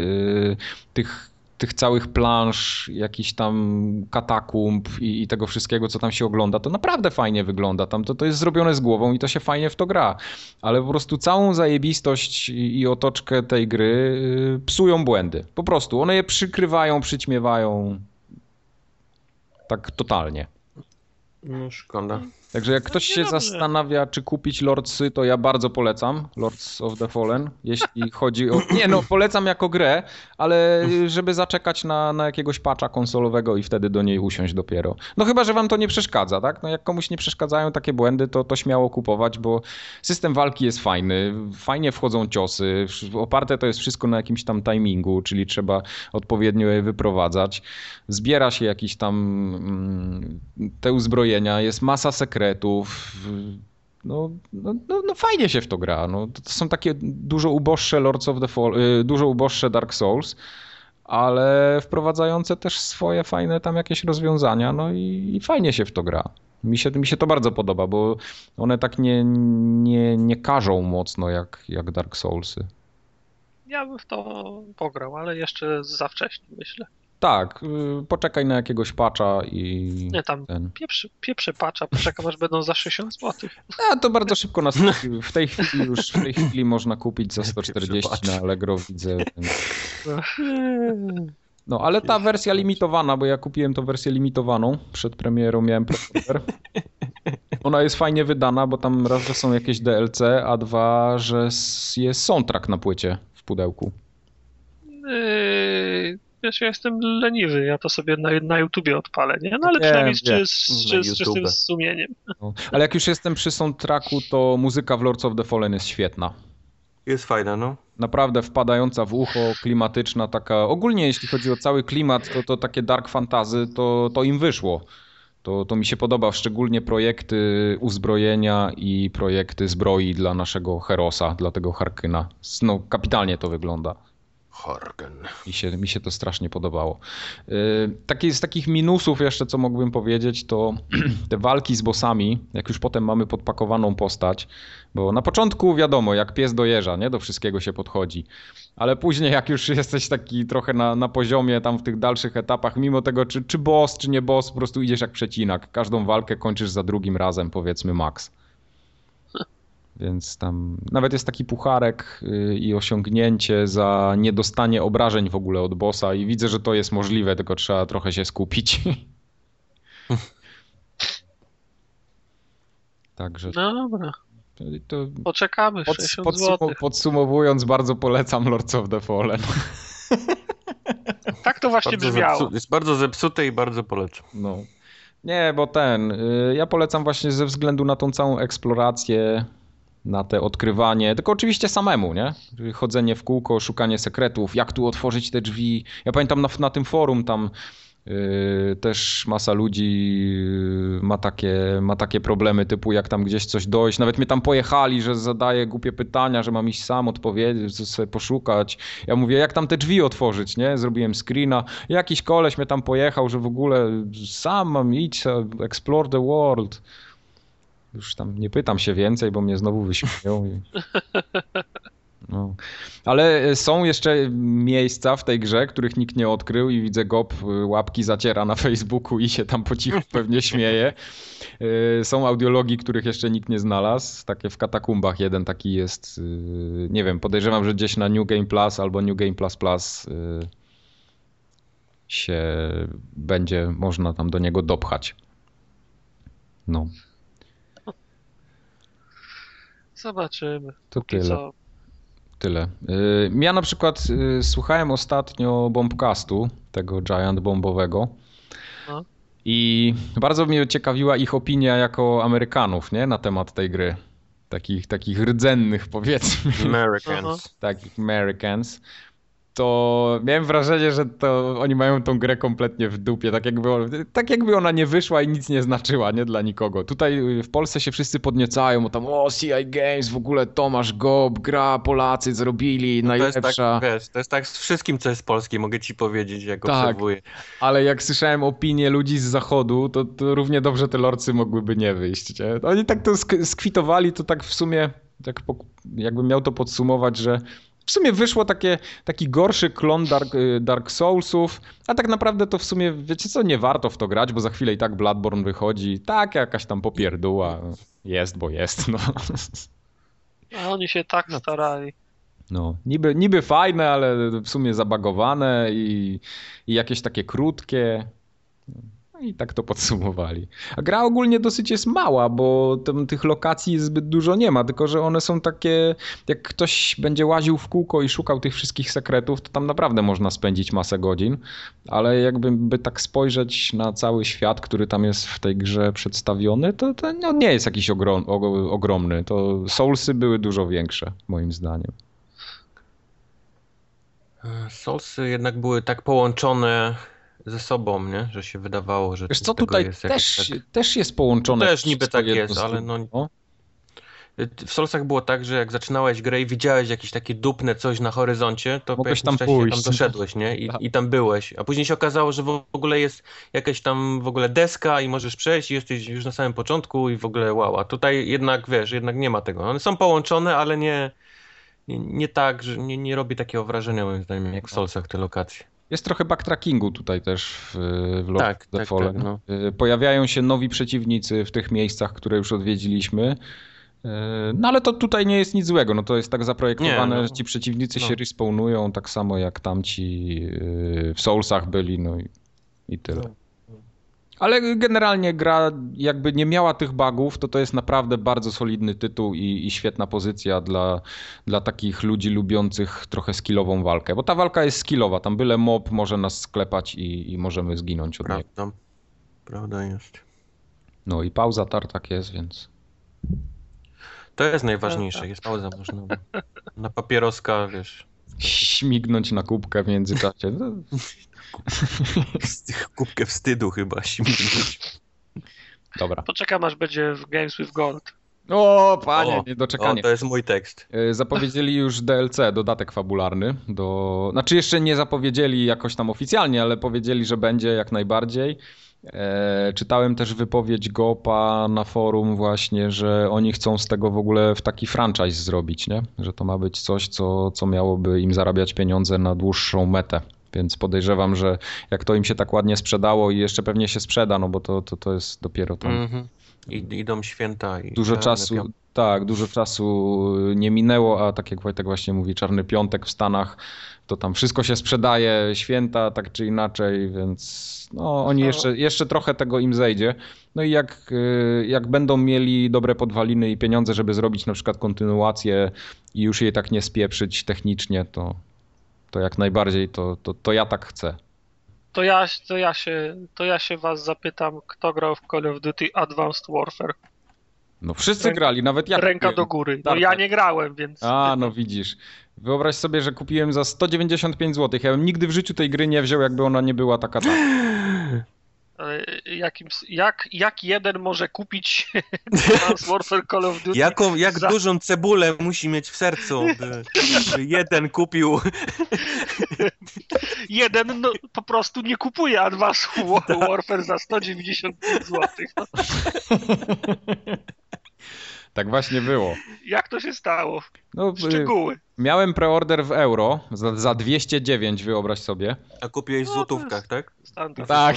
tych całych plansz, jakichś tam katakumb i tego wszystkiego, co tam się ogląda, to naprawdę fajnie wygląda. Tam to jest zrobione z głową i to się fajnie w to gra. Ale po prostu całą zajebistość i otoczkę tej gry psują błędy. Po prostu. One je przykrywają, przyćmiewają. Tak totalnie. No szkoda. Także jak ktoś się zastanawia, czy kupić Lordsy, to ja bardzo polecam Lords of the Fallen, jeśli chodzi o... Nie no, polecam jako grę, ale żeby zaczekać na jakiegoś patcha konsolowego i wtedy do niej usiąść dopiero. No chyba, że wam to nie przeszkadza, tak? No jak komuś nie przeszkadzają takie błędy, to śmiało kupować, bo system walki jest fajny, fajnie wchodzą ciosy, oparte to jest wszystko na jakimś tam timingu, czyli trzeba odpowiednio je wyprowadzać. Zbiera się jakiś tam te uzbrojenia, jest masa sekretów, no fajnie się w to gra. No, to są takie dużo uboższe Lords of the Fall, dużo uboższe Dark Souls, ale wprowadzające też swoje fajne tam jakieś rozwiązania, no i fajnie się w to gra. Mi się to bardzo podoba, bo one tak nie każą mocno jak Dark Soulsy. Ja bym w to pograł, ale jeszcze za wcześnie, myślę. Tak, poczekaj na jakiegoś patcha i Nie, tam pieprzy patcha, poczekam aż będą za 60 zł. A to bardzo szybko w tej chwili można kupić za 140 na Allegro, widzę. No, ale ta wersja limitowana, bo ja kupiłem tą wersję limitowaną, przed premierą miałem preorder. Ona jest fajnie wydana, bo tam raz, że są jakieś DLC, a dwa, że jest soundtrack na płycie w pudełku. Wiesz, ja jestem leniwy, ja to sobie na YouTubie odpalę, nie? No ale przynajmniej z czystym sumieniem. No. Ale jak już jestem przy soundtracku, to muzyka w Lords of the Fallen jest świetna. Jest fajna, no. Naprawdę wpadająca w ucho, klimatyczna, taka... Ogólnie jeśli chodzi o cały klimat, to takie dark fantasy, to im wyszło. To mi się podoba, szczególnie projekty uzbrojenia i projekty zbroi dla naszego Herosa, dla tego Harkyna. No, kapitalnie to wygląda. Harken. Mi się to strasznie podobało. Z takich minusów jeszcze, co mógłbym powiedzieć, to te walki z bossami, jak już potem mamy podpakowaną postać, bo na początku wiadomo, jak pies dojeżdża, nie? Do wszystkiego się podchodzi. Ale później jak już jesteś taki trochę na poziomie tam w tych dalszych etapach, mimo tego czy boss, czy nie boss, po prostu idziesz jak przecinak. Każdą walkę kończysz za drugim razem, powiedzmy max. Więc tam nawet jest taki pucharek i osiągnięcie za niedostanie obrażeń w ogóle od bossa i widzę, że to jest możliwe, tylko trzeba trochę się skupić. Także... No dobra. Poczekamy, 60 zł. Podsumowując, bardzo polecam Lords of the Fallen. Tak to właśnie brzmiało. Jest bardzo zepsute i bardzo polecam. No. Nie, bo ja polecam właśnie ze względu na tą całą eksplorację, na te odkrywanie, tylko oczywiście samemu, nie? Chodzenie w kółko, szukanie sekretów, jak tu otworzyć te drzwi. Ja pamiętam na tym forum tam też masa ludzi ma takie problemy typu jak tam gdzieś coś dojść. Nawet mnie tam pojechali, że zadaję głupie pytania, że mam iść sam odpowiedzieć, sobie poszukać. Ja mówię, jak tam te drzwi otworzyć, nie? Zrobiłem screena. Jakiś koleś mnie tam pojechał, że w ogóle sam mam iść, explore the world. Już tam nie pytam się więcej, bo mnie znowu wyśmieją. No. Ale są jeszcze miejsca w tej grze, których nikt nie odkrył i widzę Gob łapki zaciera na Facebooku i się tam po cichu pewnie śmieje. Są audiologii, których jeszcze nikt nie znalazł. Takie w katakumbach jeden taki jest, nie wiem, podejrzewam, że gdzieś na New Game Plus albo New Game Plus Plus się będzie można tam do niego dopchać. No. Zobaczymy. To tyle. Ja na przykład słuchałem ostatnio Bombcastu, tego Giant Bombowego. No. I bardzo mnie ciekawiła ich opinia jako Amerykanów, nie? Na temat tej gry. Takich rdzennych, powiedzmy. Americans. Takich Americans. To miałem wrażenie, że to oni mają tą grę kompletnie w dupie, tak jakby ona nie wyszła i nic nie znaczyła, nie dla nikogo. Tutaj w Polsce się wszyscy podniecają, bo tam CI Games, w ogóle Tomasz Gob, gra, Polacy zrobili, najlepsza. To jest tak z wszystkim, co jest polskie, mogę ci powiedzieć, jak obserwuję. Ale jak słyszałem opinie ludzi z zachodu, to równie dobrze te lorcy mogłyby nie wyjść. Nie? Oni tak to skwitowali, to tak w sumie, jakbym miał to podsumować, że w sumie wyszło taki gorszy klon Dark Soulsów, a tak naprawdę to w sumie, wiecie co, nie warto w to grać, bo za chwilę i tak Bloodborne wychodzi. Tak, jakaś tam popierduła. Jest, bo jest, no. A oni się tak starali. No, niby fajne, ale w sumie zabagowane i jakieś takie krótkie. I tak to podsumowali. A gra ogólnie dosyć jest mała, bo tych lokacji zbyt dużo nie ma, tylko że one są takie, jak ktoś będzie łaził w kółko i szukał tych wszystkich sekretów, to tam naprawdę można spędzić masę godzin, ale jakby tak spojrzeć na cały świat, który tam jest w tej grze przedstawiony, to no nie jest jakiś ogromny. To Soulsy były dużo większe, moim zdaniem. Soulsy jednak były tak połączone ze sobą, nie? Że się wydawało, że wiesz co, tutaj jest też jest połączone. Też niby tak jest, ale no... w Soulsach było tak, że jak zaczynałeś grę i widziałeś jakieś takie dupne coś na horyzoncie, to po Mogłeś jakimś tam czasie pójść. tam doszedłeś, nie? I tam byłeś. A później się okazało, że w ogóle jest jakaś tam w ogóle deska i możesz przejść i jesteś już na samym początku i w ogóle wow. A tutaj jednak, wiesz, jednak nie ma tego. One są połączone, ale nie tak, że nie robi takiego wrażenia moim zdaniem jak w Soulsach te lokacje. Jest trochę backtrackingu tutaj też w Lord Tak, of the tak, Fallen. tak, no. Pojawiają się nowi przeciwnicy w tych miejscach, które już odwiedziliśmy. No ale to tutaj nie jest nic złego, no to jest tak zaprojektowane, Nie, no. że ci przeciwnicy No. się respawnują tak samo jak tamci w Soulsach byli, no i tyle. Ale generalnie gra jakby nie miała tych bugów, to jest naprawdę bardzo solidny tytuł i świetna pozycja dla takich ludzi lubiących trochę skillową walkę, bo ta walka jest skillowa, tam byle mob może nas sklepać i możemy zginąć od niego. Prawda jest. No i pauza tartak jest, więc... To jest najważniejsze, jest pauza, można na papieroska, wiesz. Śmignąć na kubkę w międzyczasie. No. Kubkę wstydu chyba śmignąć. Dobra. Poczekam, aż będzie w Games with Gold. O, panie, niedoczekanie. To jest mój tekst. Zapowiedzieli już DLC, dodatek fabularny. Znaczy jeszcze nie zapowiedzieli jakoś tam oficjalnie, ale powiedzieli, że będzie jak najbardziej. Czytałem też wypowiedź Gopa na forum właśnie, że oni chcą z tego w ogóle w taki franchise zrobić, nie? Że to ma być coś, co miałoby im zarabiać pieniądze na dłuższą metę. Więc podejrzewam, że jak to im się tak ładnie sprzedało i jeszcze pewnie się sprzeda, no bo to jest dopiero tam... Idą święta i dużo czasu nie minęło, a tak jak Wojtek właśnie mówi, Czarny Piątek w Stanach, to tam wszystko się sprzedaje, święta tak czy inaczej, więc no oni jeszcze trochę tego im zejdzie. No i jak będą mieli dobre podwaliny i pieniądze, żeby zrobić na przykład kontynuację i już jej tak nie spieprzyć technicznie, to jak najbardziej to ja tak chcę. To ja się was zapytam, kto grał w Call of Duty Advanced Warfare? No wszyscy grali, nawet ja Ręka kupiłem. do góry. No Tak, ja tak. nie grałem, więc... No widzisz. Wyobraź sobie, że kupiłem za 195 zł. Ja bym nigdy w życiu tej gry nie wziął, jakby ona nie była taka. Ale jak jeden może kupić Advanced Warfare Call of Duty? Jak dużą cebulę musi mieć w sercu, by jeden kupił. Jeden po prostu nie kupuje Advanced Warfare za 195 zł. No. Tak właśnie było. Jak to się stało? No, Szczegóły. Miałem preorder w euro za 209, wyobraź sobie. A kupiłeś w złotówkach, tak? Standard. Tak.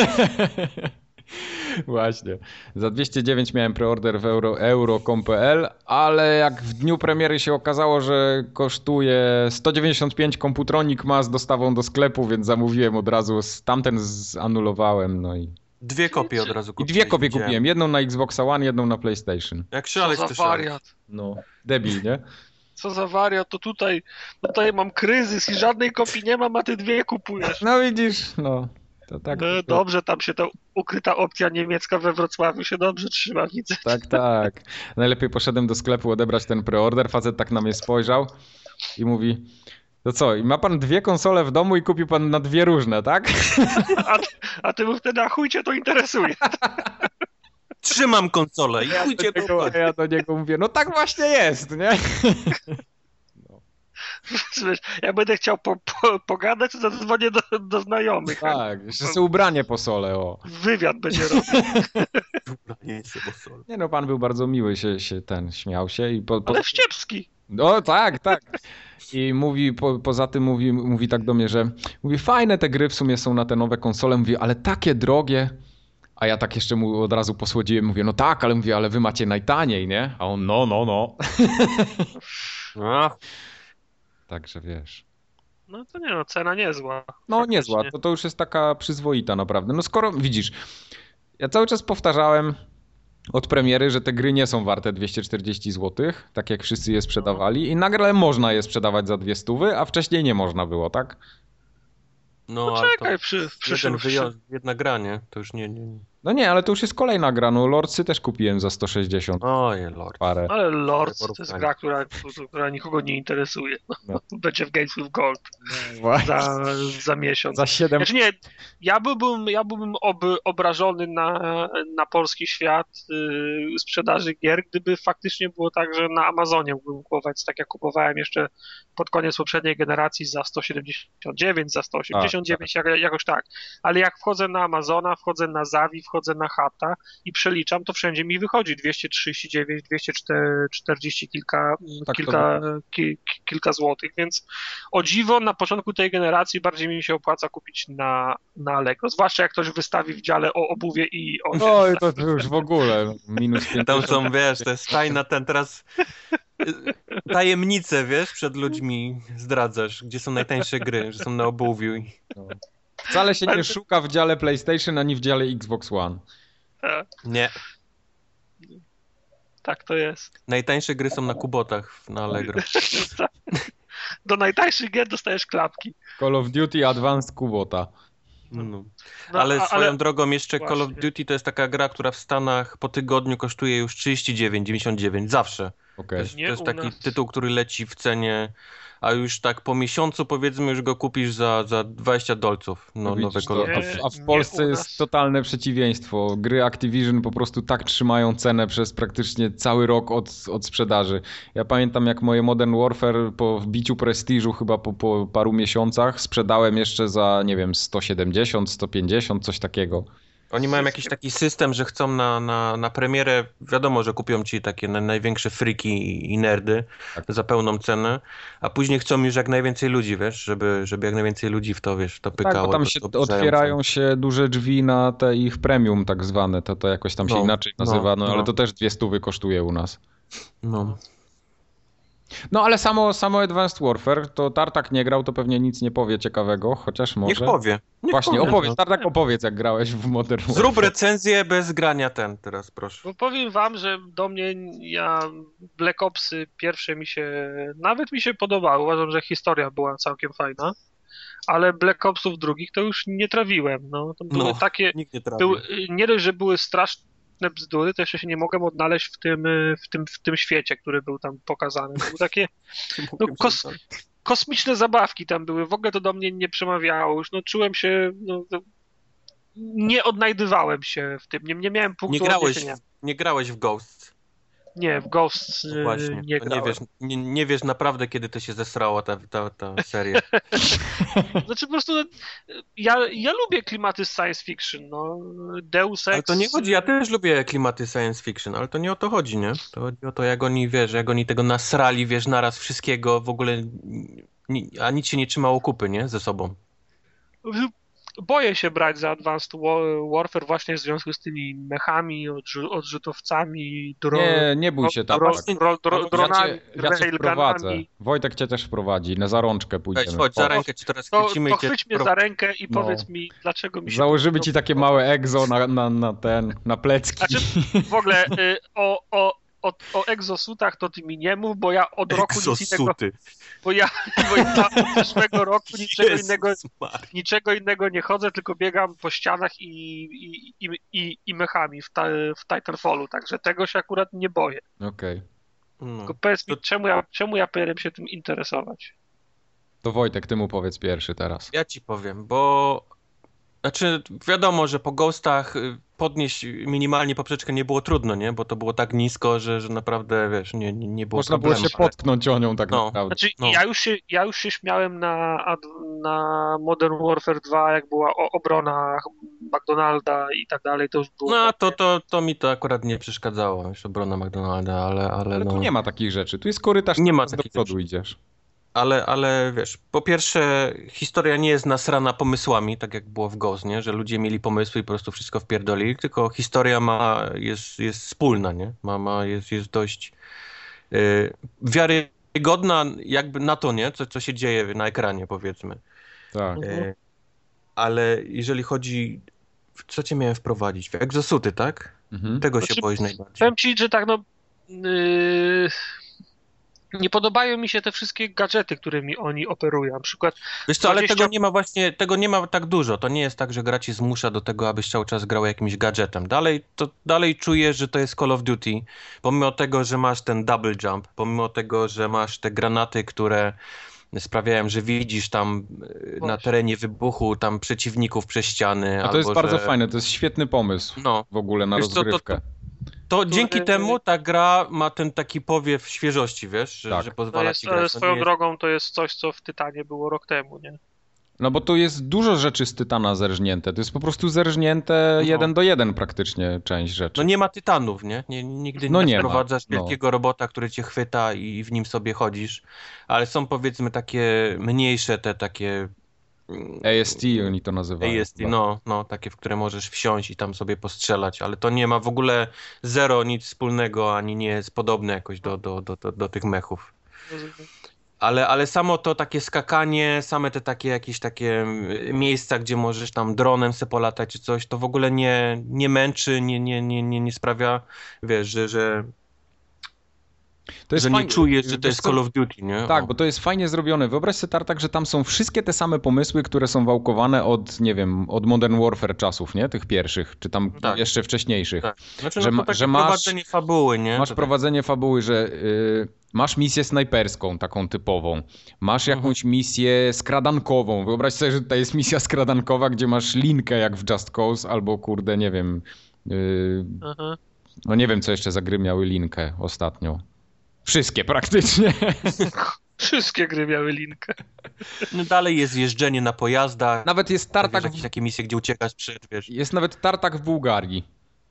Właśnie. Za 209 miałem preorder w euro.com.pl, ale jak w dniu premiery się okazało, że kosztuje 195, komputronik ma z dostawą do sklepu, więc zamówiłem od razu, tamten zanulowałem, no i... 2 kopie od razu I kupiłeś. 2 kopie kupiłem, jedną na Xboxa One, jedną na PlayStation. Jak Co szaleć, za to szaleć. wariat. No, debil, nie? Co za wariat, to tutaj mam kryzys i żadnej kopii nie mam, a ty 2 kupujesz. No widzisz, no. To tak. No, dobrze, tam się ta ukryta opcja niemiecka we Wrocławiu się dobrze trzyma, widzę. Tak. Najlepiej poszedłem do sklepu odebrać ten preorder, facet tak na mnie spojrzał i mówi: to co, i ma pan 2 konsole w domu i kupił pan na 2 różne, tak? A ty mu wtedy, a chuj cię to interesuje. Trzymam konsolę i Ja do niego mówię, no tak właśnie jest, nie? Jak będę chciał pogadać, to zadzwonię do znajomych. Tak, jeszcze sobie ubranie po sole, o. Wywiad będzie robił. Nie no, pan był bardzo miły, śmiał się i Ale wściebski. No tak. I mówi, poza tym mówi tak do mnie, że mówi, fajne te gry w sumie są na te nowe konsole, mówi, ale takie drogie. A ja tak jeszcze mu od razu posłodziłem, mówię, no tak, ale mówię, ale wy macie najtaniej, nie? A on, no. No. Także wiesz. No to nie, cena niezła. No niezła, to już jest taka przyzwoita naprawdę. No skoro, widzisz, ja cały czas powtarzałem od premiery, że te gry nie są warte 240 zł, tak jak wszyscy je sprzedawali i nagle można je sprzedawać za 200, a wcześniej nie można było, tak? No, czekaj, jedna gra, nie? To już nie. No nie, ale to już jest kolejna gra. No Lordsy też kupiłem za 160 Oj, lord. parę. Ale Lords to jest gra, która nikogo nie interesuje. No. Będzie w Games with Gold za miesiąc. Za 7. Znaczy nie, ja byłbym obrażony na polski świat sprzedaży gier, gdyby faktycznie było tak, że na Amazonie mógłbym kupować, tak jak kupowałem jeszcze pod koniec poprzedniej generacji za 179, za 189, jakoś tak. Ale jak wchodzę na Amazona, wchodzę na Zawi, wchodzę na Hata i przeliczam, to wszędzie mi wychodzi 239, 240 kilka złotych, więc o dziwo na początku tej generacji bardziej mi się opłaca kupić na Allegro, zwłaszcza jak ktoś wystawi w dziale o obuwie i o... Oj, to już w ogóle minus 50. Tam są, wiesz, to jest tajna teraz tajemnice, wiesz, przed ludźmi zdradzasz, gdzie są najtańsze gry, że są na obuwiu. No. Wcale się nie szuka w dziale PlayStation ani w dziale Xbox One. Nie. Tak to jest. Najtańsze gry są na Kubotach na Allegro. Do najtańszych gier dostajesz klapki. Call of Duty Advanced Kubota. No. Ale swoją drogą jeszcze właśnie. Call of Duty to jest taka gra, która w Stanach po tygodniu kosztuje już 39,99 zawsze. Okay. To jest taki tytuł, który leci w cenie, a już tak po miesiącu powiedzmy już go kupisz za $20 nowe Call of Duty. A w Polsce jest totalne przeciwieństwo. Gry Activision po prostu tak trzymają cenę przez praktycznie cały rok od sprzedaży. Ja pamiętam jak moje Modern Warfare po wbiciu prestiżu chyba po paru miesiącach sprzedałem jeszcze za, nie wiem, 170, 150, coś takiego. Oni mają jakiś taki system, że chcą na premierę, wiadomo, że kupią ci takie największe friki i nerdy za pełną cenę, a później chcą już jak najwięcej ludzi, wiesz, żeby jak najwięcej ludzi w to, wiesz, to pykało. Tak, bo tam się otwierają się duże drzwi na te ich premium tak zwane, to jakoś tam się inaczej nazywa, ale to też 200 kosztuje u nas. No ale samo Advanced Warfare, to Tartak nie grał, to pewnie nic nie powie ciekawego, chociaż może... Niech powie. Właśnie, opowiedz, Tartak opowiedz jak grałeś w Modern Warfare. Zrób recenzję bez grania teraz, proszę. Bo powiem wam, że do mnie Black Opsy pierwsze nawet mi się podobały, uważam, że historia była całkiem fajna, ale Black Opsów drugich to już nie trawiłem, to były takie... Nikt nie trawił. Nie dość, że były straszne bzdury, to jeszcze się nie mogłem odnaleźć w tym świecie, który był tam pokazany. To były takie kosmiczne zabawki tam były, w ogóle to do mnie nie przemawiało, już czułem się, nie odnajdywałem się w tym, nie miałem punktu odniesienia. Nie grałeś w Ghosts? Nie, w Ghosts właśnie, nie grałem. Nie wiesz naprawdę, kiedy to się zesrała ta seria. Znaczy po prostu ja lubię klimaty science fiction, Deus Ex... Ale to nie chodzi, ja też lubię klimaty science fiction, ale to nie o to chodzi, nie? To chodzi o to, jak oni, wiesz, jak oni tego nasrali, wiesz, naraz wszystkiego, w ogóle, a nic się nie trzymało kupy, nie? Ze sobą. Boję się brać za Advanced Warfare właśnie w związku z tymi mechami, odrzutowcami, nie bój się tak. Dronami, ja cię wprowadzę. Wojtek cię też wprowadzi, na rączkę pójdziemy. Chodź, za rękę cię teraz chwycimy. To chwyć mnie za rękę i powiedz mi, dlaczego mi się... Założymy ci takie małe egzo na plecki. Znaczy, w ogóle o egzosutach to ty mi nie mów, bo ja od roku nic innego... Bo ja od zeszłego roku niczego innego nie chodzę, tylko biegam po ścianach i mechami w Titanfallu, także tego się akurat nie boję. Okej. Tylko powiedz mi, czemu ja powinienem się tym interesować? To Wojtek, ty mu powiedz pierwszy teraz. Ja ci powiem, bo... Znaczy, wiadomo, że po Ghostach podnieść minimalnie poprzeczkę nie było trudno, nie? Bo to było tak nisko, że naprawdę, wiesz, nie było Można problemu. było się potknąć o nią tak naprawdę. Znaczy, ja już się śmiałem na Modern Warfare 2, jak była obrona McDonalda i tak dalej, to już było... No, to mi to akurat nie przeszkadzało, już obrona McDonalda, ale tu nie ma takich rzeczy, tu jest korytarz, nie ma do przodu idziesz. Ale wiesz, po pierwsze historia nie jest nasrana pomysłami, tak jak było w Ghost, nie? Że ludzie mieli pomysły i po prostu wszystko wpierdolili, tylko historia jest wspólna, nie? Jest dość wiarygodna jakby na to, nie? Co się dzieje na ekranie, powiedzmy. Tak. Ale jeżeli chodzi... Co cię miałem wprowadzić? W egzosuty, tak? Tego się boisz najbardziej. Powiem ci, że tak Nie podobają mi się te wszystkie gadżety, którymi oni operują. Na przykład Wiesz co, ale 20... tego nie ma tak dużo. To nie jest tak, że gra ci zmusza do tego, abyś cały czas grał jakimś gadżetem. Dalej czuję, że to jest Call of Duty. Pomimo tego, że masz ten double jump, pomimo tego, że masz te granaty, które sprawiają, że widzisz tam na terenie wybuchu tam przeciwników przez ściany. A to jest bardzo że... fajne, to jest świetny pomysł w ogóle na rozgrywkę. To dzięki temu ta gra ma ten taki powiew świeżości, wiesz, że pozwala ci grać. Swoją drogą to jest coś, co w Tytanie było rok temu, nie? No bo tu jest dużo rzeczy z Tytana zerżnięte. To jest po prostu zerżnięte 1:1 praktycznie część rzeczy. No nie ma Tytanów, nie? Nigdy nie wprowadzasz wielkiego robota, który cię chwyta i w nim sobie chodzisz. Ale są powiedzmy takie mniejsze, te takie... AST oni to nazywają. AST, no, takie, w które możesz wsiąść i tam sobie postrzelać, ale to nie ma w ogóle nic wspólnego, ani nie jest podobne jakoś do tych mechów. Ale samo to takie skakanie, same te takie jakieś takie miejsca, gdzie możesz tam dronem se polatać czy coś, to w ogóle nie męczy, nie sprawia, wiesz, że nie czujesz, że to jest Call of Duty, nie? Tak, bo to jest fajnie zrobione. Wyobraź sobie, Tartak, że tam są wszystkie te same pomysły, które są wałkowane od, nie wiem, od Modern Warfare czasów, nie? Tych pierwszych, czy tam jeszcze wcześniejszych. Tak. Znaczy, to takie prowadzenie fabuły, nie? Masz prowadzenie fabuły, że masz misję snajperską, taką typową. Masz jakąś misję skradankową. Wyobraź sobie, że tutaj jest misja skradankowa, gdzie masz linkę jak w Just Cause, albo kurde, nie wiem. No nie wiem, co jeszcze za gry miały linkę ostatnio. Wszystkie praktycznie. Wszystkie gry miały linkę. No dalej jest jeżdżenie na pojazdach. Nawet jest tartak... Jakieś takie misje, gdzie uciekasz przed, wiesz. Jest nawet tartak w Bułgarii.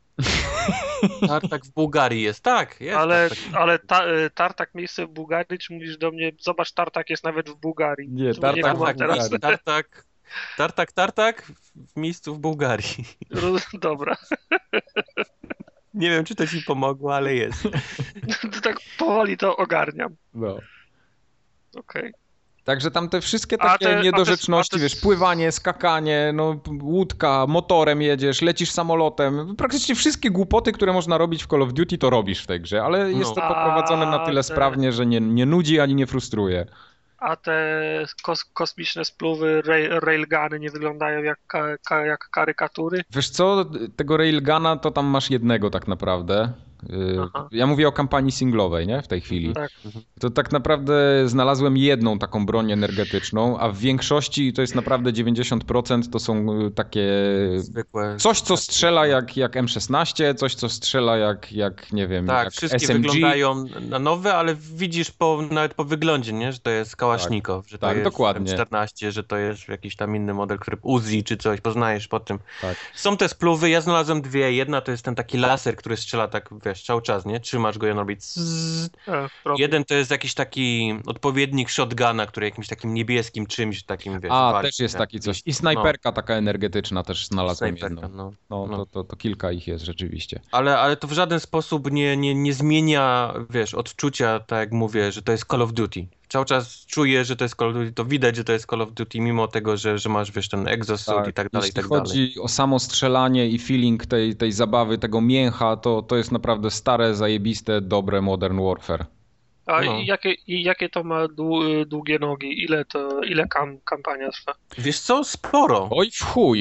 Tartak w Bułgarii jest, tak. Jest ale tartak miejsce w Bułgarii, czy mówisz do mnie, zobacz, tartak jest nawet w Bułgarii. Nie, tartak w Bułgarii. Tartak w miejscu w Bułgarii. Dobra. Nie wiem, czy to ci pomogło, ale jest. To tak powoli to ogarniam. No. Okej. Także tam te wszystkie takie niedorzeczności, wiesz, pływanie, skakanie, no łódka, motorem jedziesz, lecisz samolotem. Praktycznie wszystkie głupoty, które można robić w Call of Duty, to robisz w tej grze, ale jest to poprowadzone na tyle sprawnie, że nie nudzi ani nie frustruje. A te kosmiczne spluwy, railguny nie wyglądają jak karykatury? Wiesz co, tego railguna to tam masz jednego tak naprawdę. Ja mówię o kampanii singlowej, nie? W tej chwili. Tak. To tak naprawdę znalazłem jedną taką broń energetyczną, a w większości to jest naprawdę 90% to są takie... Zwykłe. Coś, co strzela jak M16, coś, co strzela jak nie wiem, tak, jak wszystkie SMG. wyglądają na nowe, ale widzisz nawet po wyglądzie, nie? Że to jest Kałasznikow, że to jest dokładnie. M14, że to jest jakiś tam inny model, który Uzi czy coś, poznajesz po tym. Tak. Są te spluwy, ja znalazłem dwie. Jedna to jest ten taki laser, który strzela tak, wiesz, cały czas, nie? Trzymasz go i on robi jeden to jest jakiś taki odpowiednik shotguna, który jakimś takim niebieskim czymś takim, wiesz, wali, też jest taki coś. I snajperka taka energetyczna też znalazłem jedną. To kilka ich jest rzeczywiście. Ale to w żaden sposób nie zmienia, wiesz, odczucia, tak jak mówię, że to jest Call of Duty. Cały czas czuję, że to jest Call of Duty, to widać, że to jest Call of Duty, mimo tego, że masz, wiesz, ten exosuit i tak dalej, i tak dalej. Jeśli chodzi o samo strzelanie i feeling tej zabawy, tego mięcha, to jest naprawdę stare, zajebiste, dobre Modern Warfare. A jakie to ma długie nogi? Ile kampania trwa? Wiesz co? Sporo. Oj, w chuj.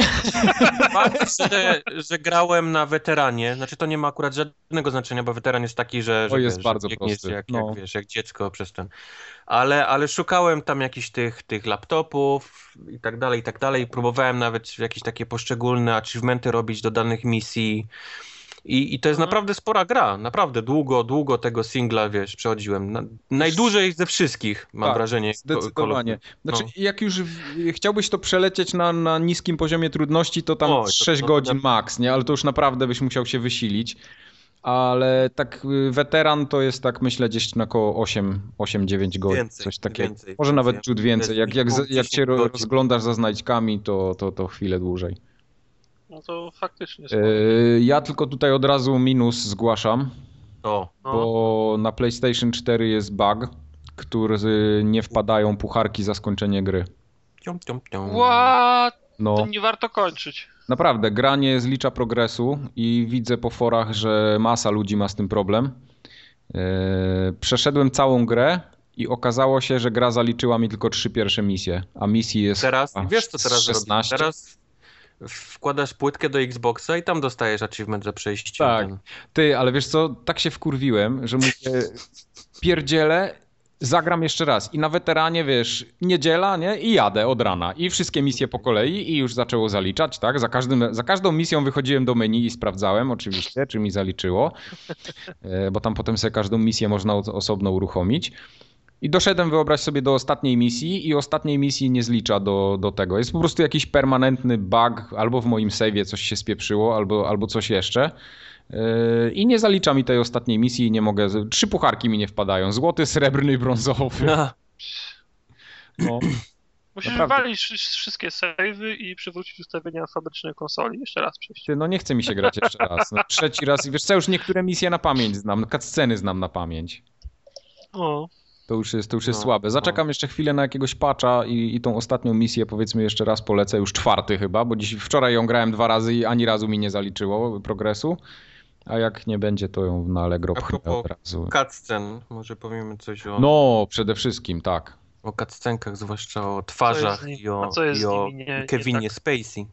Fakt, że grałem na weteranie, znaczy to nie ma akurat żadnego znaczenia, bo weteran jest taki, że jest wiesz, bardzo że prosty. jak dziecko przez ten. Ale szukałem tam jakichś tych laptopów i tak dalej. Próbowałem nawet jakieś takie poszczególne achievementy robić do danych misji. I to jest naprawdę spora gra. Naprawdę długo tego singla, wiesz, przechodziłem. Najdłużej ze wszystkich, mam wrażenie. Zdecydowanie. Znaczy, jak już chciałbyś to przelecieć na niskim poziomie trudności, to tam 6 godzin max, nie? Ale to już naprawdę byś musiał się wysilić. Ale tak weteran to jest tak, myślę, gdzieś na około 8-9 godzin. Coś takiego. Może nawet ciut więcej. Jak się rozglądasz za znajdźkami, to chwilę dłużej. No to faktycznie. Ja tylko tutaj od razu minus zgłaszam, bo na PlayStation 4 jest bug, który nie wpadają pucharki za skończenie gry. What? To nie warto kończyć. Naprawdę, gra nie zlicza progresu i widzę po forach, że masa ludzi ma z tym problem. Przeszedłem całą grę i okazało się, że gra zaliczyła mi tylko 3 pierwsze misje, a misji jest Teraz, wiesz co teraz 16. robisz? Teraz wkładasz płytkę do Xboxa i tam dostajesz achievement za przejście. Tak. Ty, ale wiesz co, tak się wkurwiłem, że mówię, pierdzielę, zagram jeszcze raz. I na weteranie, wiesz, niedziela, nie? I jadę od rana. I wszystkie misje po kolei i już zaczęło zaliczać, tak? Za każdą misją wychodziłem do menu i sprawdzałem oczywiście, czy mi zaliczyło, bo tam potem sobie każdą misję można osobno uruchomić. I doszedłem, wyobraź sobie, do ostatniej misji i ostatniej misji nie zlicza do tego. Jest po prostu jakiś permanentny bug, albo w moim save'ie coś się spieprzyło, albo coś jeszcze. I nie zalicza mi tej ostatniej misji i nie mogę... 3 pucharki mi nie wpadają. Złoty, srebrny i brązowy. No. Musisz Naprawdę. wywalić wszystkie save'y i przywrócić ustawienia fabrycznej konsoli. Jeszcze raz przejść. Ty, no nie chce mi się grać jeszcze raz. No, 3. raz. I wiesz co, już niektóre misje na pamięć znam. Cutsceny znam na pamięć. O. To już jest słabe. Zaczekam jeszcze chwilę na jakiegoś patcha i tą ostatnią misję powiedzmy jeszcze raz polecę, już 4. chyba, bo wczoraj ją grałem 2 razy i ani razu mi nie zaliczyło progresu, a jak nie będzie, to ją na Allegro pchnę od razu. Cutscen, może powiemy coś o... No, przede wszystkim, tak. O cutscenkach, zwłaszcza o twarzach i o Kevinie Spacey.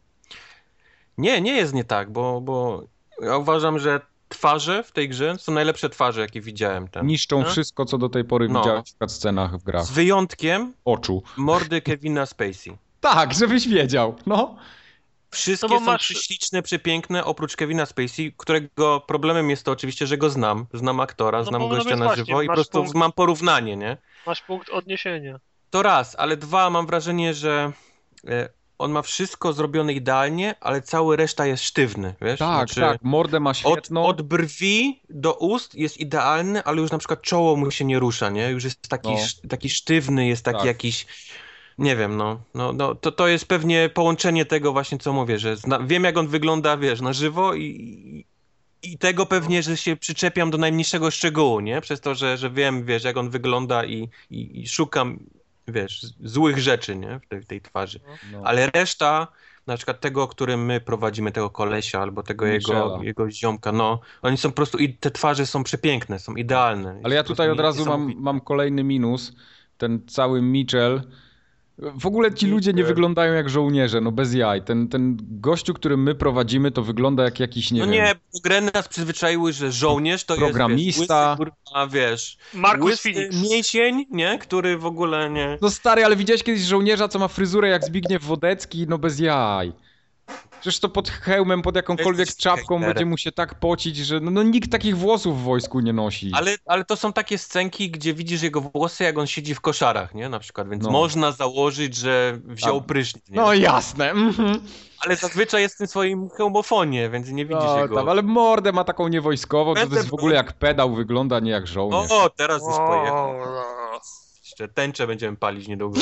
Nie jest nie tak, bo ja uważam, że twarze w tej grze są najlepsze twarze, jakie widziałem tam. Niszczą wszystko, co do tej pory widziałem w cutscenach w grach. Z wyjątkiem oczu. Mordy Kevina Spacey. Tak, żebyś wiedział, no. Wszystkie są prześliczne, przepiękne, oprócz Kevina Spacey, którego problemem jest to oczywiście, że go znam. Znam aktora, znam gościa na żywo i po prostu mam porównanie, nie? Masz punkt odniesienia. To raz, ale 2, mam wrażenie, że on ma wszystko zrobione idealnie, ale cały reszta jest sztywny, wiesz? Tak, tak, mordę ma świetną. Od brwi do ust jest idealny, ale już na przykład czoło mu się nie rusza, nie? Już jest taki sztywny, jest taki jakiś... Nie wiem, to jest pewnie połączenie tego właśnie, co mówię, że wiem, jak on wygląda, wiesz, na żywo i tego pewnie, że się przyczepiam do najmniejszego szczegółu, nie? Przez to, że wiem, wiesz, jak on wygląda i szukam, wiesz, złych rzeczy, nie? W tej twarzy. No. Ale reszta, na przykład tego, którym my prowadzimy, tego kolesia, albo tego jego ziomka, no, oni są po prostu, i te twarze są przepiękne, są idealne. Ale ja tutaj od razu mam kolejny minus. Ten cały Mitchell... W ogóle ci ludzie nie wyglądają jak żołnierze, no bez jaj. Ten gościu, którym my prowadzimy, to wygląda jak jakiś, nie wiem... No nie, gry nas przyzwyczaiły, że żołnierz to programista, jest, Marcus mięsień, nie? Który w ogóle nie... No stary, ale widziałeś kiedyś żołnierza, co ma fryzurę jak Zbigniew Wodecki? No bez jaj. Przecież to pod hełmem, pod jakąkolwiek czapką będzie mu się tak pocić, że no nikt takich włosów w wojsku nie nosi. Ale to są takie scenki, gdzie widzisz jego włosy, jak on siedzi w koszarach, nie? Na przykład, więc można założyć, że wziął prysznic, nie? No jasne. Ale zazwyczaj jest w tym swoim hełmofonie, więc nie widzisz jego... Tam, ale mordę ma taką niewojskową, to jest w ogóle jak pedał wygląda, nie jak żołnierz. O, teraz już pojechał. Jeszcze tęczę będziemy palić niedługo.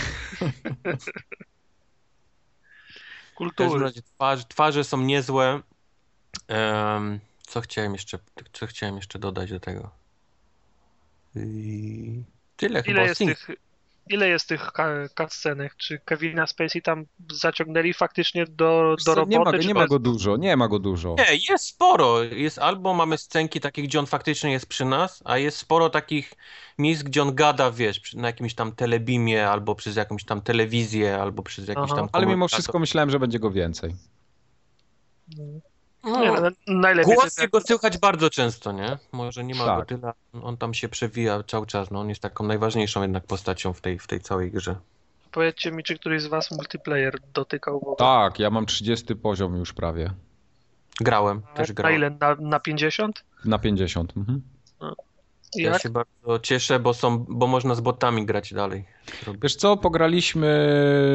Kultury. Twarze są niezłe. Co chciałem jeszcze dodać do tego? Tyle chyba. Ile jest tych cutscenek? Czy Kevina Spacey tam zaciągnęli faktycznie do roboty? Nie ma go dużo. Nie, jest sporo. Albo mamy scenki takie, gdzie on faktycznie jest przy nas, a jest sporo takich miejsc, gdzie on gada, wiesz, na jakimś tam telebimie, albo przez jakąś tam telewizję, albo przez jakiś tam... Ale mimo wszystko myślałem, że będzie go więcej. Najlepiej głos jego słychać bardzo często, nie? Może nie ma go tyle, on tam się przewija cały czas, no on jest taką najważniejszą jednak postacią w tej całej grze. Powiedzcie mi, czy któryś z was multiplayer dotykał? Bo... Tak, ja mam 30 poziom już prawie. Też grałem. Na ile? Na 50? Na 50, Ja się bardzo cieszę, bo można z botami grać dalej. Wiesz co, pograliśmy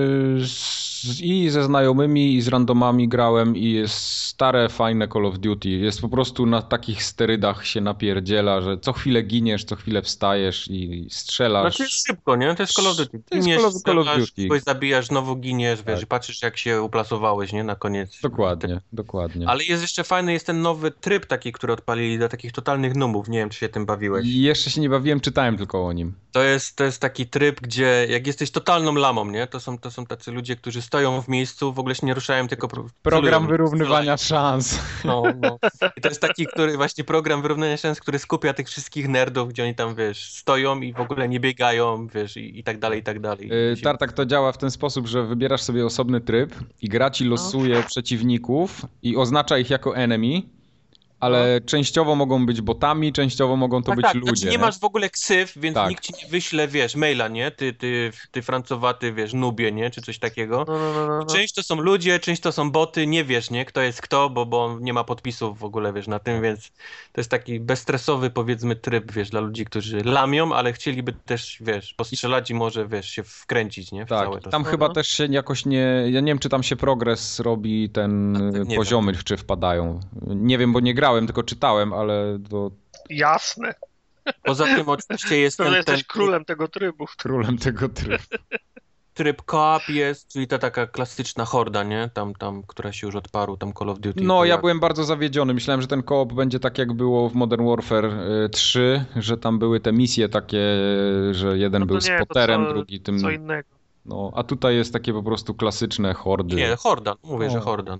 i ze znajomymi, i z randomami grałem i jest stare, fajne Call of Duty. Jest po prostu na takich sterydach się napierdziela, że co chwilę giniesz, co chwilę wstajesz i strzelasz. Znaczy jest szybko, nie? To jest Call of Duty. Giniesz, Call of Duty. Kogoś zabijasz, znowu giniesz, wiesz, i patrzysz jak się uplasowałeś, nie? Na koniec. Dokładnie. Ale jest jeszcze fajny, jest ten nowy tryb taki, który odpalili dla takich totalnych noobów. Nie wiem, czy się tym bawiłeś. Jeszcze się nie bawiłem, czytałem tylko o nim. To jest taki tryb, gdzie gdzie jak jesteś totalną lamą, nie? To są tacy ludzie, którzy stoją w miejscu, w ogóle się nie ruszają, tylko Program celują, wyrównywania strzelają. szans. No. I to jest taki, właśnie program wyrównania szans, który skupia tych wszystkich nerdów, gdzie oni tam, wiesz, stoją i w ogóle nie biegają, wiesz, i tak dalej, i tak dalej. Tartak to działa w ten sposób, że wybierasz sobie osobny tryb i gra ci losuje przeciwników i oznacza ich jako enemy, ale częściowo mogą być botami, częściowo mogą to być ludzie. Znaczy nie masz w ogóle ksyw, więc Tak. nikt ci nie wyśle, wiesz, maila, nie? Ty francowaty, wiesz, nubie, nie? Czy coś takiego. No. Część to są ludzie, część to są boty, nie wiesz, nie? Kto jest kto, bo nie ma podpisów w ogóle, wiesz, na tym, więc to jest taki bezstresowy, powiedzmy, tryb, wiesz, dla ludzi, którzy lamią, ale chcieliby też, wiesz, postrzelać i może, wiesz, się wkręcić, nie? W Tak, całe to. tam chyba też się jakoś nie... Ja nie wiem, czy tam się progres robi ten nie poziomy, czy wpadają. Nie wiem, bo nie grałem, tylko czytałem, ale to Jasne. Poza tym oczywiście jest Pewnie ten jesteś królem tego trybu. królem tego trybu. tryb co-op jest, czyli ta taka klasyczna horda, nie? Tam, która się już od paru, tam Call of Duty. No, ja byłem bardzo zawiedziony. Myślałem, że ten co-op będzie tak, jak było w Modern Warfare 3, że tam były te misje takie, że jeden był spoterem, drugi tym... Co innego. No, a tutaj jest takie po prostu klasyczne hordy. Nie, horda, mówię, że horda.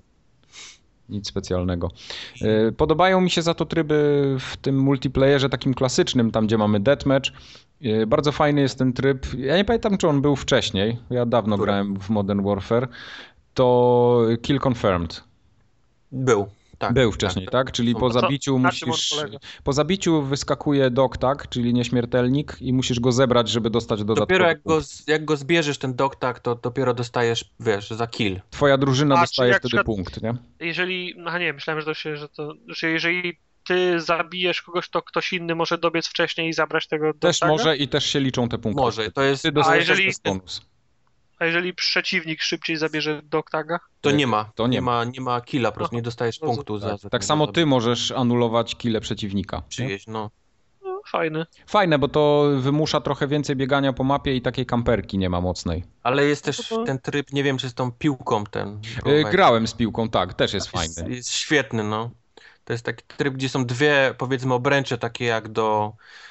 Nic specjalnego. Podobają mi się za to tryby w tym multiplayerze takim klasycznym, tam gdzie mamy deathmatch. Bardzo fajny jest ten tryb. Ja nie pamiętam, czy on był wcześniej. Ja dawno grałem w Modern Warfare. To Kill Confirmed. Był. Tak, był wcześniej, tak? Czyli po zabiciu po zabiciu wyskakuje dog tag, czyli nieśmiertelnik i musisz go zebrać, żeby dostać dodatkowy Dopiero jak go zbierzesz, ten dog tag, to dopiero dostajesz, wiesz, za kill. Twoja drużyna dostaje wtedy punkt, nie? Jeżeli, nie, myślałem, że jeżeli ty zabijesz kogoś, to ktoś inny może dobiec wcześniej i zabrać tego dog Też taga? może i też się liczą te punkty. Może, to jest... Ty dostajesz bonus. A jeżeli przeciwnik szybciej zabierze dog taga? To nie ma. Nie ma killa, po prostu nie dostajesz punktu za tak samo ty możesz anulować kille przeciwnika. Przyjeść, no. Fajne. Fajne, bo to wymusza trochę więcej biegania po mapie i takiej kamperki nie ma mocnej. Ale jest też ten tryb, nie wiem, czy z tą piłką ten... Grałem z piłką, tak, też jest fajny. Jest świetny, no. To jest taki tryb, gdzie są dwie, powiedzmy, obręcze takie jak do...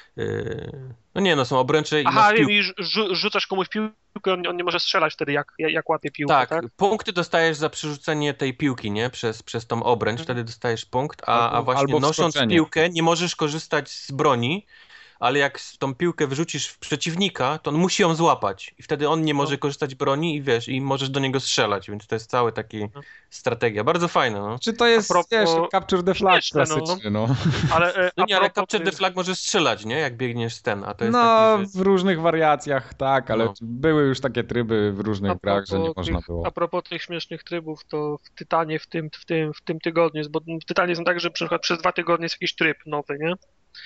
No nie, no są obręcze i Aha, wiem, i rzucasz komuś piłkę, on nie może strzelać wtedy, jak łapie piłkę, tak? Punkty dostajesz za przerzucenie tej piłki, nie? Przez tą obręcz, wtedy dostajesz punkt, a właśnie nosząc piłkę nie możesz korzystać z broni, ale jak tą piłkę wyrzucisz w przeciwnika, to on musi ją złapać i wtedy on nie może korzystać z broni i wiesz, i możesz do niego strzelać, więc to jest cały taki strategia. Bardzo fajne, no. Czy to jest, wiesz, Capture the Flag klasyczny, no. Ale, ale Capture the Flag może strzelać, nie? Jak biegniesz z ten, a to jest no, taki, że... w różnych wariacjach, tak, ale były już takie tryby w różnych grach, że nie można było. A propos tych śmiesznych trybów, to w Tytanie w tym tygodniu, bo w Tytanie są tak, że przez 2 tygodnie jest jakiś tryb nowy, nie?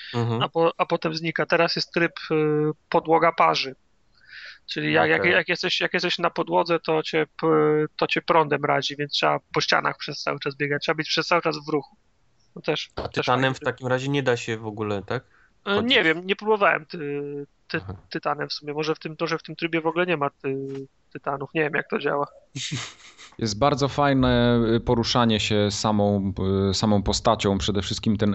A potem znika. Teraz jest tryb podłoga parzy. Czyli jak jesteś na podłodze, to cię prądem razi, więc trzeba po ścianach przez cały czas biegać. Trzeba być przez cały czas w ruchu. No a Tytanem w takim razie nie da się w ogóle, tak? Nie wiem, nie próbowałem Tytanem w sumie. Może w tym trybie w ogóle nie ma Tytanów. Nie wiem, jak to działa. Jest bardzo fajne poruszanie się samą postacią, przede wszystkim ten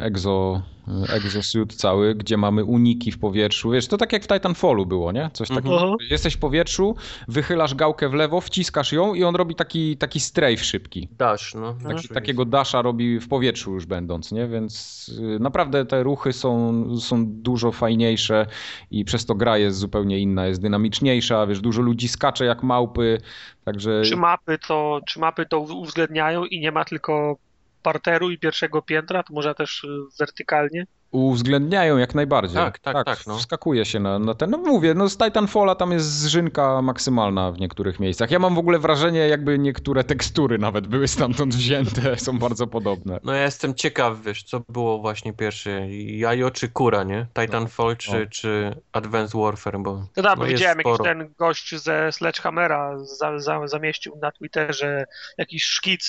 exosuit cały, gdzie mamy uniki w powietrzu. Wiesz, to tak jak w Titanfallu było, nie? Coś takiego. Jesteś w powietrzu, wychylasz gałkę w lewo, wciskasz ją i on robi taki strafe szybki. Dash, no. Takiego dasha robi w powietrzu już będąc, nie? Więc naprawdę te ruchy są dużo fajniejsze i przez to gra jest zupełnie inna, jest dynamiczniejsza, wiesz, dużo ludzi skacze jak małpy, także... Czy mapy to uwzględniają i nie ma tylko parteru i pierwszego piętra, to może też wertykalnie? Uwzględniają jak najbardziej. Tak, no. Wskakuje się na ten. No mówię, no z Titanfalla tam jest zżynka maksymalna w niektórych miejscach. Ja mam w ogóle wrażenie, jakby niektóre tekstury nawet były stamtąd wzięte, są bardzo podobne. No ja jestem ciekaw, wiesz, co było właśnie pierwsze, Jajo czy Kura, nie? Titanfall czy Advanced Warfare, bo widziałem jakiś ten gość ze Sledgehammera zamieścił na Twitterze jakiś szkic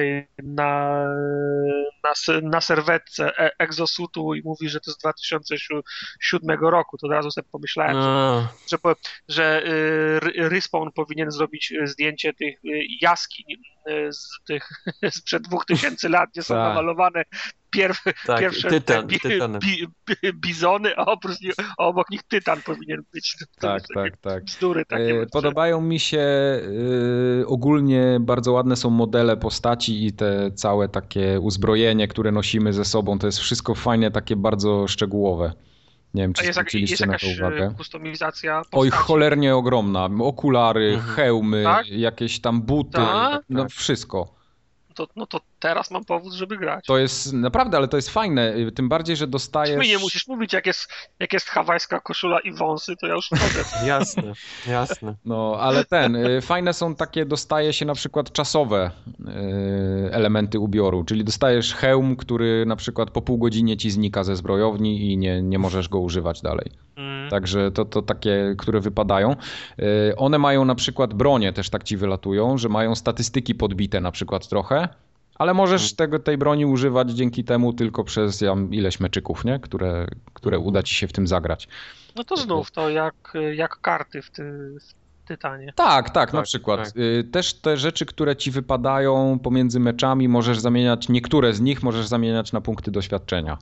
na serwetce exosuitu i mówi, że to z 2007 roku. To od razu sobie pomyślałem, że Respawn powinien zrobić zdjęcie tych jaskiń sprzed 2000 lat, gdzie są Tak. namalowane pierwsze tytany. bizony, a obok nich tytan powinien być. Tak. Bzdury takie. Podobają mi się ogólnie bardzo ładne są modele postaci i te całe takie uzbrojenie, które nosimy ze sobą. To jest wszystko fajne, takie bardzo szczegółowe. Nie wiem, czy zwróciliście na to uwagę. Kustomizacja postaci? Oj, cholernie ogromna. Okulary, hełmy, Tak? jakieś tam buty, no wszystko. No to teraz mam powód, żeby grać. To jest naprawdę, ale to jest fajne. Tym bardziej, że dostajesz... Mi nie musisz mówić, jak jest hawajska koszula i wąsy, to ja już wchodzę. Jasne. No, ale fajne są takie, dostaje się na przykład czasowe elementy ubioru, czyli dostajesz hełm, który na przykład po pół godzinie ci znika ze zbrojowni i nie możesz go używać dalej. Także to takie, które wypadają. One mają na przykład bronie, też tak ci wylatują, że mają statystyki podbite na przykład trochę, ale możesz tej broni używać dzięki temu tylko przez ileś meczyków, nie? Które uda ci się w tym zagrać. No to znów to jak karty w Tytanie. Tak, na przykład. Tak. Też te rzeczy, które ci wypadają pomiędzy meczami, możesz zamieniać, niektóre z nich możesz zamieniać na punkty doświadczenia.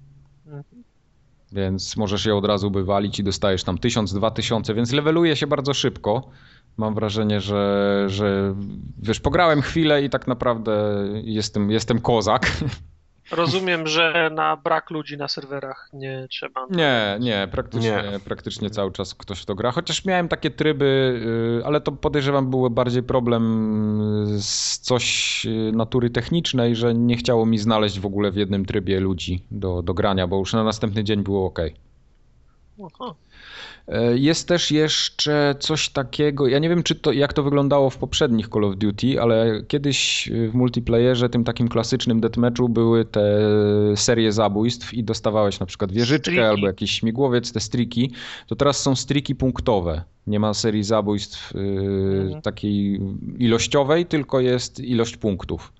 Więc możesz je od razu wywalić i dostajesz tam 1000, 2000, więc leveluje się bardzo szybko. Mam wrażenie, że wiesz, pograłem chwilę i tak naprawdę jestem kozak. Rozumiem, że na brak ludzi na serwerach nie trzeba. Nie, praktycznie cały czas ktoś w to gra. Chociaż miałem takie tryby, ale to podejrzewam był bardziej problem z coś natury technicznej, że nie chciało mi znaleźć w ogóle w jednym trybie ludzi do grania, bo już na następny dzień było ok. Aha. Jest też jeszcze coś takiego, ja nie wiem jak to wyglądało w poprzednich Call of Duty, ale kiedyś w multiplayerze, tym takim klasycznym deathmatchu były te serie zabójstw i dostawałeś na przykład wieżyczkę striki. Albo jakiś śmigłowiec, te striki, to teraz są striki punktowe. Nie ma serii zabójstw takiej ilościowej, tylko jest ilość punktów.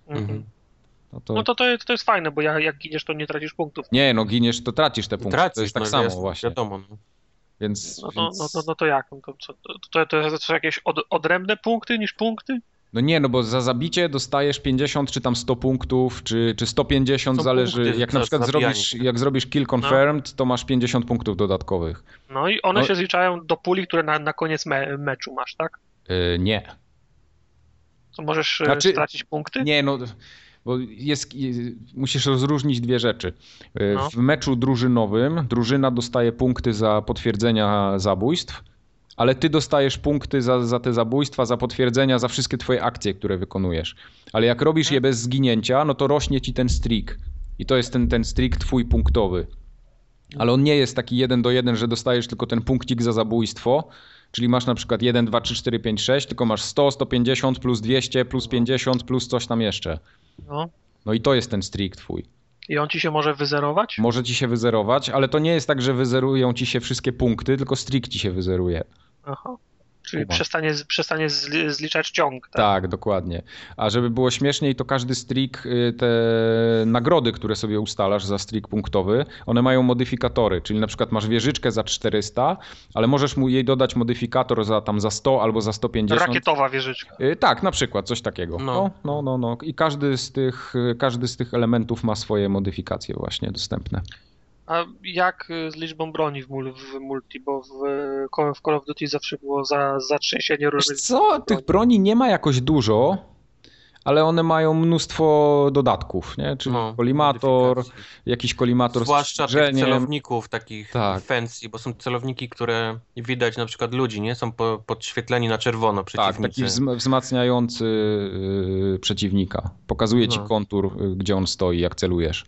No to jest fajne, bo jak giniesz, to nie tracisz punktów. Nie, no giniesz, to tracisz te punkty. To jest tak samo właśnie. Wiadomo. Więc... No to jak? To są jakieś odrębne punkty niż punkty? No nie, no bo za zabicie dostajesz 50 czy tam 100 punktów, czy 150, są zależy. punkty Jak na przykład zrobisz kill confirmed, to masz 50 punktów dodatkowych. No i one się zliczają do puli, które na koniec meczu masz, tak? Nie. To możesz stracić punkty? Nie, no... Bo musisz rozróżnić dwie rzeczy. W meczu drużynowym drużyna dostaje punkty za potwierdzenia zabójstw, ale ty dostajesz punkty za te zabójstwa, za potwierdzenia, za wszystkie twoje akcje, które wykonujesz. Ale jak robisz je bez zginięcia, no to rośnie ci ten streak. I to jest ten streak twój punktowy. Ale on nie jest taki 1-do-1, że dostajesz tylko ten punkcik za zabójstwo, czyli masz na przykład 1, 2, 3, 4, 5, 6, tylko masz 100, 150, plus 200, plus 50, plus coś tam jeszcze. No i to jest ten streak twój. I on ci się może wyzerować? Może ci się wyzerować, ale to nie jest tak, że wyzerują ci się wszystkie punkty, tylko streak ci się wyzeruje. Aha. Czyli przestanie zliczać ciąg. Tak, dokładnie. A żeby było śmieszniej, to każdy streak, te nagrody, które sobie ustalasz za streak punktowy, one mają modyfikatory, czyli na przykład masz wieżyczkę za 400, ale możesz mu jej dodać modyfikator za 100 albo za 150. Rakietowa wieżyczka. Tak, na przykład, coś takiego. No. I każdy z tych elementów ma swoje modyfikacje właśnie dostępne. A jak z liczbą broni w multi? Bo w Call of Duty zawsze było zatrzęsienie różnych... Tych broni nie ma jakoś dużo, ale one mają mnóstwo dodatków, nie? Czyli kolimator, jakiś kolimator zwłaszcza tych celowników takich fancy, bo są celowniki, które widać na przykład ludzi, nie? Są podświetleni na czerwono przeciwnicy. Tak, taki wzmacniający przeciwnika. Pokazuje ci kontur, gdzie on stoi, jak celujesz.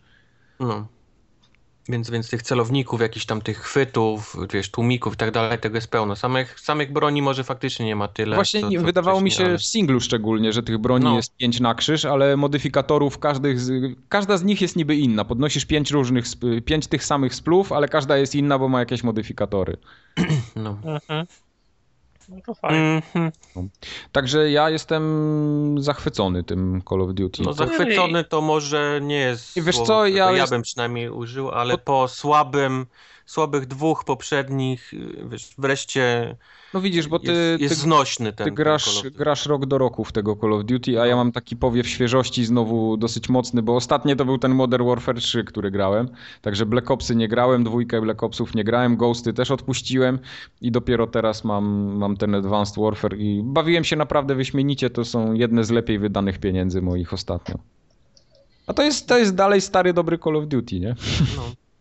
Więc tych celowników, jakichś tam tych chwytów, wiesz, tłumików i tak dalej, tego jest pełno. Samych broni może faktycznie nie ma tyle. Właśnie wydawało mi się w singlu szczególnie, że tych broni jest 5 na krzyż, ale modyfikatorów każda z nich jest niby inna. Podnosisz 5 tych samych splów, ale każda jest inna, bo ma jakieś modyfikatory. No to fajnie. Także ja jestem zachwycony tym Call of Duty. No zachwycony to może nie jest wiesz słowo, co, ja bym przynajmniej użył, ale po słabym słabych 2 poprzednich, wiesz, wreszcie No widzisz, bo jest znośny ty grasz rok do roku w tego Call of Duty, a ja mam taki powiew świeżości znowu dosyć mocny, bo ostatnie to był ten Modern Warfare 3, który grałem, także Black Opsy nie grałem, 2 Black Opsów nie grałem, Ghosty też odpuściłem i dopiero teraz mam ten Advanced Warfare i bawiłem się naprawdę wyśmienicie, to są jedne z lepiej wydanych pieniędzy moich ostatnio. A to jest dalej stary, dobry Call of Duty, nie? No.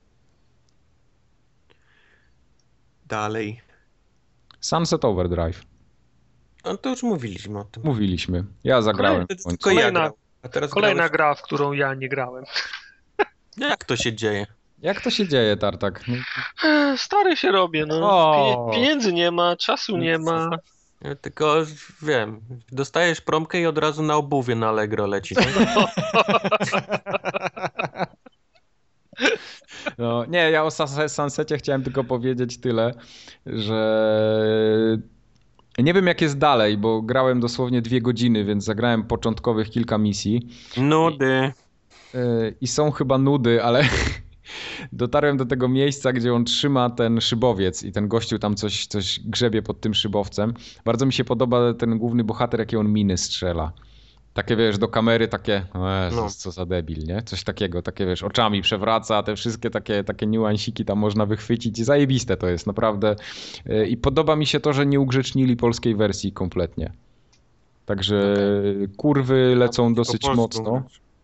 Dalej. Sunset Overdrive. No to już mówiliśmy o tym. Mówiliśmy. Ja zagrałem w końcu. Kolejna gra, w którą ja nie grałem. Jak to się dzieje? Jak to się dzieje, Tartak? No. Stary się robię, no. Pieniędzy nie ma, czasu nie ma. Ja tylko wiem, dostajesz promkę i od razu na obuwie na Allegro leci. Tak? No, nie, ja o Sunsecie chciałem tylko powiedzieć tyle, że nie wiem jak jest dalej, bo grałem dosłownie 2 godziny, więc zagrałem początkowych kilka misji. Nudy. I są chyba nudy, ale dotarłem do tego miejsca, gdzie on trzyma ten szybowiec i ten gościu tam coś grzebie pod tym szybowcem. Bardzo mi się podoba ten główny bohater, jakie on miny strzela. Takie, wiesz, do kamery takie, Jezus, co za debil, nie? Coś takiego, takie, wiesz, oczami przewraca, te wszystkie takie niuansiki tam można wychwycić. Zajebiste to jest, naprawdę. I podoba mi się to, że nie ugrzecznili polskiej wersji kompletnie. Także kurwy lecą dosyć mocno.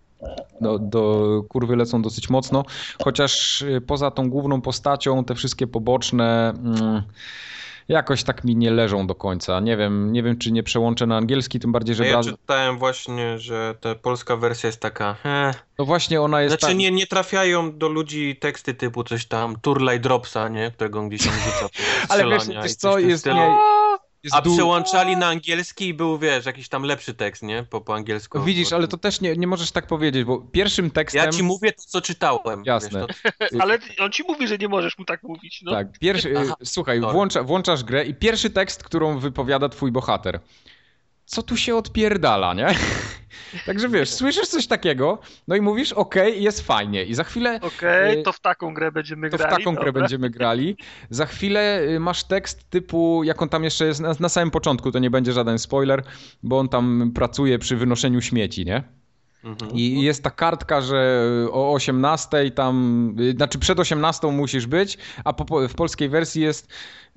Kurwy lecą dosyć mocno, chociaż poza tą główną postacią te wszystkie poboczne jakoś tak mi nie leżą do końca. Nie wiem czy nie przełączę na angielski, tym bardziej, że... Ja czytałem właśnie, że ta polska wersja jest taka... No właśnie ona jest... Znaczy nie trafiają do ludzi teksty typu coś tam, Turlaj Dropsa, nie? Którego gdzieś tam rzuca. Ale wiesz co, jest... A przełączali na angielski i był, wiesz, jakiś tam lepszy tekst, nie? Po angielsku. No widzisz, ale to też nie możesz tak powiedzieć, bo pierwszym tekstem... Ja ci mówię to, co czytałem. Jasne. Wiesz, Ale on ci mówi, że nie możesz mu tak mówić. No. Tak, słuchaj, włączasz grę i pierwszy tekst, którą wypowiada twój bohater. Co tu się odpierdala, nie? Także wiesz, słyszysz coś takiego, no i mówisz, okej, jest fajnie. I za chwilę... to w taką grę będziemy grali. Za chwilę masz tekst typu, jak on tam jeszcze jest na samym początku, to nie będzie żaden spoiler, bo on tam pracuje przy wynoszeniu śmieci, nie? I jest ta kartka, że o 18 tam, znaczy przed 18 musisz być, a w polskiej wersji jest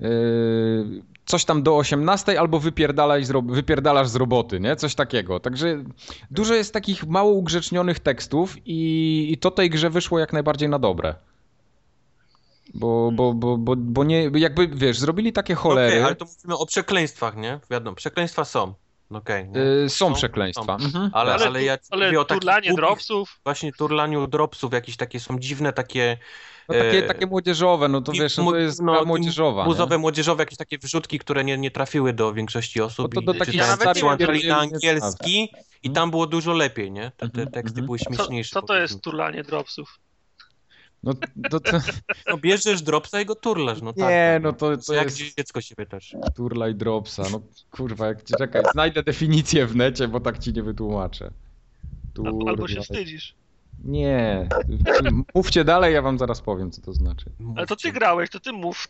coś tam do 18 albo wypierdalasz z roboty, nie? Coś takiego. Także dużo jest takich mało ugrzecznionych tekstów i to tej grze wyszło jak najbardziej na dobre. Bo nie, jakby wiesz, zrobili takie cholery. Okay, ale to mówimy o przekleństwach, nie? Wiadomo, przekleństwa są. Są przekleństwa. Ale o turlanie dropsów. Właśnie turlaniu dropsów, jakieś takie są dziwne, takie... No takie młodzieżowe, no to wiesz, to jest młodzieżowa. Muzowe, młodzieżowe, jakieś takie wrzutki, które nie trafiły do większości osób. No to do takich przełączali na angielski i tam było dużo lepiej, nie? Te teksty były śmieszniejsze. Co to jest turlanie dropsów? No bierzesz dropsa i go turlasz, no tak. Nie, no to jak jest... dziecko się pytasz. Turlaj dropsa, no kurwa, czekaj, znajdę definicję w necie, bo tak ci nie wytłumaczę. Albo się wstydzisz. Nie, mówcie dalej, ja wam zaraz powiem, co to znaczy. Ale to ty grałeś, to ty mów.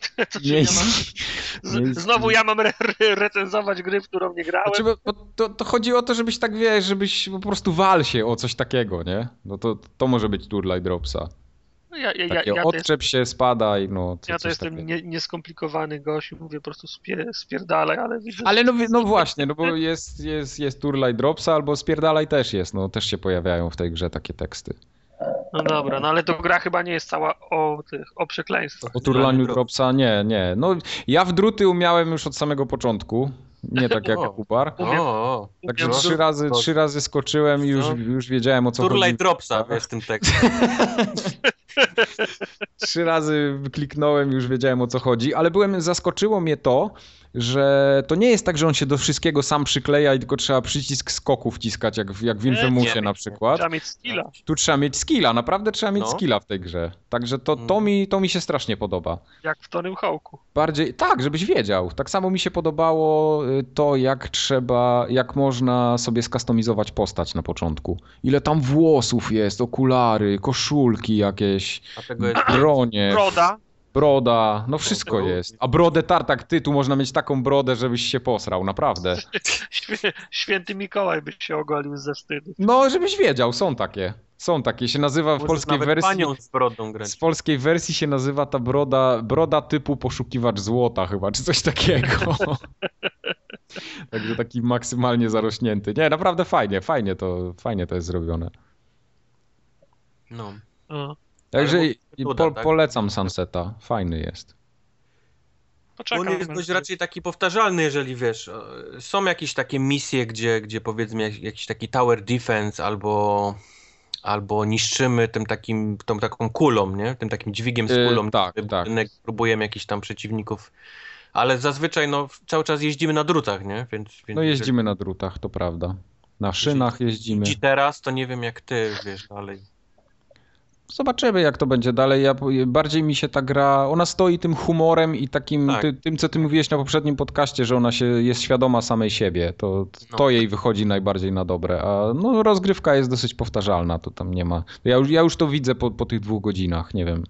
Znowu ja mam recenzować gry, w którą nie grałem. Znaczy, bo to chodzi o to, żebyś tak, wiesz, żebyś po prostu wal się o coś takiego, nie? No to może być turlaj dropsa. Odczep się, spadaj, no. Ja to jestem nieskomplikowany gość, mówię po prostu spierdalaj, ale widzę... Ale no właśnie, no bo jest turlaj dropsa, albo spierdalaj też jest, no też się pojawiają w tej grze takie teksty. No dobra, no ale to gra chyba nie jest cała o przekleństwach. O turlaniu dropsa nie. No ja w druty umiałem już od samego początku. Nie tak jak Kupar. Także trzy razy skoczyłem i już wiedziałem o co chodzi. Turlaj dropsa jest tym tekstem. 3 razy kliknąłem i już wiedziałem o co chodzi, ale zaskoczyło mnie to, że to nie jest tak, że on się do wszystkiego sam przykleja i tylko trzeba przycisk skoku wciskać, jak w Infamousie na przykład. Trzeba mieć skilla. Tu trzeba mieć skilla, naprawdę trzeba mieć skilla w tej grze. Także to mi się strasznie podoba. Jak w Tonym Hawku. Bardziej, tak, żebyś wiedział. Tak samo mi się podobało to, jak można sobie skustomizować postać na początku. Ile tam włosów jest, okulary, koszulki jakieś, bronie. Broda. Broda, no wszystko jest. A brodę tartak, ty, tu można mieć taką brodę, żebyś się posrał, naprawdę. Święty Mikołaj by się ogolił ze wstydu. No, żebyś wiedział, są takie. Są takie, się nazywa w Możesz polskiej nawet wersji... panią z brodą grać. Z polskiej wersji się nazywa ta broda typu poszukiwacz złota chyba, czy coś takiego. Także taki maksymalnie zarośnięty. Nie, naprawdę fajnie to jest zrobione. No. Także tak? polecam Sunseta, fajny jest. Poczekam. On jest dość raczej taki powtarzalny, jeżeli wiesz, są jakieś takie misje, gdzie powiedzmy jakiś taki tower defense albo niszczymy tą taką kulą, nie? Tym takim dźwigiem z kulą. Tak. Próbujemy jakichś tam przeciwników. Ale zazwyczaj cały czas jeździmy na drutach, nie? Więc No jeździmy na drutach, to prawda. Na szynach jeździmy. I teraz to nie wiem jak ty, wiesz, dalej. Zobaczymy, jak to będzie dalej. Bardziej mi się ta gra, ona stoi tym humorem i takim, Tak. tym, co ty mówiłeś na poprzednim podcaście, że ona jest świadoma samej siebie. To jej wychodzi najbardziej na dobre. A no, rozgrywka jest dosyć powtarzalna, to tam nie ma. Ja już to widzę po tych 2 godzinach, nie wiem.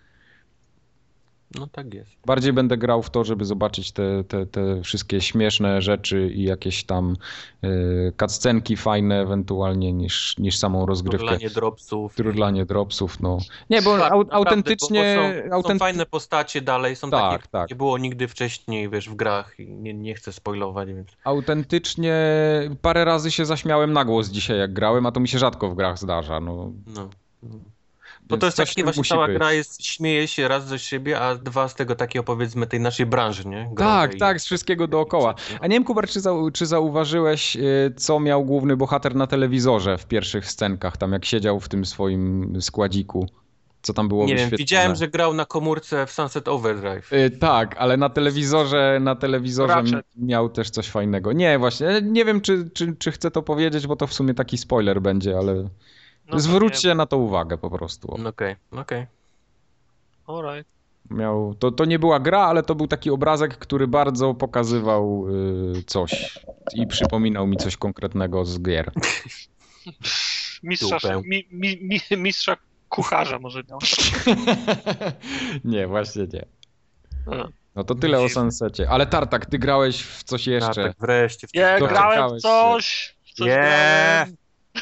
No tak jest. Bardziej będę grał w to, żeby zobaczyć te wszystkie śmieszne rzeczy i jakieś tam cutscenki fajne ewentualnie niż samą rozgrywkę. Turlanie dropsów, no. Nie, bo tak, autentycznie... Bo są fajne postacie dalej, są takie, tak. nie było nigdy wcześniej, wiesz, w grach i nie chcę spoilować, więc... Autentycznie parę razy się zaśmiałem na głos dzisiaj, jak grałem, a to mi się rzadko w grach zdarza, no. Bo to jest taki właśnie cała gra śmieje się raz ze siebie, a dwa z tego takiego powiedzmy tej naszej branży, nie? Tak, z wszystkiego dookoła. A nie wiem, Kubar, czy zauważyłeś, co miał główny bohater na telewizorze w pierwszych scenkach, tam jak siedział w tym swoim składziku? Co tam było wyświetlone? Nie wiem, widziałem, że grał na komórce w Sunset Overdrive. Tak, ale na telewizorze miał też coś fajnego. Nie, właśnie, nie wiem, czy chcę to powiedzieć, bo to w sumie taki spoiler będzie, ale... Zwróćcie na to uwagę po prostu. Okej. Alright. To nie była gra, ale to był taki obrazek, który bardzo pokazywał coś i przypominał mi coś konkretnego z gier. Mistrza kucharza może miał. Nie, właśnie nie. No to tyle o Sunsecie. Ale Tartak, ty grałeś w coś jeszcze. Tartak, wreszcie. Grałem w coś. Grałem.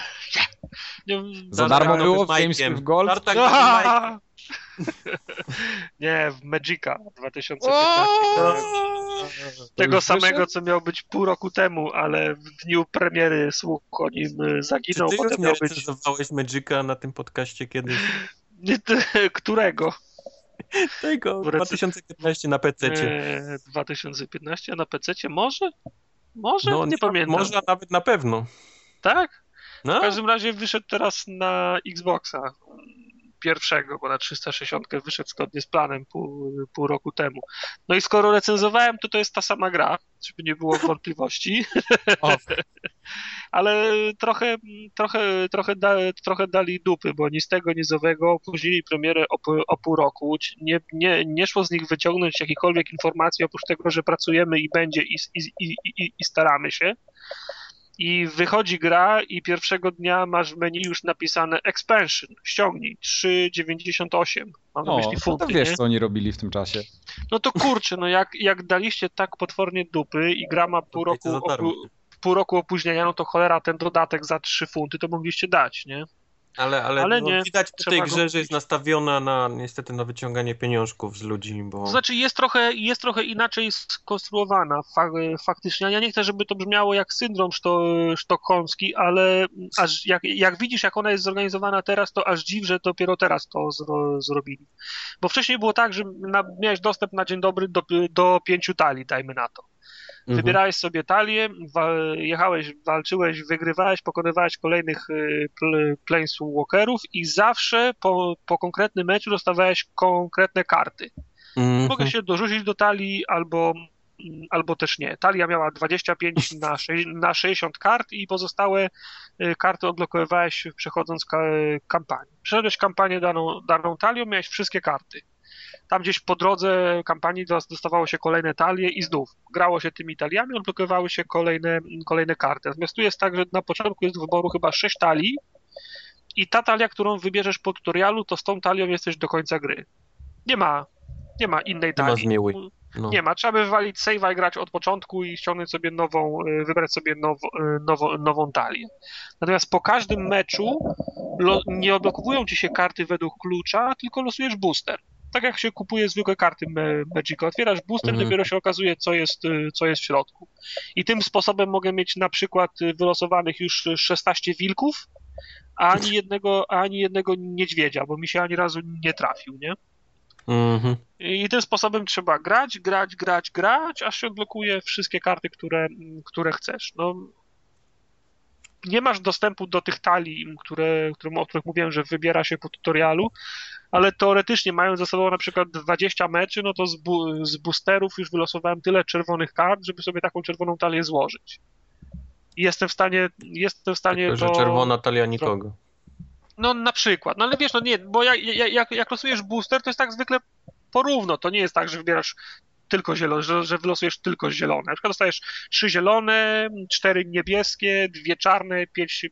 Za darmo było w Games with Gold? Nie, w Magica 2015. Tego samego, co miał być pół roku temu, ale w dniu premiery słuch o nim zaginął. Czy ty potem już nie recenzowałeś Magica na tym podcaście kiedyś? Którego? Tego, 2015 na PC-cie. 2015, a na PC-cie może? Może? Nie pamiętam. Może, a nawet na pewno. Tak? No. W każdym razie wyszedł teraz na Xboxa pierwszego, bo na 360 wyszedł zgodnie z planem pół roku temu. No i skoro recenzowałem, to jest ta sama gra, żeby nie było wątpliwości. Ale trochę dali dupy, bo ni z tego, ni z owego opóźnili premierę o pół roku. Nie szło z nich wyciągnąć jakichkolwiek informacji, oprócz tego, że pracujemy i będzie i staramy się. I wychodzi gra i pierwszego dnia masz w menu już napisane expansion, ściągnij, 3,98. Mam na myśli funty, to wiesz, nie? co oni robili w tym czasie. No to kurczę, no jak daliście tak potwornie dupy i gra ma pół roku opóźnienia, no to cholera, ten dodatek za 3 funty to mogliście dać, nie? Ale nie, widać w tej grze, że jest nastawiona niestety na wyciąganie pieniążków z ludzi, bo... To znaczy jest trochę inaczej skonstruowana faktycznie. Ja nie chcę, żeby to brzmiało jak syndrom sztokholmski, ale aż jak widzisz, jak ona jest zorganizowana teraz, to aż dziw, że dopiero teraz to zrobili. Bo wcześniej było tak, że miałeś dostęp na dzień dobry do 5 talii, dajmy na to. Wybierałeś sobie talię, jechałeś, walczyłeś, wygrywałeś, pokonywałeś kolejnych planeswalkerów i zawsze po konkretnym meczu dostawałeś konkretne karty. Mogę się dorzucić do talii albo też nie. Talia miała 25 na 60 kart i pozostałe karty odblokowywałeś przechodząc kampanię. Przeszedłeś kampanię daną talią, miałeś wszystkie karty. Tam gdzieś po drodze kampanii dostawało się kolejne talie i znów grało się tymi taliami, odblokowywały się kolejne karty. Natomiast tu jest tak, że na początku jest do wyboru chyba 6 talii i ta talia, którą wybierzesz po tutorialu, to z tą talią jesteś do końca gry. Nie ma Nie ma innej Nie ma talii. zmiłuj. No. Nie ma, trzeba by wywalić save'a i grać od początku i ściągnąć sobie wybrać sobie nową talię. Natomiast po każdym meczu nie odblokowują ci się karty według klucza, tylko losujesz booster. Tak jak się kupuje zwykłe karty Magica. Otwierasz booster, dopiero się okazuje, co jest w środku. I tym sposobem mogę mieć na przykład wylosowanych już 16 wilków, a ani jednego niedźwiedzia, bo mi się ani razu nie trafił, nie? I tym sposobem trzeba grać, aż się odblokuje wszystkie karty, które chcesz. No, nie masz dostępu do tych talii, o których mówiłem, że wybiera się po tutorialu, ale teoretycznie mając ze sobą na przykład 20 meczy, no to z boosterów już wylosowałem tyle czerwonych kart, żeby sobie taką czerwoną talię złożyć. I jestem w stanie Tylko, że czerwona talia nikogo. No na przykład, no ale wiesz, no nie, bo jak losujesz booster, to jest tak zwykle porówno, to nie jest tak, że wybierasz tylko zielone, że wylosujesz tylko zielone. Na przykład dostajesz 3 zielone, 4 niebieskie, 2 czarne, 5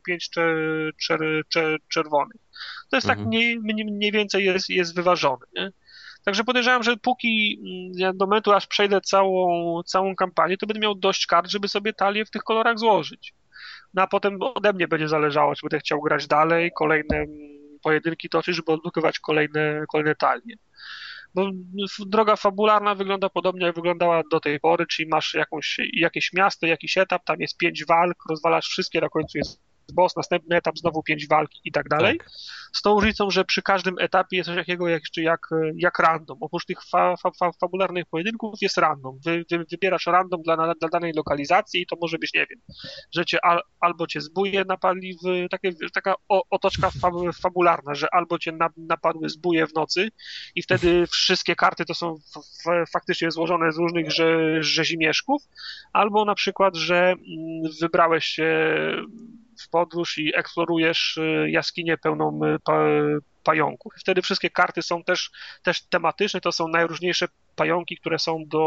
czerwonych. To jest tak mniej więcej jest wyważone, nie? Także podejrzewam, że póki ja do momentu, aż przejdę całą kampanię, to będę miał dość kart, żeby sobie talię w tych kolorach złożyć. No a potem ode mnie będzie zależało, czy będę chciał grać dalej, kolejne pojedynki toczyć, żeby odblokować kolejne talie. Bo droga fabularna wygląda podobnie, jak wyglądała do tej pory, czyli masz jakieś miasto, jakiś etap, tam jest 5 walk, rozwalasz wszystkie, na końcu jest boss, następny etap, znowu 5 walk i tak dalej. Tak. Z tą różnicą, że przy każdym etapie jest coś takiego jak random. Oprócz tych fabularnych pojedynków jest random. Wybierasz random dla danej lokalizacji i to może być, nie wiem, że albo cię zbóje napadli taka otoczka fabularna, że albo cię napadły zbóje w nocy i wtedy wszystkie karty to są faktycznie złożone z różnych rzezimieszków, albo na przykład, że wybrałeś się w podróż i eksplorujesz jaskinię pełną pająków. Wtedy wszystkie karty są też tematyczne, to są najróżniejsze pająki, które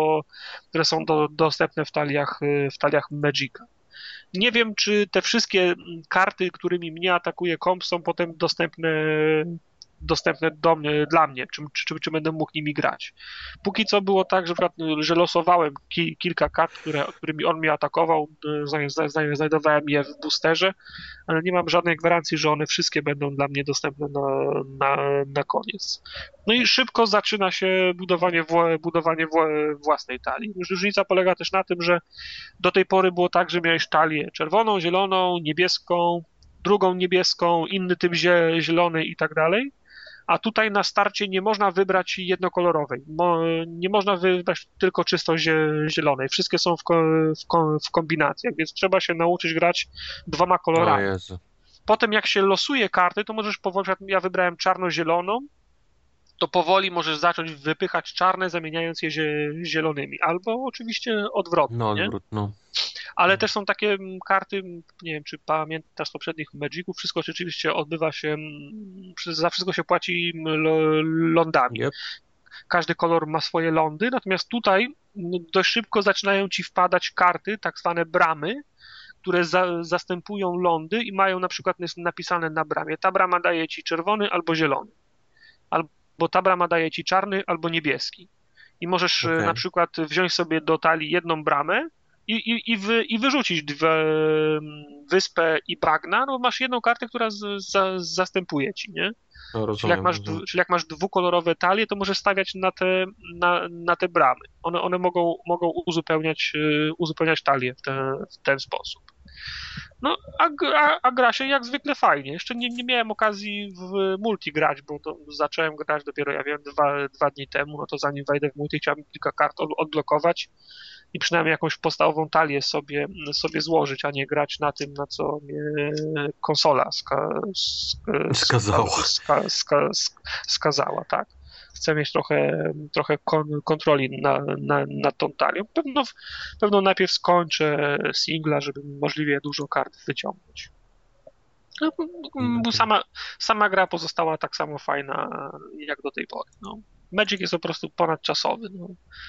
są dostępne w taliach Magica. Nie wiem, czy te wszystkie karty, którymi mnie atakuje komp, są potem dostępne dla mnie, czy będę mógł nimi grać. Póki co było tak, że losowałem kilka kart, którymi on mnie atakował, znajdowałem je w boosterze, ale nie mam żadnej gwarancji, że one wszystkie będą dla mnie dostępne na koniec. No i szybko zaczyna się budowanie własnej talii. Różnica polega też na tym, że do tej pory było tak, że miałeś talię czerwoną, zieloną, niebieską, drugą niebieską, inny typ zielony i tak dalej. A tutaj na starcie nie można wybrać jednokolorowej. Nie można wybrać tylko czysto zielonej. Wszystkie są w kombinacjach, więc trzeba się nauczyć grać 2 kolorami. Potem jak się losuje karty, to możesz powoli, ja wybrałem czarno-zieloną, to powoli możesz zacząć wypychać czarne, zamieniając je zielonymi. Albo oczywiście odwrotnie. No, odwrotnie. Ale też są takie karty, nie wiem, czy pamiętasz z poprzednich Magiców, wszystko rzeczywiście odbywa się, za wszystko się płaci lądami. Yep. Każdy kolor ma swoje lądy, natomiast tutaj dość szybko zaczynają ci wpadać karty, tak zwane bramy, które zastępują lądy i mają na przykład napisane na bramie, ta brama daje ci czerwony albo zielony, albo ta brama daje ci czarny albo niebieski. I możesz na przykład wziąć sobie do talii jedną bramę, i wyrzucić wyspę i bagna, no masz jedną kartę, która zastępuje ci, nie? No, rozumiem, czyli jak masz dwukolorowe talie, to możesz stawiać na te bramy. One mogą uzupełniać talię w ten sposób. No, a gra się jak zwykle fajnie. Jeszcze nie miałem okazji w multi grać, bo to zacząłem grać dopiero, ja wiem, dwa dni temu, no to zanim wejdę w multi, chciałem kilka kart odblokować i przynajmniej jakąś podstawową talię sobie złożyć, a nie grać na tym, na co mnie konsola skazała, tak. Chcę mieć trochę kontroli nad tą talią. Pewno najpierw skończę singla, żeby możliwie dużo kart wyciągnąć. Sama gra pozostała tak samo fajna jak do tej pory. No. Magic jest po prostu ponadczasowy. No.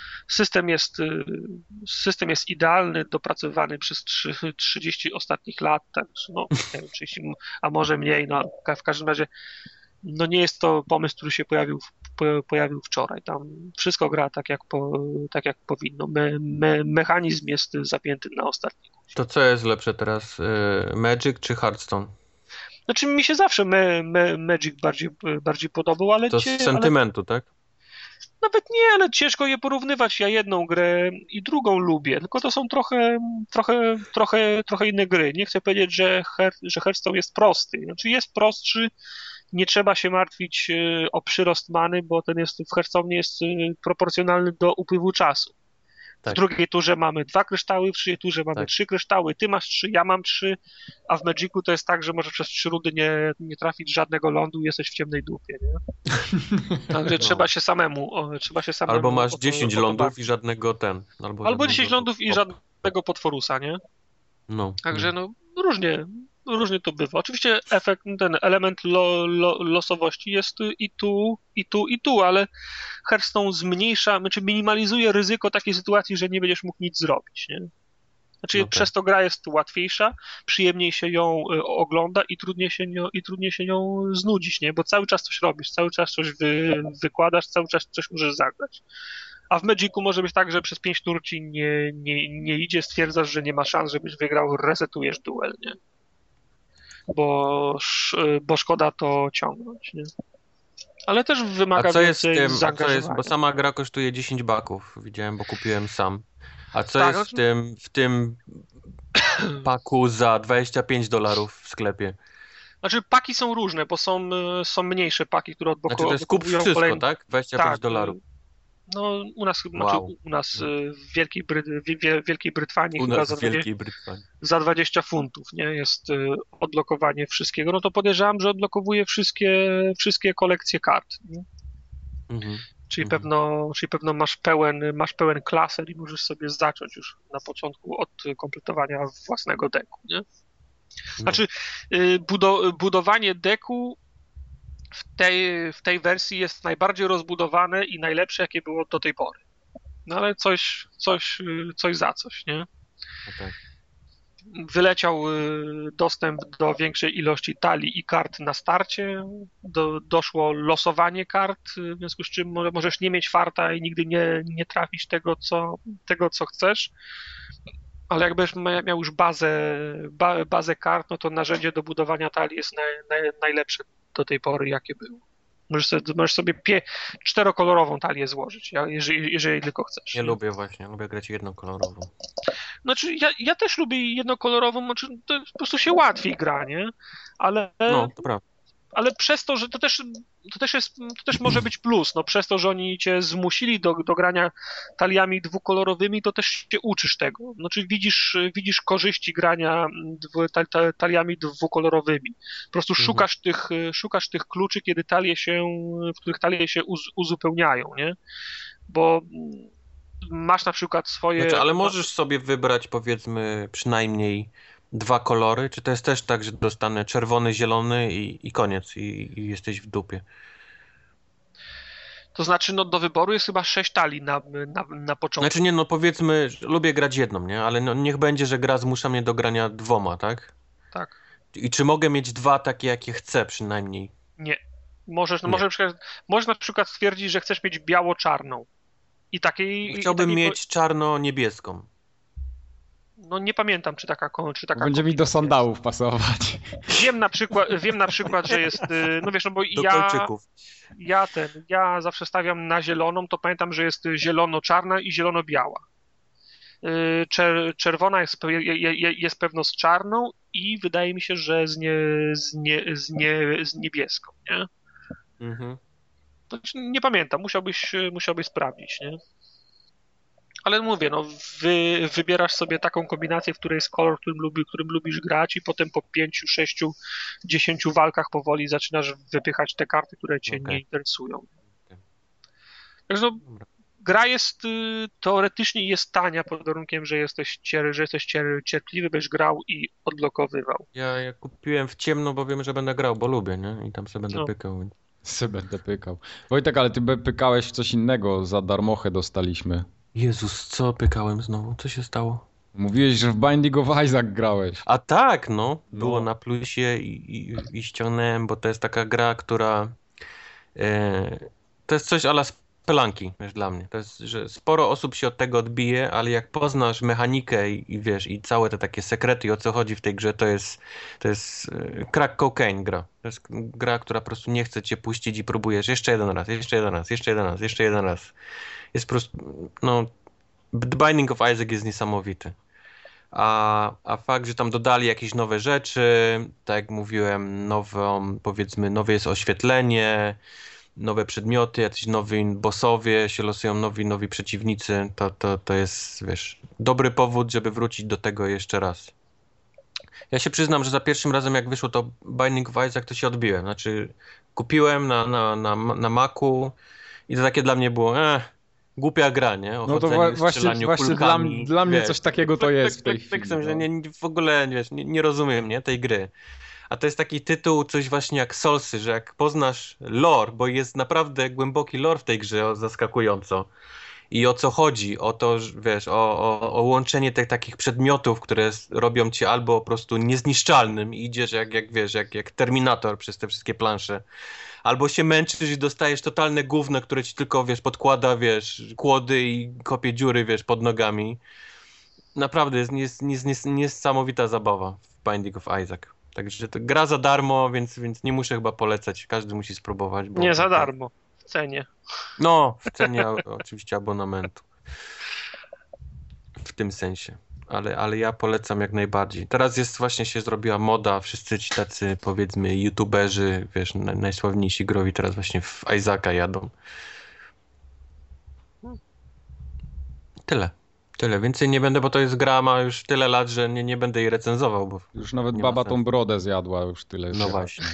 System jest idealny, dopracowany przez 30 ostatnich lat, tak, no, nie wiem, 30, a może mniej, no, w każdym razie no nie jest to pomysł, który się pojawił pojawił wczoraj. Tam wszystko gra tak jak powinno. Mechanizm jest zapięty na ostatni. To co jest lepsze teraz? Magic czy Hearthstone? Znaczy mi się zawsze Magic bardziej podobał, ale... To z sentymentu, tak? Nawet nie, ale ciężko je porównywać. Ja jedną grę i drugą lubię, tylko to są trochę inne gry. Nie chcę powiedzieć, że Hearthstone jest prosty. Znaczy jest prostszy, nie trzeba się martwić o przyrost many, bo ten jest w Hearthstone jest proporcjonalny do upływu czasu. Tak. W drugiej turze mamy 2 kryształy, w trzeciej turze mamy 3 kryształy, ty masz 3, ja mam 3, a w Magicu to jest tak, że może przez 3 rundy nie trafić żadnego lądu i jesteś w ciemnej dupie, nie? Także trzeba się samemu Albo masz 10 lądów i żadnego Albo 10 lądów i żadnego potworusa, nie? No. Także różnie to bywa. Oczywiście ten element losowości jest i tu, ale Hearthstone zmniejsza, znaczy minimalizuje ryzyko takiej sytuacji, że nie będziesz mógł nic zrobić, nie? Znaczy przez to gra jest łatwiejsza, przyjemniej się ją ogląda i trudniej się nią znudzić, nie? Bo cały czas coś robisz, cały czas coś wykładasz, cały czas coś możesz zagrać. A w Magicu może być tak, że przez 5 tur ci nie idzie, stwierdzasz, że nie ma szans, żebyś wygrał, resetujesz duel, nie? Bo szkoda to ciągnąć, nie? Ale też wymaga więcej zaangażowania. Bo sama gra kosztuje 10 baków, widziałem, bo kupiłem sam. A co Tak, jest w tym paku za $25 w sklepie? Znaczy paki są różne, bo są mniejsze paki, które Znaczy to jest kup wszystko, tak? $25. No u nas, u nas w Wielkiej Brytanii U chyba nas w Wielkiej Brytanii. za 20 funtów, nie? Jest odblokowanie wszystkiego. No to podejrzewam, że odblokowuje wszystkie kolekcje kart. Nie? Czyli pewno masz pełen klaser i możesz sobie zacząć już na początku od kompletowania własnego deku, nie? Znaczy budowanie deku w tej wersji jest najbardziej rozbudowane i najlepsze, jakie było do tej pory. No ale coś za coś, nie? Okay. Wyleciał dostęp do większej ilości talii i kart na starcie, doszło losowanie kart, w związku z czym możesz nie mieć farta i nigdy nie trafić tego, co chcesz, ale jakbyś miał już bazę kart, no to narzędzie do budowania talii jest najlepsze do tej pory, jakie było. Możesz sobie 4-kolorową talię złożyć, jeżeli tylko chcesz. Nie lubię grać jednokolorową. Znaczy, ja też lubię jednokolorową, znaczy to po prostu się łatwiej gra, nie? Ale... No, to prawda. Ale przez to, że to też może być plus, no przez to, że oni cię zmusili do grania taliami dwukolorowymi, to też się uczysz tego. Znaczy widzisz korzyści grania taliami dwukolorowymi. Po prostu szukasz tych kluczy, w których talie się uzupełniają, nie? Bo masz na przykład swoje... Znaczy, ale możesz sobie wybrać, powiedzmy, przynajmniej 2 kolory? Czy to jest też tak, że dostanę czerwony, zielony i koniec i jesteś w dupie? To znaczy, no do wyboru jest chyba 6 talii na początku. Znaczy nie, no powiedzmy, lubię grać jedną, nie? Ale no, niech będzie, że gra zmusza mnie do grania 2, tak? Tak. I czy mogę mieć 2 takie, jakie chcę przynajmniej? Nie. Możesz na przykład stwierdzić, że chcesz mieć biało-czarną. Chciałbym mieć czarno-niebieską. No nie pamiętam, czy taka będzie mi do sandałów pasować. Wiem na przykład, że jest, no wiesz, no bo do kolczyków. Ja zawsze stawiam na zieloną, to pamiętam, że jest zielono-czarna i zielono-biała. Czerwona jest pewno z czarną i wydaje mi się, że z niebieską, nie? Mhm. Nie pamiętam, musiałbyś sprawdzić, nie? Ale mówię, no wybierasz sobie taką kombinację, w której jest kolor, którym lubisz grać i potem po 5, 6, 10 walkach powoli zaczynasz wypychać te karty, które cię nie interesują. Także no, gra jest teoretycznie jest tania pod warunkiem, że jesteś cierpliwy, byś grał i odblokowywał. Ja kupiłem w ciemno, bo wiem, że będę grał, bo lubię, nie? I tam sobie będę pykał. Będę pykał. Wojtek, ale ty pykałeś w coś innego, za darmochę dostaliśmy. Jezus, co pykałem znowu? Co się stało? Mówiłeś, że w Binding of Isaac grałeś. A tak, no. Było na plusie i ściągnąłem, bo to jest taka gra, która... to jest coś a la Spelunki, wiesz, dla mnie. To jest, że sporo osób się od tego odbije, ale jak poznasz mechanikę i wiesz, i całe te takie sekrety i o co chodzi w tej grze, to jest crack cocaine gra. To jest gra, która po prostu nie chce cię puścić i próbujesz jeszcze jeden raz, jeszcze jeden raz, jeszcze jeden raz, jeszcze jeden raz. Jest po prostu, no, The Binding of Isaac jest niesamowity. A fakt, że tam dodali jakieś nowe rzeczy, tak jak mówiłem, nowe jest oświetlenie, nowe przedmioty, jacyś nowi bossowie, się losują nowi przeciwnicy, to jest, wiesz, dobry powód, żeby wrócić do tego jeszcze raz. Ja się przyznam, że za pierwszym razem jak wyszło to Binding of Isaac, to się odbiłem. Znaczy kupiłem na Macu i to takie dla mnie było, głupia gra, nie? O No to chodzeniu, właśnie strzelaniu kulkami, dla mnie wiesz, coś takiego to jest w tej chwili. że w ogóle, wiesz, nie rozumiem, nie, tej gry. A to jest taki tytuł, coś właśnie jak Soulsy, że jak poznasz lore, bo jest naprawdę głęboki lore w tej grze, zaskakująco. I o co chodzi? O to, wiesz, o łączenie tych takich przedmiotów, które robią cię albo po prostu niezniszczalnym i idziesz jak Terminator przez te wszystkie plansze. Albo się męczysz i dostajesz totalne gówno, które ci tylko, wiesz, podkłada, wiesz, kłody i kopie dziury, wiesz, pod nogami. Naprawdę jest niesamowita zabawa w Binding of Isaac. Także to gra za darmo, więc nie muszę chyba polecać. Każdy musi spróbować. Nie za darmo, w cenie. No, w cenie oczywiście abonamentu. W tym sensie. Ale ja polecam jak najbardziej. Teraz jest właśnie się zrobiła moda, wszyscy ci tacy, powiedzmy, youtuberzy, wiesz, najsławniejsi growi teraz właśnie w Isaaca jadą. Tyle. Więcej nie będę, bo to jest gra, ma już tyle lat, że nie będę jej recenzował, bo Już nawet baba tą brodę zjadła, już tyle. No właśnie.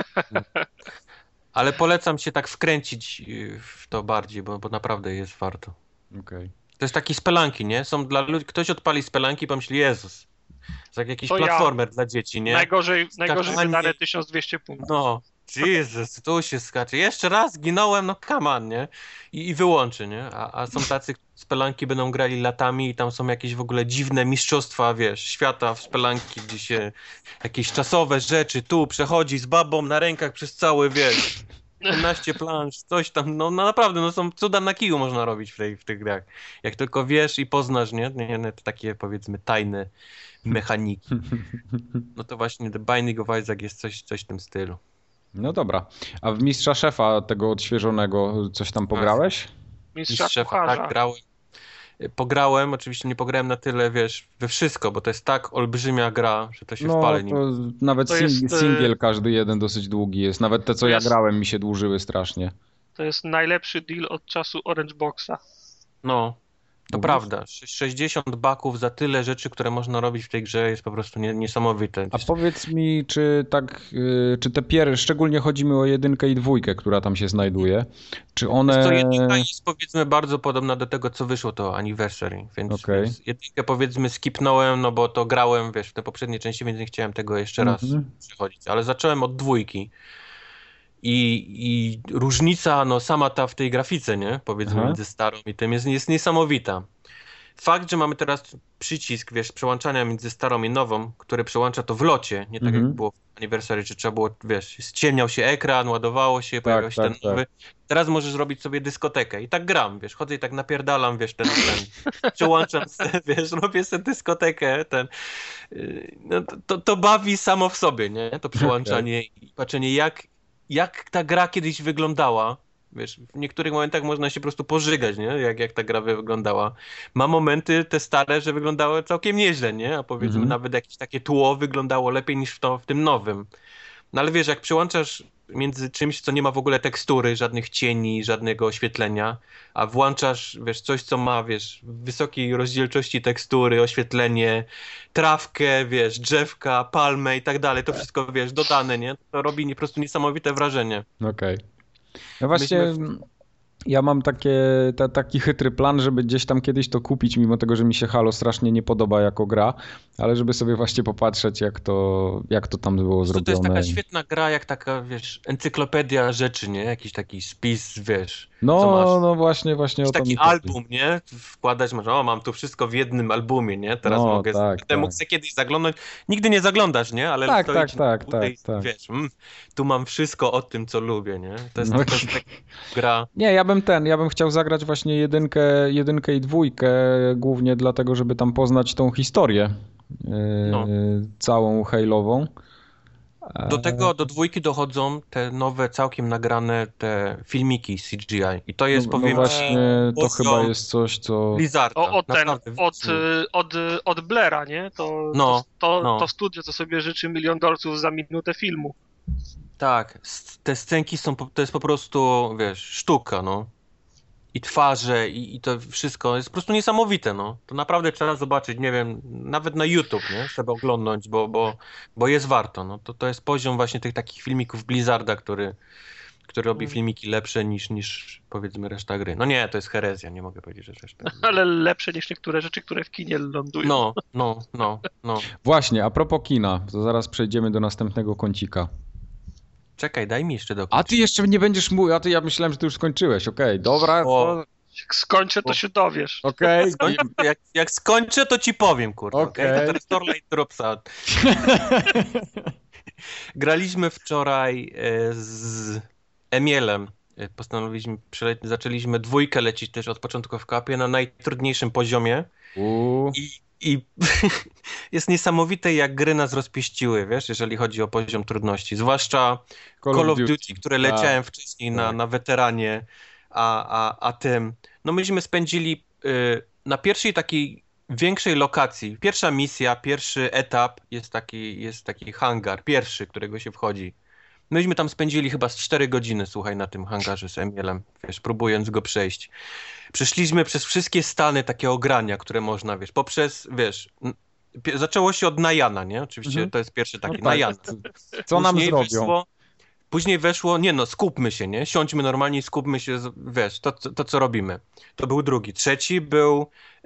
Ale polecam się tak wkręcić w to bardziej, bo naprawdę jest warto. Okay. To jest taki Spelunki, nie? Są dla ludzi, ktoś odpali Spelunki i pomyśli, Jezus, to jak jakiś platformer dla dzieci, nie? Najgorzej wydane 1200 punktów. No, Jezus, tu się skacze. Jeszcze raz ginąłem, no come on, nie? I wyłączy, nie? A są tacy Spelunki będą grali latami i tam są jakieś w ogóle dziwne mistrzostwa, wiesz, świata w Spelunki, gdzie się jakieś czasowe rzeczy, tu przechodzi z babą na rękach przez cały, wiesz, 15 plansz, coś tam, no naprawdę, no są cuda na kiju można robić w tych grach. Jak tylko wiesz i poznasz, nie? Te takie, powiedzmy, tajne mechaniki. No to właśnie The Binding of Isaac jest coś w tym stylu. No dobra. A w Mistrza Szefa tego odświeżonego coś tam pograłeś? Mistrza Szefa, tak, grałem. Pograłem, oczywiście nie pograłem na tyle, wiesz, we wszystko, bo to jest tak olbrzymia gra, że to się w pale nie... Nawet singiel każdy jeden dosyć długi jest. Nawet te, co ja grałem, mi się dłużyły strasznie. To jest najlepszy deal od czasu Orange Boxa. No, to prawda. 60 baków za tyle rzeczy, które można robić w tej grze jest po prostu niesamowite. A powiedz mi, czy te szczególnie chodzi mi o 1 i 2, która tam się znajduje, czy one... To 1 jest, powiedzmy, bardzo podobna do tego, co wyszło to Anniversary, więc 1 powiedzmy skipnąłem, no bo to grałem, wiesz, w te poprzedniej części, więc nie chciałem tego jeszcze raz przechodzić, ale zacząłem od 2. I różnica, no sama ta w tej grafice, nie? Powiedzmy między starą i tym jest niesamowita. Fakt, że mamy teraz przycisk, wiesz, przełączania między starą i nową, który przełącza to w locie, nie tak jak było w Anniversary, czy trzeba było, wiesz, ściemniał się ekran, ładowało się, pojawiał się ten nowy. Teraz możesz zrobić sobie dyskotekę i tak gram, wiesz, chodzę i tak napierdalam, wiesz, ten przełączam, wiesz, robię sobie dyskotekę, no, to bawi samo w sobie, nie? To przełączanie i patrzenie jak ta gra kiedyś wyglądała. Wiesz, w niektórych momentach można się po prostu pożygać, nie? Jak ta gra wyglądała. Ma momenty te stare, że wyglądały całkiem nieźle, nie? A powiedzmy nawet jakieś takie tło wyglądało lepiej niż w tym nowym. No ale wiesz, jak przyłączasz między czymś, co nie ma w ogóle tekstury, żadnych cieni, żadnego oświetlenia, a włączasz, wiesz, coś, co ma, wiesz, wysokiej rozdzielczości tekstury, oświetlenie, trawkę, wiesz, drzewka, palmę i tak dalej, to wszystko, wiesz, dodane, nie? To robi po prostu niesamowite wrażenie. Okej. No właśnie, Ja mam taki chytry plan, żeby gdzieś tam kiedyś to kupić, mimo tego, że mi się Halo strasznie nie podoba jako gra, ale żeby sobie właśnie popatrzeć, jak to tam było To jest zrobione. taka świetna gra, jak taka, wiesz, encyklopedia rzeczy, nie? Jakiś taki spis, wiesz, No, co masz. no właśnie o to mi Taki chodzi. album, nie? Wkładać, masz, mam tu wszystko w jednym albumie, nie? Teraz No, mogę, tak, będę mógł tak. sobie kiedyś zaglądać. Nigdy nie zaglądasz, nie? Ale Tak, stoi tak, ci na tak, półce tak, i tak. wiesz, tu mam wszystko o tym, co lubię, nie? No. To jest taka gra. Nie, ja bym chciał zagrać właśnie jedynkę i dwójkę, głównie dlatego, żeby tam poznać tą historię No. całą Halo'wą. Do dwójki dochodzą te nowe, całkiem nagrane te filmiki CGI. I to jest, No powiem właśnie, ci, to chyba jest coś, co... Blizzarda. Naprawdę, od Blaira, nie? No. To studio, co sobie życzy $1 milion za minutę filmu. Tak, te scenki to jest po prostu, wiesz, sztuka, no. I twarze, i to wszystko jest po prostu niesamowite, no. To naprawdę trzeba zobaczyć, nie wiem, nawet na YouTube, nie? Trzeba oglądać, bo jest warto, no. To jest poziom właśnie tych takich filmików Blizzarda, który robi filmiki lepsze niż powiedzmy reszta gry. No nie, to jest herezja, nie mogę powiedzieć, że reszta gry. Ale lepsze niż niektóre rzeczy, które w kinie lądują. No. Właśnie, a propos kina, to zaraz przejdziemy do następnego kącika. Czekaj, daj mi jeszcze dokończyć. A ty jeszcze nie będziesz mówił, ja myślałem, że ty już skończyłeś, okej, dobra. Jak skończę, to się dowiesz. Okej. Jak skończę, to ci powiem, kurde. Okej. To teraz Starlight Drops Out. Graliśmy wczoraj z Emielem. Postanowiliśmy, zaczęliśmy dwójkę lecić też od początku w kapie na najtrudniejszym poziomie. I jest niesamowite, jak gry nas rozpieściły, wiesz, jeżeli chodzi o poziom trudności. Zwłaszcza Call of Duty, które leciałem wcześniej na weteranie, a tym... No myśmy spędzili na pierwszej takiej większej lokacji. Pierwsza misja, pierwszy etap jest taki hangar, pierwszy, którego się wchodzi. Myśmy tam spędzili chyba z 4 godziny, słuchaj, na tym hangarze z Emielem, wiesz, próbując go przejść. Przeszliśmy przez wszystkie stany takie ogrania, które można, wiesz, wiesz, zaczęło się od Najana, nie? Oczywiście to jest pierwszy taki, Najana. Co nam zrobią? Później weszło, nie no, skupmy się, nie? Siądźmy normalnie i skupmy się, wiesz, to co robimy. To był drugi. Trzeci był...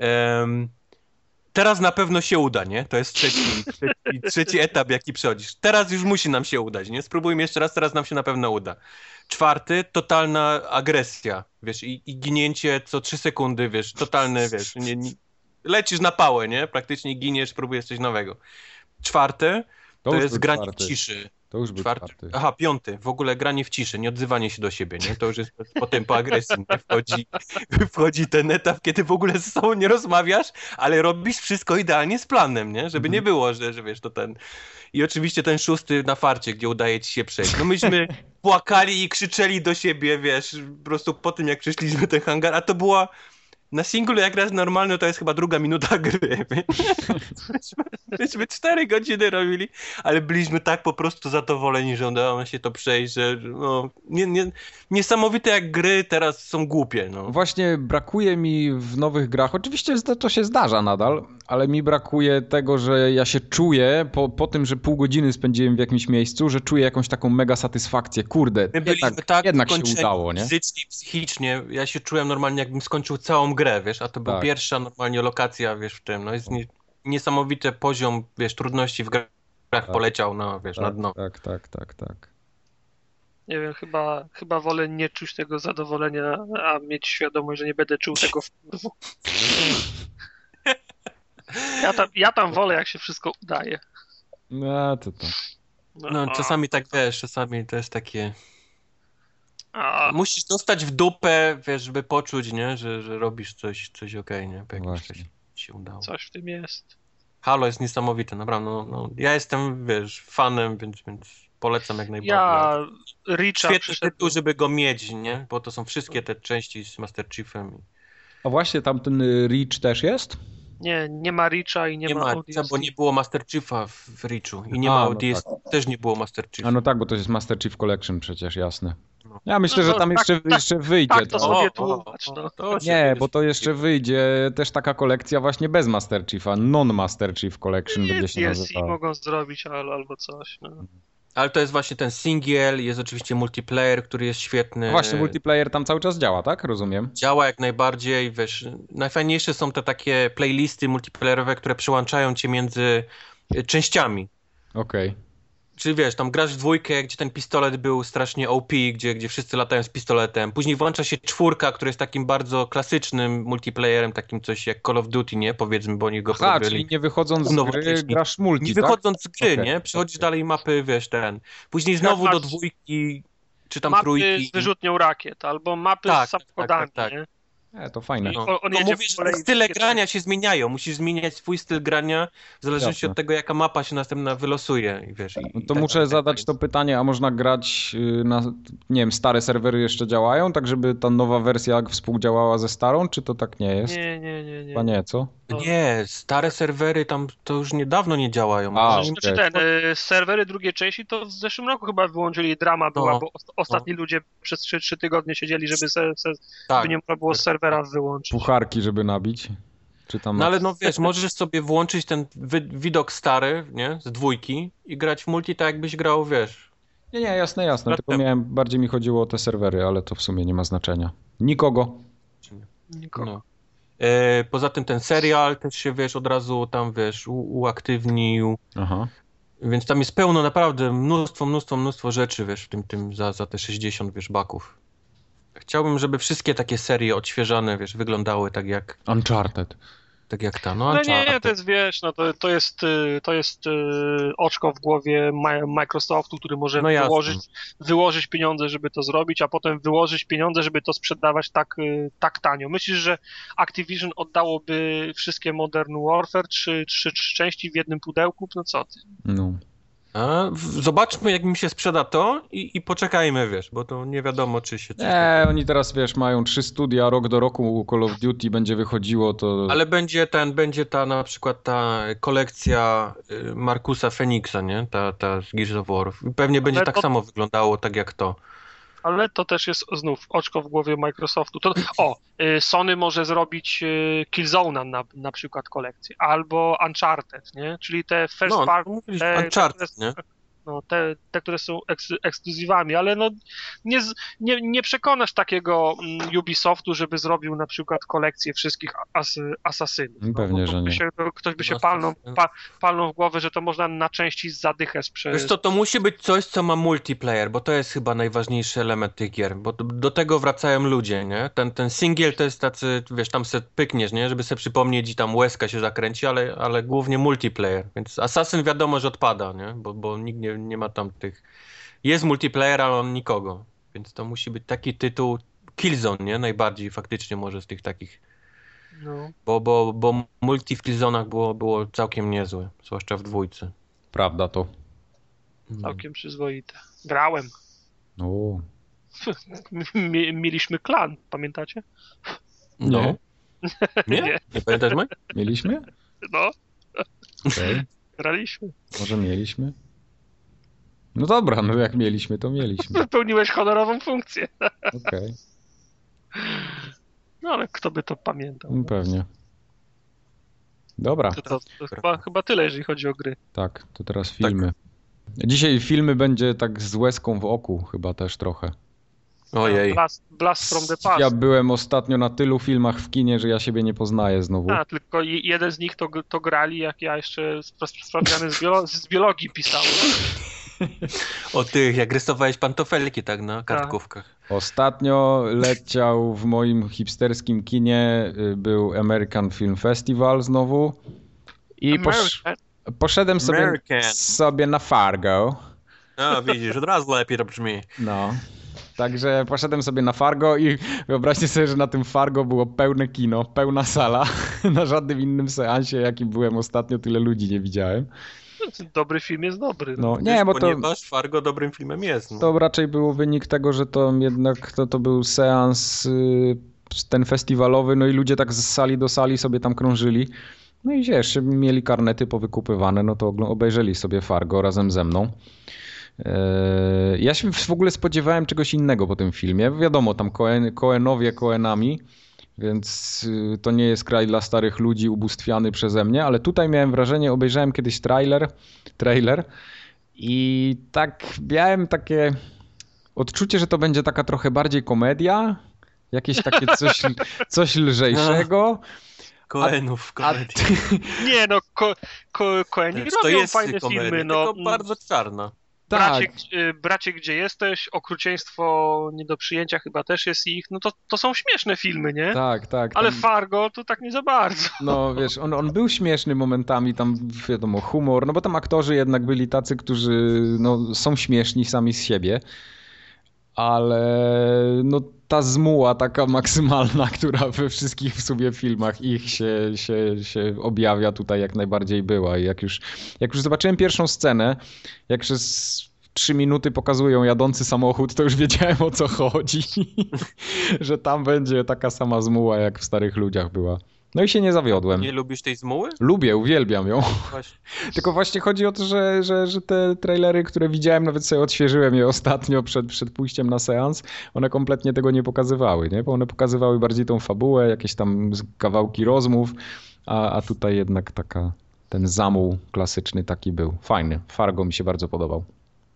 Teraz na pewno się uda, nie? To jest trzeci etap, jaki przechodzisz. Teraz już musi nam się udać, nie? Spróbujmy jeszcze raz, teraz nam się na pewno uda. Czwarty, totalna agresja, wiesz, i ginięcie co 3 sekundy, wiesz, totalne, wiesz, lecisz na pałę, nie? Praktycznie giniesz, próbujesz coś nowego. Czwarty, to jest granie w ciszy. To już był czwarty. Aha, 5. W ogóle granie w ciszy, nie odzywanie się do siebie, nie? To już jest potem po agresji, nie? Wchodzi ten etap, kiedy w ogóle ze sobą nie rozmawiasz, ale robisz wszystko idealnie z planem, nie? Żeby nie było, że wiesz, to ten... I oczywiście ten 6 na farcie, gdzie udaje ci się przejść. No myśmy płakali i krzyczeli do siebie, wiesz, po prostu po tym, jak przeszliśmy ten hangar, a to była... Na singlu, jak raz normalny, to jest chyba 2 minuta gry. Myśmy 4 godziny robili, ale byliśmy tak po prostu zadowoleni, że udało nam się to przejść, że no, niesamowite jak gry teraz są głupie. No. Właśnie brakuje mi w nowych grach, oczywiście to się zdarza nadal, ale mi brakuje tego, że ja się czuję po tym, że pół godziny spędziłem w jakimś miejscu, że czuję jakąś taką mega satysfakcję. Kurde, my byliśmy tak jednak się udało, nie? Fizycznie, psychicznie. Ja się czułem normalnie, jakbym skończył całą grę, wiesz, a to była pierwsza normalnie lokacja, wiesz, w tym. No jest niesamowity poziom, wiesz, trudności w grach poleciał na dno. Tak. Nie wiem, chyba wolę nie czuć tego zadowolenia, a mieć świadomość, że nie będę czuł tego wpływu. Ja tam wolę, jak się wszystko udaje. No, to. No, czasami tak, wiesz, czasami to jest takie... Musisz dostać w dupę, wiesz, żeby poczuć, nie, że robisz coś okej, nie? Po jakimś czasie się udało. Coś w tym jest. Halo jest niesamowite, naprawdę. No, ja jestem, wiesz, fanem, więc polecam jak najbardziej. Ja Reacha świetny tytuł, żeby go mieć, nie? Bo to są wszystkie te części z Master Chiefem. A właśnie tam ten Reach też jest? Nie ma Reacha i nie ma Reacha, bo nie było Master Chiefa w Reachu i nie ma ODST, też nie było Master Chiefa. A no tak, bo to jest Master Chief Collection przecież, jasne. Ja myślę, że tam jeszcze wyjdzie. Tak to sobie tłumacz, no. Nie, bo to jeszcze wyjdzie też taka kolekcja właśnie bez Master Chiefa, non-Master Chief Collection będzie się nazywała. mogą zrobić albo coś, no. Ale to jest właśnie ten singiel, jest oczywiście multiplayer, który jest świetny. No właśnie, multiplayer tam cały czas działa, tak? Rozumiem. Działa jak najbardziej, wiesz, najfajniejsze są te takie playlisty multiplayerowe, które przełączają cię między częściami. Okej. Czyli wiesz, tam grasz w dwójkę, gdzie ten pistolet był strasznie OP, gdzie wszyscy latają z pistoletem. Później włącza się czwórka, który jest takim bardzo klasycznym multiplayerem, takim coś jak Call of Duty, nie? Powiedzmy, bo oni go Aha, czyli nie wychodząc z gry grasz multi, Nie tak? wychodząc z gry, Okej, nie? Przechodzisz dalej mapy, wiesz, ten. Później Jak znowu do masz dwójki, czy tam mapy trójki. z wyrzutnią rakiet, albo mapy Tak, z samochodami, tak. nie? To fajne. I No, on no jedzie mówię, po że kolei. style grania się zmieniają. Musisz zmieniać swój styl grania w zależności Jasne. od tego, jaka mapa się następna wylosuje. I wiesz, No to muszę zadać to pytanie, a można grać na, nie wiem, stare serwery jeszcze działają, tak żeby ta nowa wersja współdziałała ze starą, czy to tak nie jest? Nie. Chyba nie, co? Nie, stare serwery tam to już niedawno nie działają. A, Znaczy okej. serwery drugiej części to w zeszłym roku chyba wyłączyli, drama była, bo ostatni ludzie przez 3 tygodnie siedzieli, żeby Tak. żeby nie można było serwera wyłączyć. Pucharki, żeby nabić? Czy tam... No ale no wiesz, możesz sobie włączyć ten widok stary, nie, z dwójki i grać w multi tak jakbyś grał, wiesz. Nie, jasne, tylko Zatem. bardziej mi chodziło o te serwery, ale to w sumie nie ma znaczenia. Nikogo. Nikogo. No. Poza tym ten serial też się, wiesz, od razu tam, wiesz, uaktywnił. Aha. Więc tam jest pełno, naprawdę mnóstwo rzeczy, wiesz, w tym za te 60, wiesz, baków. Chciałbym, żeby wszystkie takie serie odświeżane, wiesz, wyglądały Uncharted. tak jak ta. No, Ale Uncharted. nie, to jest, wiesz, no to jest oczko w głowie Microsoftu, który może No jasne. wyłożyć pieniądze, żeby to zrobić, a potem wyłożyć pieniądze, żeby to sprzedawać tak tanio. Myślisz, że Activision oddałoby wszystkie Modern Warfare, trzy części w jednym pudełku? No co ty? No. Zobaczmy, jak mi się sprzeda to i poczekajmy, wiesz, bo to nie wiadomo, czy się coś Oni teraz, wiesz, mają 3 studia, rok do roku Call of Duty będzie wychodziło, to... Ale będzie ta na przykład ta kolekcja Markusa Feniksa, nie? Ta z Gears of War. Pewnie będzie Ale tak to- samo wyglądało, tak jak to. Ale to też jest znów oczko w głowie Microsoftu. Sony może zrobić Killzone'a na przykład kolekcję, albo Uncharted, nie? Czyli te first No, party, mówiliśmy, te, Uncharted, nie? no, te, które są ekskluzywami, ale no nie przekonasz takiego Ubisoftu, żeby zrobił na przykład kolekcję wszystkich asasynów. No, Pewnie, bo to że by nie. ktoś by się No, palnął w głowę, że to można na części zadychę Wiesz co, to musi być coś, co ma multiplayer, bo to jest chyba najważniejszy element tych gier, bo do tego wracają ludzie, nie? Ten singiel to jest tacy, wiesz, tam se pykniesz, nie? Żeby sobie przypomnieć i tam łezka się zakręci, ale głównie multiplayer, więc Assassin wiadomo, że odpada, nie? Bo nikt nie ma tam tych... Jest multiplayer, ale on nikogo, więc to musi być taki tytuł, Killzone, nie? Najbardziej faktycznie może z tych takich, No. bo multi w Killzone'ach było całkiem niezłe, zwłaszcza w dwójce. Prawda to. Całkiem przyzwoite. Grałem. O. Mieliśmy klan, pamiętacie? Nie. Nie? Nie pamiętasz, Mike? Mieliśmy? No, Okej. graliśmy. Może mieliśmy? No dobra, no jak mieliśmy, to mieliśmy. Wypełniłeś honorową funkcję. Okej. No ale kto by to pamiętał? Pewnie. Dobra, To chyba tyle, jeżeli chodzi o gry. tak, to teraz filmy. Dzisiaj filmy będzie tak z łezką w oku chyba też trochę. Ojej. Blast from the Past. Ja byłem ostatnio na tylu filmach w kinie, że ja siebie nie poznaję znowu. Tylko jeden z nich to grali, jak ja jeszcze sprawdziany z biologii pisałem. O tych, jak rysowałeś pantofelki tak na kartkówkach. Ostatnio leciał w moim hipsterskim kinie, był American Film Festival znowu i poszedłem sobie na Fargo. No widzisz, od razu lepiej to brzmi. No. Także poszedłem sobie na Fargo i wyobraźcie sobie, że na tym Fargo było pełne kino, pełna sala. Na żadnym innym seansie, jakim byłem ostatnio, tyle ludzi nie widziałem. Dobry film jest dobry. No, nie, bo to, Ponieważ Fargo dobrym filmem jest. No. to raczej był wynik tego, że to jednak to był seans ten festiwalowy, no i ludzie tak z sali do sali sobie tam krążyli. No i wiesz, mieli karnety powykupywane, no to obejrzeli sobie Fargo razem ze mną. Ja się w ogóle spodziewałem czegoś innego po tym filmie. Wiadomo, tam Coenowie Coenami, więc to nie jest kraj dla starych ludzi ubóstwiany przeze mnie, ale tutaj miałem wrażenie, obejrzałem kiedyś trailer I tak miałem takie odczucie, że to będzie taka trochę bardziej komedia, jakieś takie coś lżejszego. Coenów komedii. Nie no, Coeni To robią jest fajne komedia, filmy, tylko no. bardzo czarna. Bracie, Tak, bracie, gdzie jesteś? Okrucieństwo nie do przyjęcia chyba też jest ich. No to są śmieszne filmy, nie? tak. Ale Tam, Fargo to tak nie za bardzo. no wiesz, on był śmieszny momentami, tam wiadomo, humor, no bo tam aktorzy jednak byli tacy, którzy no, są śmieszni sami z siebie, ale no ta zmuła taka maksymalna, która we wszystkich w sumie filmach ich się objawia tutaj jak najbardziej była. I jak już zobaczyłem pierwszą scenę, jak przez 3 minuty pokazują jadący samochód, to już wiedziałem, o co chodzi. Że tam będzie taka sama zmuła, jak w Starych Ludziach była. No i się nie zawiodłem. Nie lubisz tej zmuły? Lubię, uwielbiam ją. Właśnie. Tylko właśnie chodzi o to, że te trailery, które widziałem, nawet sobie odświeżyłem je ostatnio przed pójściem na seans, one kompletnie tego nie pokazywały, nie? Bo one pokazywały bardziej tą fabułę, jakieś tam kawałki rozmów, a tutaj jednak ten zamuł klasyczny taki był. Fajny. Fargo mi się bardzo podobał.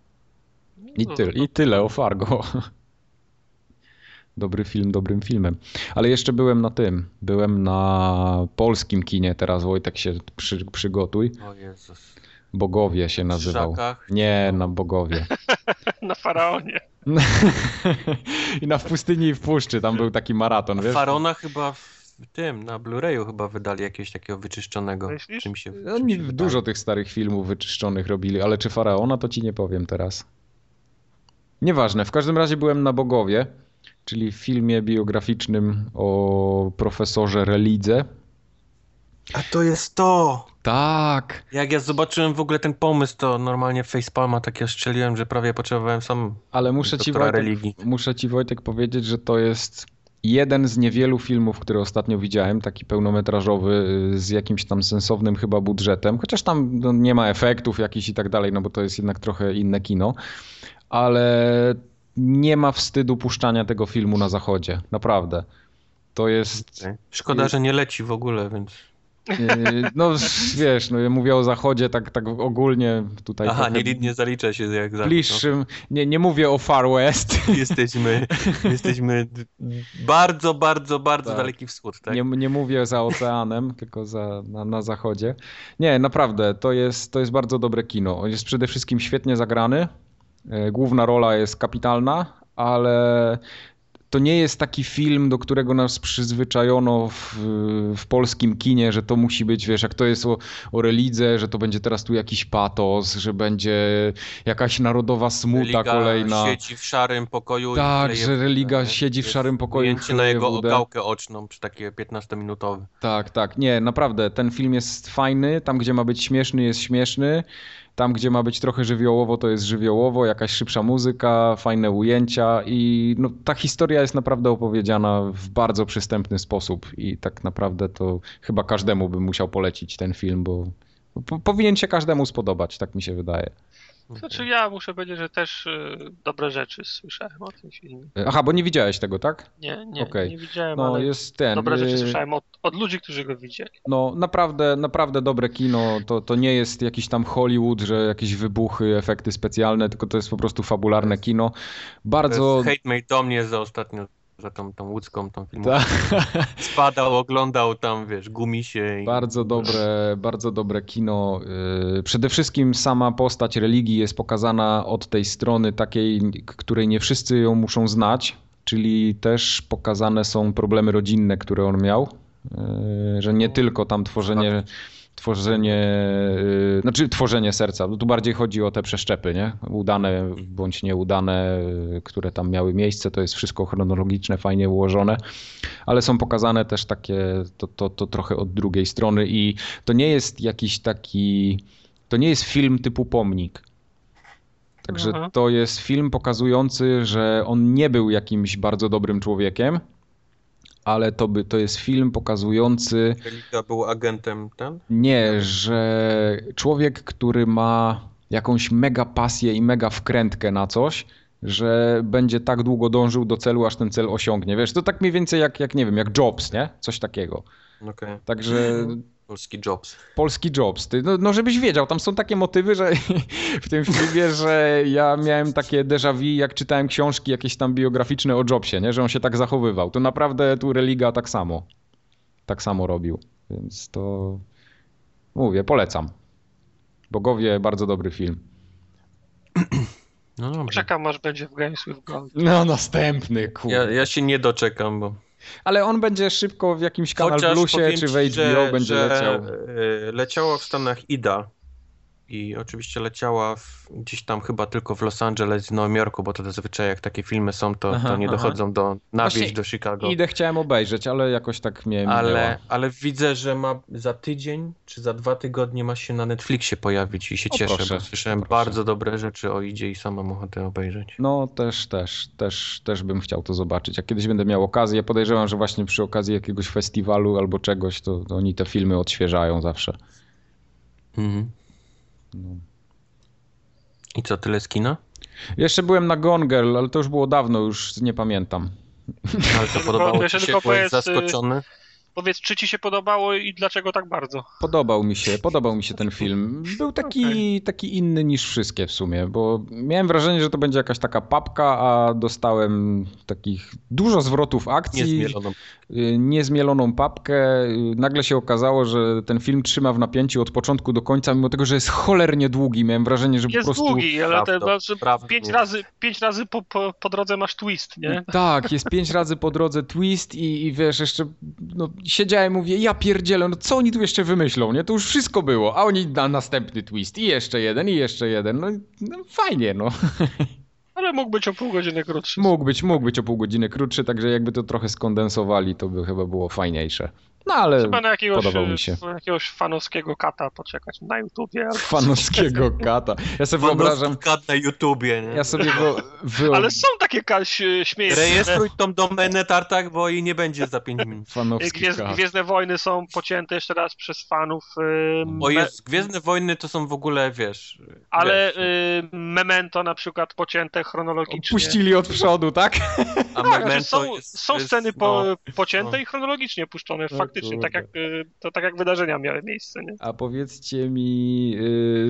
I tyle o Fargo. Dobry film, dobrym filmem. Ale jeszcze byłem na polskim kinie, teraz Wojtek się przygotuj. O Jezus. Bogowie się nazywał. Żakach? Nie, na Bogowie. Na Faraonie. I w pustyni i w puszczy, tam był taki maraton, wiesz? Farona chyba na Blu-rayu chyba wydali jakiegoś takiego wyczyszczonego. Myślisz? Oni dużo tych starych filmów wyczyszczonych robili, ale czy Faraona, to ci nie powiem teraz. Nieważne, w każdym razie byłem na Bogowie, czyli w filmie biograficznym o profesorze Relidze. A to jest to! Tak! Jak ja zobaczyłem w ogóle ten pomysł, to normalnie facepalma takie strzeliłem, że prawie potrzebowałem sam Ale religii. muszę ci Wojtek powiedzieć, że to jest jeden z niewielu filmów, które ostatnio widziałem, taki pełnometrażowy, z jakimś tam sensownym chyba budżetem, chociaż tam no, nie ma efektów jakichś i tak dalej, no bo to jest jednak trochę inne kino, ale nie ma wstydu puszczania tego filmu na zachodzie, naprawdę. To jest... Szkoda, że nie leci w ogóle, więc... No wiesz, no ja mówię o zachodzie tak ogólnie tutaj. Aha, nie zalicza się jak zachód. Bliższym, nie mówię o Far West. Jesteśmy bardzo, bardzo, bardzo Tak. daleki wschód, tak? Nie mówię za oceanem, tylko na zachodzie. Nie, naprawdę, to jest bardzo dobre kino. On jest przede wszystkim świetnie zagrany. Główna rola jest kapitalna, ale to nie jest taki film, do którego nas przyzwyczajono w polskim kinie, że to musi być, wiesz, jak to jest o relidze, że to będzie teraz tu jakiś patos, że będzie jakaś narodowa smuta Religa kolejna. siedzi w szarym pokoju. Tak, i że religa siedzi w szarym pokoju. Ujęcie na jego gałkę oczną, przy takie 15-minutowe. Tak. Nie, naprawdę, ten film jest fajny. Tam, gdzie ma być śmieszny, jest śmieszny. Tam, gdzie ma być trochę żywiołowo, to jest żywiołowo, jakaś szybsza muzyka, fajne ujęcia i no, ta historia jest naprawdę opowiedziana w bardzo przystępny sposób i tak naprawdę to chyba każdemu bym musiał polecić ten film, bo powinien się każdemu spodobać, tak mi się wydaje. Znaczy ja muszę powiedzieć, że też dobre rzeczy słyszałem o tym filmie. Aha, bo nie widziałeś tego, tak? Nie Okej. widziałem, No, ale jest dobre rzeczy słyszałem od ludzi, którzy go widzieli. No naprawdę dobre kino, to nie jest jakiś tam Hollywood, że jakieś wybuchy, efekty specjalne, tylko to jest po prostu fabularne kino. Bardzo... Hate do mnie za ostatnio, za tą łódzką, tą filmową. Tak. Spadał, oglądał tam, wiesz, gumi się. Bardzo dobre kino. Przede wszystkim sama postać religii jest pokazana od tej strony takiej, której nie wszyscy ją muszą znać, czyli też pokazane są problemy rodzinne, które on miał, że nie tylko tam tworzenie serca. Tu bardziej chodzi o te przeszczepy, nie? Udane bądź nieudane, które tam miały miejsce. To jest wszystko chronologiczne, fajnie ułożone, ale są pokazane też takie, to trochę od drugiej strony i to nie jest jakiś taki, to nie jest film typu Pomnik. Także to jest film pokazujący, że on nie był jakimś bardzo dobrym człowiekiem, ale to jest film pokazujący... Religa był agentem ten? Nie, że człowiek, który ma jakąś mega pasję i mega wkrętkę na coś, że będzie tak długo dążył do celu, aż ten cel osiągnie. Wiesz, to tak mniej więcej jak nie wiem, jak Jobs, nie? Coś takiego. Okay. Także Polski Jobs. Polski Jobs. No żebyś wiedział, tam są takie motywy, że w tym filmie, że ja miałem takie déjà vu, jak czytałem książki jakieś tam biograficzne o Jobsie, nie? Że on się tak zachowywał. To naprawdę tu Religa tak samo robił. Więc to mówię, polecam. Bogowie, bardzo dobry film. No dobrze. Czekam, aż będzie w Games with Gold. No następny, kurde. Ja się nie doczekam, bo... Ale on będzie szybko w jakimś Kanal Plusie czy w HBO będzie leciał. Leciała w Stanach Ida i oczywiście leciała gdzieś tam chyba tylko w Los Angeles i Nowym Jorku, bo to zazwyczaj jak takie filmy są, to nie dochodzą na wieś do Chicago. Idę chciałem obejrzeć, ale jakoś tak miałem ale widzę, że ma za tydzień czy za 2 tygodnie ma się na Netflixie pojawić i się cieszę, proszę, bo słyszałem bardzo dobre rzeczy o Idzie i sam mam ochotę obejrzeć. No też bym chciał to zobaczyć. Jak kiedyś będę miał okazję, podejrzewam, że właśnie przy okazji jakiegoś festiwalu albo czegoś, to oni te filmy odświeżają zawsze. Mhm. No. I co, tyle z kina? Jeszcze byłem na Gone Girl, ale to już było dawno, już nie pamiętam. Ale to podobało ci się, byłeś zaskoczony? Powiedz, czy ci się podobało i dlaczego tak bardzo? Podobał mi się ten film. Był taki inny niż wszystkie w sumie, bo miałem wrażenie, że to będzie jakaś taka papka, a dostałem takich dużo zwrotów akcji. Niezmieloną papkę. Nagle się okazało, że ten film trzyma w napięciu od początku do końca, mimo tego, że jest cholernie długi. Miałem wrażenie, że jest po prostu... długi, ale pięć razy po drodze masz twist, nie? Tak, jest 5 razy po drodze twist i wiesz, jeszcze siedziałem, mówię, ja pierdzielę, no co oni tu jeszcze wymyślą, nie? To już wszystko było, a oni na następny twist i jeszcze jeden, no fajnie, no. Ale mógł być o pół godziny krótszy. Mógł być o pół godziny krótszy, także jakby to trochę skondensowali, to by chyba było fajniejsze. No ale chyba na podobał mi się. Jakiegoś fanowskiego kata poczekać na YouTubie. Albo fanowskiego kata. Ja sobie wyobrażam... kat na YouTubie, nie? Ja sobie Ale są takie śmieje. Rejestruj tą domenę, Tartak, bo jej nie będzie za 5 minut. Gwiezdne Wojny są pocięte jeszcze raz przez fanów. Gwiezdne Wojny to są w ogóle, wiesz... Ale Memento na przykład pocięte chronologicznie. Puścili od przodu, tak? A Memento są sceny pocięte i chronologicznie puszczone. Faktycznie, tak jak wydarzenia miały miejsce. Nie? A powiedzcie mi,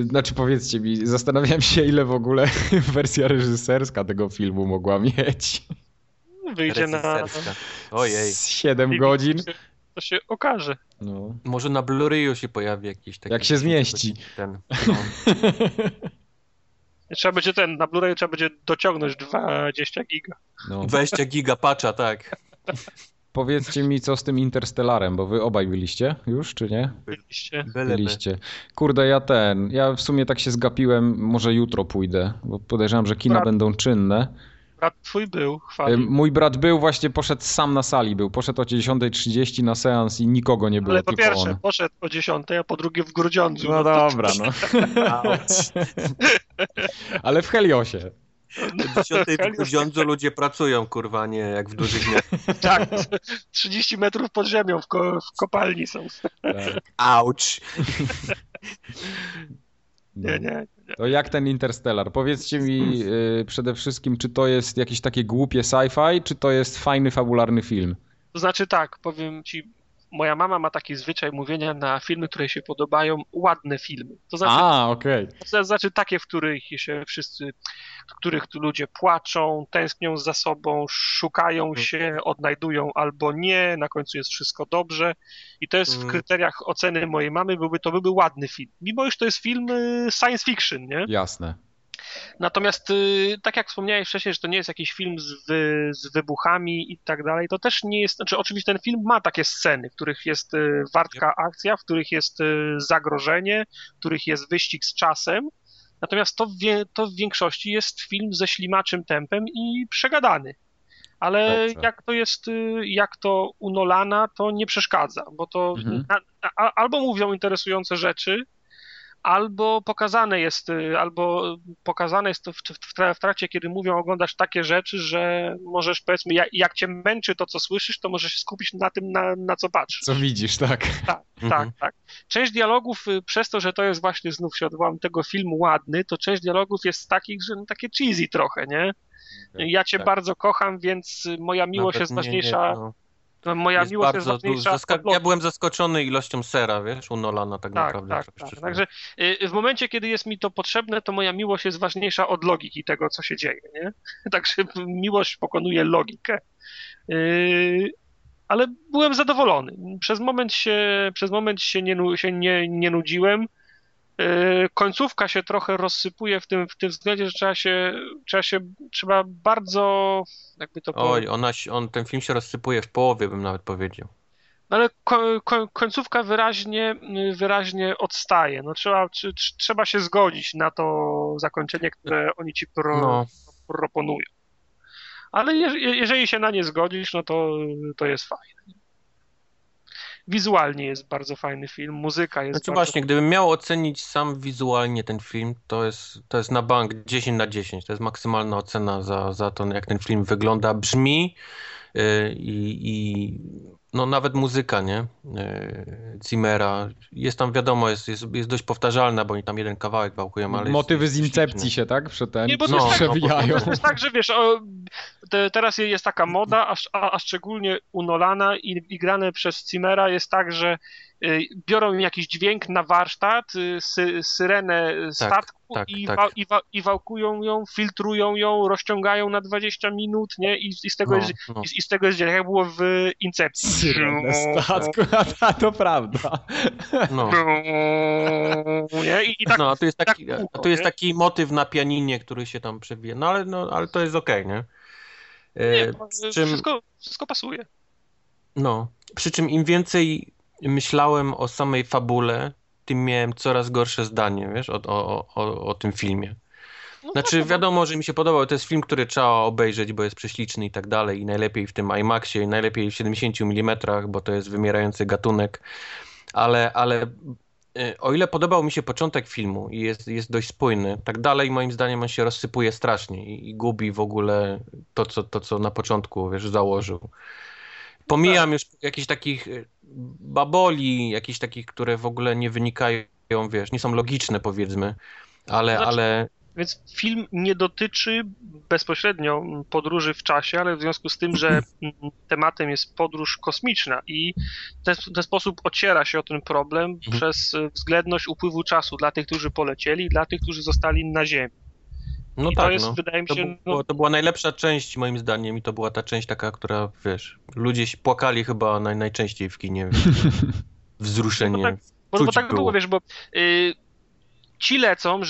zastanawiam się, ile w ogóle wersja reżyserska tego filmu mogła mieć. Wyjdzie na... Ojej. 7 godzin. To się okaże. No. Może na Blu-rayu się pojawi jakiś taki... Jak się zmieści. Na Blu-rayu trzeba będzie dociągnąć 20 giga. 20 giga patcha, tak. Powiedzcie mi, co z tym Interstellarem, bo wy obaj byliście już, czy nie? Byliście. Kurde, ja w sumie tak się zgapiłem, może jutro pójdę, bo podejrzewam, że kina będą czynne. Brat twój był, chwalił. Mój brat poszedł sam na sali, poszedł o 10:30 na seans i nikogo nie było, ale po tylko pierwsze on. poszedł o 10, a po drugie w Grudziądzu. No dobra, no. Ale w Heliosie. O 10 w Grudziądzu ludzie pracują, kurwa, nie jak w dużych miastach. Tak, 30 metrów pod ziemią w kopalni są. Tak. Auć. Nie. To jak ten Interstellar? Powiedzcie mi przede wszystkim, czy to jest jakieś takie głupie sci-fi, czy to jest fajny, fabularny film? To znaczy tak, powiem ci, moja mama ma taki zwyczaj mówienia na filmy, które się podobają, ładne filmy. To znaczy, okej. To znaczy takie, w których ludzie płaczą, tęsknią za sobą, szukają się, odnajdują albo nie, na końcu jest wszystko dobrze. I to jest w kryteriach oceny mojej mamy, to byłby ładny film. Mimo iż to jest film science fiction, nie? Jasne. Natomiast tak jak wspomniałeś wcześniej, że to nie jest jakiś film z wybuchami i tak dalej, to też nie jest, znaczy oczywiście ten film ma takie sceny, w których jest wartka akcja, w których jest zagrożenie, w których jest wyścig z czasem, natomiast to w większości jest film ze ślimaczym tempem i przegadany. Ale jak to u Nolana, to nie przeszkadza, bo to albo mówią interesujące rzeczy, albo pokazane jest to w trakcie, kiedy mówią, oglądasz takie rzeczy, że możesz, powiedzmy, jak cię męczy to, co słyszysz, to możesz się skupić na tym, na co patrzysz. Co widzisz, tak. Tak. Część dialogów, przez to, że to jest właśnie, znów się odwołam, tego filmu ładny, to część dialogów jest takich, że takie cheesy trochę, nie? Ja cię bardzo kocham, więc moja miłość jest ważniejsza. Moja jest miłość jest bardzo ważniejsza od logiki. Ja byłem zaskoczony ilością sera, wiesz, u Nolana tak naprawdę. Tak. Także w momencie, kiedy jest mi to potrzebne, to moja miłość jest ważniejsza od logiki tego, co się dzieje, nie? Także miłość pokonuje logikę. Ale byłem zadowolony. Przez moment się nie nudziłem. Końcówka się trochę rozsypuje w tym względzie, że trzeba bardzo, jakby to powiedzieć. Ten film się rozsypuje w połowie, bym nawet powiedział. Ale końcówka wyraźnie odstaje. No trzeba się zgodzić na to zakończenie, które oni ci proponują. Ale jeżeli się na nie zgodzisz, no to jest fajne. Wizualnie jest bardzo fajny film, muzyka jest Znaczy właśnie, gdybym miał ocenić sam wizualnie ten film, to jest na bank 10/10. To jest maksymalna ocena za to, jak ten film wygląda, brzmi i no nawet muzyka, nie? Zimmera. Jest tam, wiadomo, jest dość powtarzalna, bo oni tam jeden kawałek wałkują, ale motywy z Incepcji się, tak? Nie, bo to przewijają. To jest tak, że wiesz, teraz jest taka moda, a szczególnie u Nolana i grane przez Zimmera jest tak, że biorą jakiś dźwięk na warsztat, syrenę statku i wałkują ją, filtrują ją, rozciągają na 20 minut, nie? I z tego jest jak było w Incepcji. Syrenę statku, to prawda. Nie? I tak, no, a tu jest taki motyw na pianinie, który się tam przewija. Ale to jest okej, nie? Wszystko pasuje. No, przy czym im więcej myślałem o samej fabule, tym miałem coraz gorsze zdanie, wiesz, o tym filmie. Znaczy, wiadomo, że mi się podobał, to jest film, który trzeba obejrzeć, bo jest prześliczny i tak dalej, i najlepiej w tym IMAXie, i najlepiej w 70 mm, bo to jest wymierający gatunek, ale o ile podobał mi się początek filmu i jest dość spójny, tak dalej moim zdaniem on się rozsypuje strasznie i gubi w ogóle to, co na początku, wiesz, założył. Pomijam już jakichś takich baboli, jakichś takich, które w ogóle nie wynikają, wiesz, nie są logiczne, powiedzmy, ale... Więc film nie dotyczy bezpośrednio podróży w czasie, ale w związku z tym, że tematem jest podróż kosmiczna i w ten sposób ociera się o ten problem przez względność upływu czasu dla tych, którzy polecieli i dla tych, którzy zostali na Ziemi. No I tak, to jest, wydaje mi się... To była najlepsza część, moim zdaniem, i to była ta część taka, która, wiesz, ludzie płakali chyba najczęściej w kinie. Wzruszenie. Bo tak było, wiesz, bo ci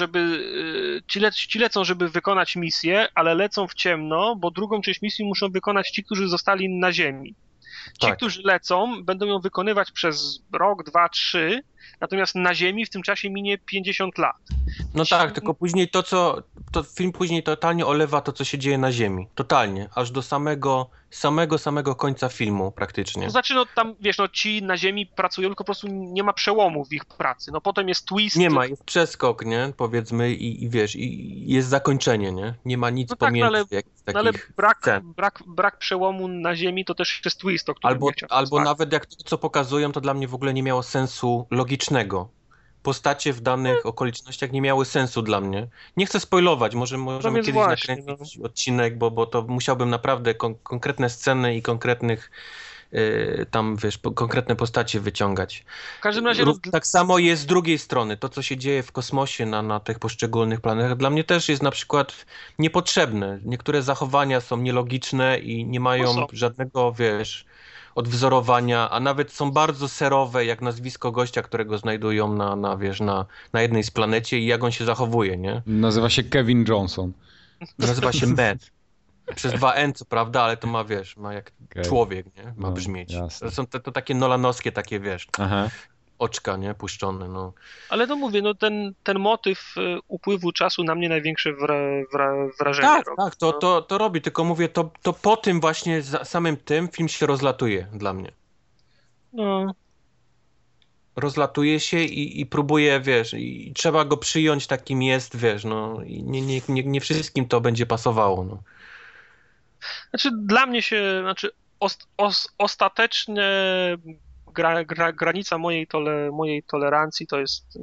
lecą, żeby wykonać misję, ale lecą w ciemno, bo drugą część misji muszą wykonać ci, którzy zostali na Ziemi. Ci, którzy lecą, będą ją wykonywać przez rok, 2, 3, natomiast na Ziemi w tym czasie minie 50 lat. No tak, tylko później film później totalnie olewa to, co się dzieje na Ziemi. Totalnie. Aż do samego końca filmu praktycznie. To znaczy, no tam, wiesz, no ci na Ziemi pracują, tylko po prostu nie ma przełomu w ich pracy. No potem jest twist. Nie ma, jest przeskok, nie? Powiedzmy i wiesz, i jest zakończenie, nie? Nie ma nic pomiędzy ale brak przełomu na Ziemi to też jest twist, o którym albo nawet jak to, co pokazują, to dla mnie w ogóle nie miało sensu logicznego. Postacie w danych okolicznościach nie miały sensu dla mnie. Nie chcę spoilować, możemy kiedyś nakręcić odcinek, bo to musiałbym naprawdę konkretne sceny i konkretnych tam, wiesz, konkretne postacie wyciągać. W każdym razie... Tak samo jest z drugiej strony. To, co się dzieje w kosmosie na tych poszczególnych planetach, dla mnie też jest na przykład niepotrzebne. Niektóre zachowania są nielogiczne i nie mają żadnego, wiesz, odwzorowania, a nawet są bardzo serowe, jak nazwisko gościa, którego znajdują na jednej z planecie i jak on się zachowuje, nie? Nazywa się Kevin Johnson. Nazywa się Matt. Przez 2N, co prawda, ale to ma, wiesz, ma jak człowiek, nie? Ma brzmieć. To są to takie nolanowskie takie, wiesz, oczka, nie? Puszczone, no. Ale no mówię, no ten motyw upływu czasu na mnie największe wrażenie robi. Tak, to robi, tylko mówię, to po tym właśnie, samym tym film się rozlatuje dla mnie. No. Rozlatuje się i próbuje, wiesz, i trzeba go przyjąć takim jest, wiesz, no. I nie wszystkim to będzie pasowało, no. Znaczy dla mnie ostatecznie granica mojej tolerancji to jest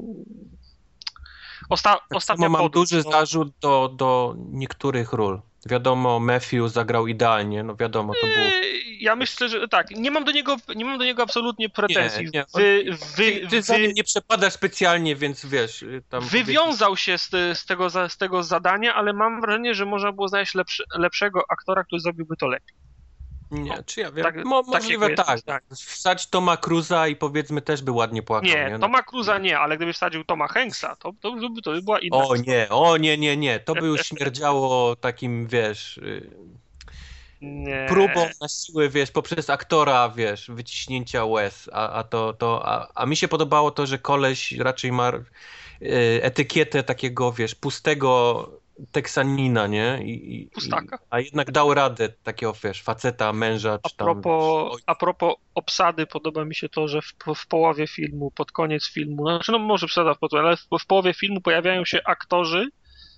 ostatnia mam podróż. duży zarzut do niektórych ról. Wiadomo, Matthew zagrał idealnie, no wiadomo, to było... Ja myślę, że tak, nie mam do niego absolutnie pretensji. Ty za nim nie przepadasz specjalnie, więc wiesz... Tam wywiązał się z tego zadania, ale mam wrażenie, że można było znaleźć lepszego aktora, który zrobiłby to lepiej. Nie, czy ja wiem, możliwe tak. Wsadź Toma Cruza i powiedzmy też by ładnie płakał. Nie, Toma Cruza nie, ale gdyby wsadził Toma Hanksa, to by była inna nie, to by już śmierdziało takim, wiesz... Nie. Próbą na siłę, wiesz, poprzez aktora, wiesz, wyciśnięcia łez, a mi się podobało to, że koleś raczej ma etykietę takiego, wiesz, pustego Teksanina, nie? Pustaka. A jednak dał radę takiego, wiesz, faceta, męża, czy tam... A propos obsady, podoba mi się to, że w połowie filmu, pod koniec filmu, znaczy no może przesada ale w połowie filmu pojawiają się aktorzy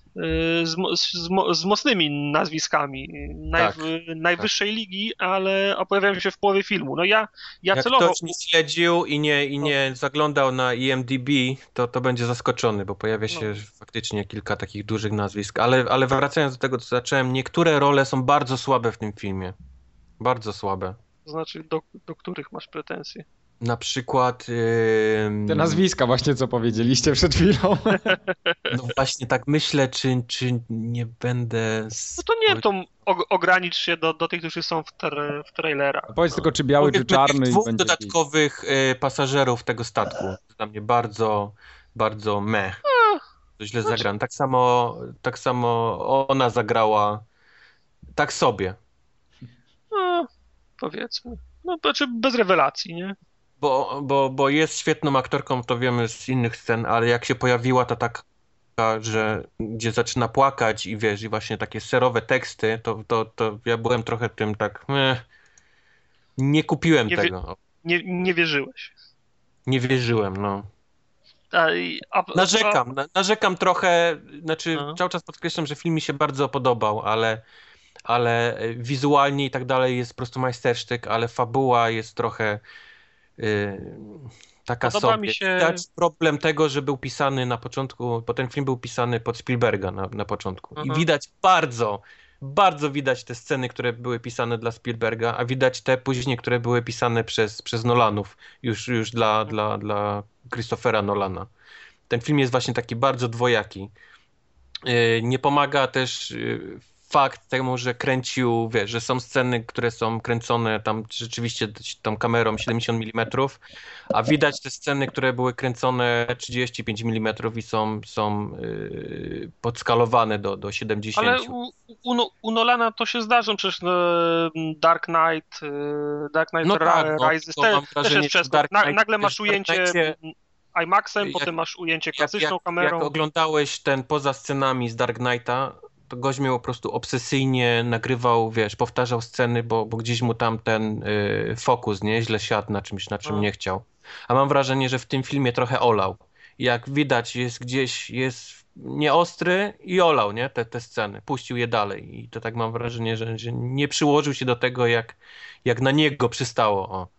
z mocnymi nazwiskami najwyższej ligi, ale pojawiają się w połowie filmu. No ja jak celowo... ktoś nie śledził i nie zaglądał na IMDb, to będzie zaskoczony, bo pojawia się faktycznie kilka takich dużych nazwisk. Ale wracając do tego, co zacząłem, niektóre role są bardzo słabe w tym filmie. Bardzo słabe. To znaczy, do których masz pretensje? Na przykład... Te nazwiska właśnie, co powiedzieliście przed chwilą. No właśnie tak myślę, czy nie będę... No to nie, to ogranicz się do tych, którzy są w trailerach. Powiedz tylko, czy biały, czy czarny. Dwóch dodatkowych pasażerów tego statku. Dla mnie bardzo, bardzo meh. To źle zagrane. Tak samo ona zagrała tak sobie. No, powiedzmy. No, znaczy bez rewelacji, nie? Bo jest świetną aktorką, to wiemy z innych scen, ale jak się pojawiła ta taka, gdzie zaczyna płakać i wiesz, i właśnie takie serowe teksty, to ja byłem trochę tym tak, nie kupiłem tego. Nie wierzyłeś. Nie wierzyłem, no. Narzekam trochę, znaczy cały czas podkreślam, że film mi się bardzo podobał, ale wizualnie i tak dalej jest po prostu majstersztyk, ale fabuła jest trochę taka Podoba sobie. mi się... Widać problem tego, że był pisany na początku, bo ten film był pisany pod Spielberga na początku. I widać bardzo widać te sceny, które były pisane dla Spielberga, a widać te później, które były pisane przez Nolanów, już dla Christophera Nolana. Ten film jest właśnie taki bardzo dwojaki. Nie pomaga też fakt temu, że kręcił, wiesz, że są sceny, które są kręcone tam rzeczywiście tą kamerą 70 mm, a widać te sceny, które były kręcone 35 mm i są podskalowane do 70. Ale u Nolana to się zdarzą, przecież Dark Knight Rises też jest przeskok. Nagle masz ujęcie IMAX-em, potem masz ujęcie klasyczną kamerą. Jak oglądałeś ten poza scenami z Dark Knighta, to gość mnie po prostu obsesyjnie nagrywał, wiesz, powtarzał sceny, bo gdzieś mu tam ten fokus, nie, źle siadł na czym nie chciał. A mam wrażenie, że w tym filmie trochę olał. Jak widać, jest nieostry i olał, nie, te sceny. Puścił je dalej i to tak mam wrażenie, że nie przyłożył się do tego, jak na niego przystało, o.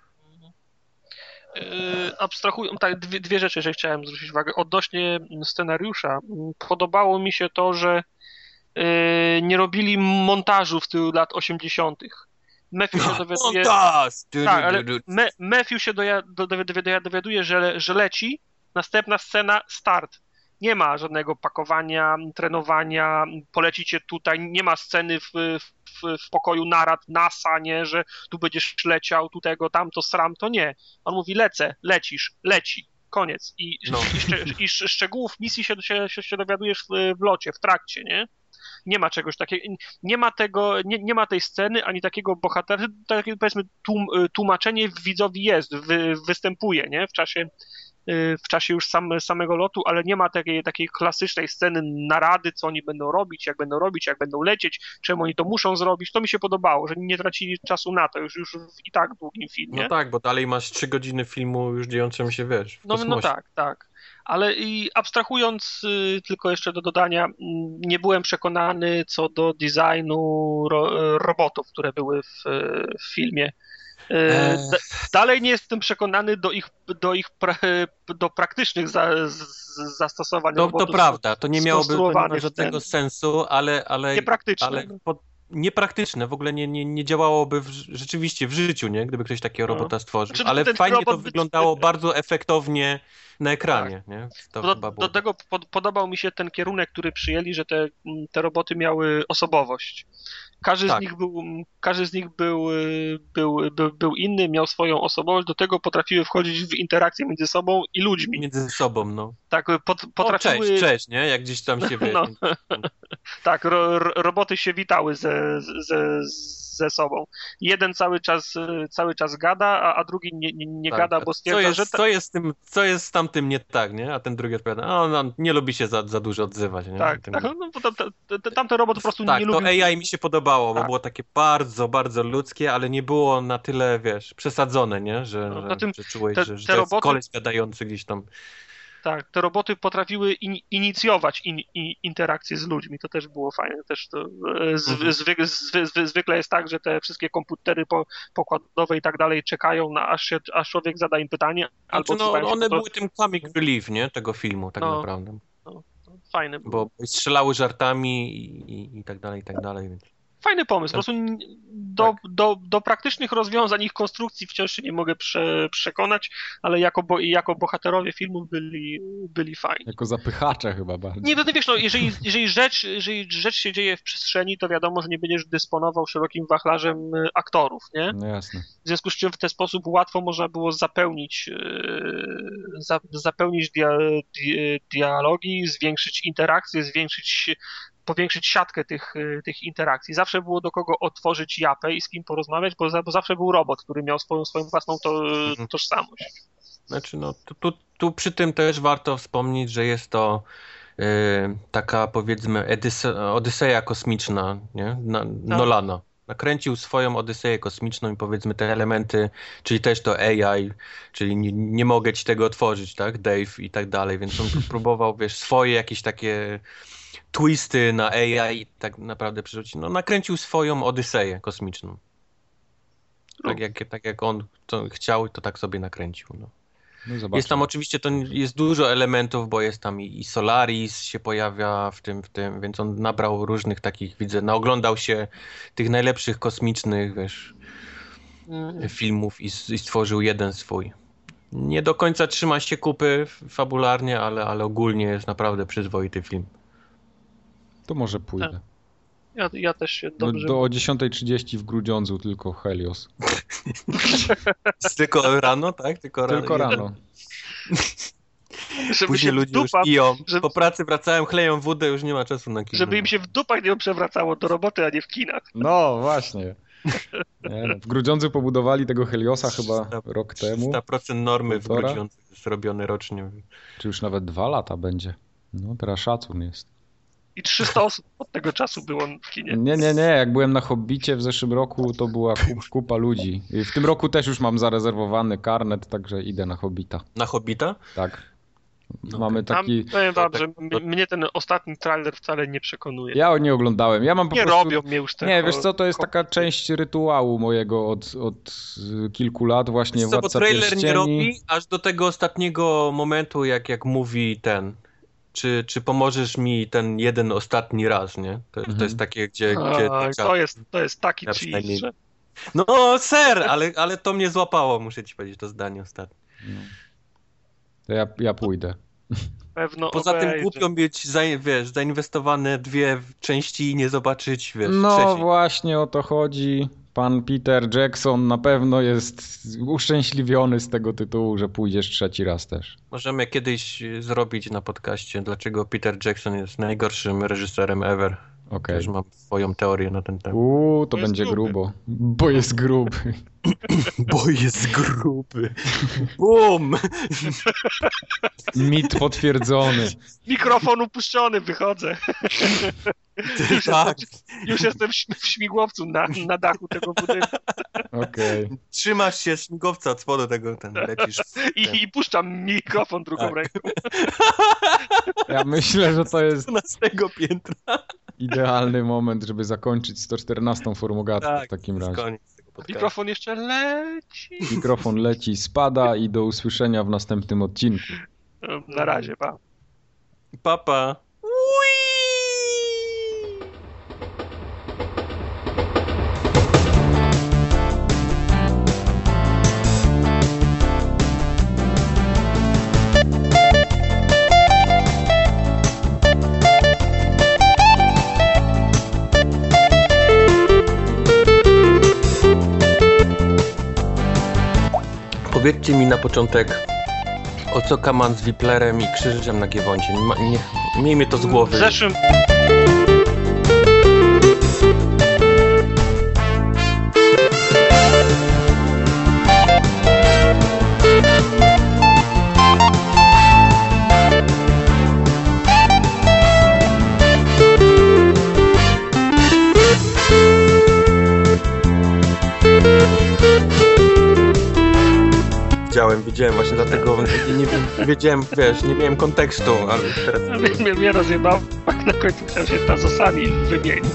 Abstrahując, tak, dwie rzeczy, że chciałem zwrócić uwagę. Odnośnie scenariusza, podobało mi się to, że nie robili montażu w stylu lat 80. Matthew się dowiaduje... Tak, ale Matthew się dowiaduje, że leci, następna scena, start. Nie ma żadnego pakowania, trenowania, polecicie tutaj, nie ma sceny w pokoju narad NASA, nie, że tu będziesz leciał, tu tego, tamto, sram, to nie. On mówi lecisz, leci, koniec. I szczegółów misji się dowiadujesz w locie, w trakcie, nie? Nie ma czegoś takiego, nie ma tego, nie ma tej sceny, ani takiego bohatera, takie powiedzmy tłumaczenie widzowi występuje, nie? W czasie już samego lotu, ale nie ma takiej klasycznej sceny narady, co oni będą robić, jak będą lecieć, czemu oni to muszą zrobić. To mi się podobało, że nie tracili czasu na to już w i tak długim filmie. No tak, bo dalej masz 3 godziny filmu już dziejącym się, wiesz, w kosmosie. No tak. Ale i abstrahując tylko jeszcze do dodania, nie byłem przekonany co do designu robotów, które były w filmie. Dalej nie jestem przekonany do praktycznych zastosowań robotów. To prawda, to nie miałoby żadnego sensu, ale niepraktyczne. Ale niepraktyczne, w ogóle nie działałoby rzeczywiście w życiu, nie? Gdyby ktoś takiego robota stworzył. Znaczy, Ale ten fajnie to robot wyglądało bardzo efektownie na ekranie, nie? To chyba było... Do tego podobał mi się ten kierunek, który przyjęli, że te roboty miały osobowość. Każdy z nich był inny, miał swoją osobowość, do tego potrafiły wchodzić w interakcję między sobą i ludźmi. Między sobą, no. Tak, potrafiły... Cześć, nie? Jak gdzieś tam się wie. No. Tak, roboty się witały ze sobą. Jeden cały czas gada, a drugi nie Tak. gada, bo stwierdza, że... Co jest z tamtym nie tak, nie? A ten drugi odpowiada, on nie lubi się za dużo odzywać, nie? Tak, no, bo tamten robot po prostu nie lubił... Tak, to AI mi się podobało, bo Tak. było takie bardzo, bardzo ludzkie, ale nie było na tyle, wiesz, przesadzone, nie? Że czułeś, że to jest koleś gadający gdzieś tam. Tak, te roboty potrafiły inicjować interakcje z ludźmi, to też było fajne. Też to, zwykle jest tak, że te wszystkie komputery pokładowe i tak dalej czekają, aż człowiek zada im pytanie. One były tym comic relief, nie? Tego filmu tak naprawdę. Fajne było. Bo strzelały żartami i tak dalej, i tak dalej. Więc... Fajny pomysł. Po prostu do praktycznych rozwiązań ich konstrukcji wciąż się nie mogę przekonać, ale jako bohaterowie filmów byli fajni. Jako zapychacze chyba bardziej. Nie, wiesz, no, jeżeli rzecz się dzieje w przestrzeni, to wiadomo, że nie będziesz dysponował szerokim wachlarzem aktorów, nie? No jasne. W związku z czym w ten sposób łatwo można było zapełnić dialogi, zwiększyć interakcje, powiększyć siatkę tych interakcji. Zawsze było do kogo otworzyć japę i z kim porozmawiać, bo zawsze był robot, który miał swoją własną tożsamość. Znaczy, no, tu przy tym też warto wspomnieć, że jest to taka, powiedzmy, odyseja kosmiczna, nie? Nolana. Nakręcił swoją odyseję kosmiczną i powiedzmy te elementy, czyli też to AI, czyli nie mogę ci tego otworzyć, tak? Dave i tak dalej, więc on próbował, wiesz, swoje jakieś takie twisty na AI tak naprawdę przerzucić. No, nakręcił swoją odyseję kosmiczną. Tak jak on to chciał, to tak sobie nakręcił. No. No jest tam oczywiście, jest dużo elementów, bo jest tam i Solaris się pojawia w tym, więc on nabrał różnych takich, widzę, naoglądał się tych najlepszych kosmicznych, wiesz, filmów i stworzył jeden swój. Nie do końca trzyma się kupy fabularnie, ale ogólnie jest naprawdę przyzwoity film. To może pójdę. Ja też się dobrze... Do 10:30 w Grudziądzu tylko Helios. Tylko rano, tak? Tylko rano. Później ludzie już piją. Po pracy wracają, chleją wódę, już nie ma czasu na kino. Żeby im się w dupach nie przewracało do roboty, a nie w kinach. No właśnie. W Grudziądzu pobudowali tego Heliosa chyba rok temu. 100% normy w Grudziądzu jest robione rocznie. Czy już nawet 2 lata będzie. No teraz szacun jest. I 300 osób od tego czasu było w kinie. Nie. Jak byłem na Hobbicie w zeszłym roku, to była kupa ludzi. I w tym roku też już mam zarezerwowany karnet, także idę na Hobbita. Na Hobbita? Tak. Mamy taki... Powiem wam, że mnie ten ostatni trailer wcale nie przekonuje. Ja nie oglądałem. Ja mam po prostu... robią mnie już tego. Nie, wiesz co, to jest taka część rytuału mojego od kilku lat właśnie. Bo trailer nie robi, aż do tego ostatniego momentu, jak mówi ten... Czy pomożesz mi ten jeden ostatni raz, nie? To jest takie, gdzie to jest taki cheese, że... No, ale to mnie złapało, muszę ci powiedzieć, to zdanie ostatnie. No. To ja pójdę. Pewno Poza tym głupio mieć, zainwestowane 2 części i nie zobaczyć, No właśnie o to chodzi. Pan Peter Jackson na pewno jest uszczęśliwiony z tego tytułu, że pójdziesz 3. raz też. Możemy kiedyś zrobić na podcaście, dlaczego Peter Jackson jest najgorszym reżyserem ever. Okay. Też mam swoją teorię na ten temat. To będzie grubo. Bo jest gruby. Bo jest gruby. Bum! Mit potwierdzony. Mikrofon upuszczony, wychodzę. Już jestem w śmigłowcu na dachu tego budynku. Okay. Trzymasz się śmigłowca od spodu tego, lecisz. I puszczam mikrofon drugą ręką. Ja myślę, że to jest 12 piętra. Idealny moment, żeby zakończyć 114 formogatkę w takim razie. Koniec tego podcastu. Mikrofon jeszcze leci. Mikrofon leci, spada i do usłyszenia w następnym odcinku. Na razie, pa. Pa, pa. powiedzcie mi na początek, o co kaman z Wiplerem i krzyżem na Giewoncie? Miejmy to z głowy. W zeszłym... Widziałem właśnie, dlatego nie wiedziałem, wiesz, nie miałem kontekstu, ale teraz... Mnie rozjebało, na końcu chciał się tazosami wymienić.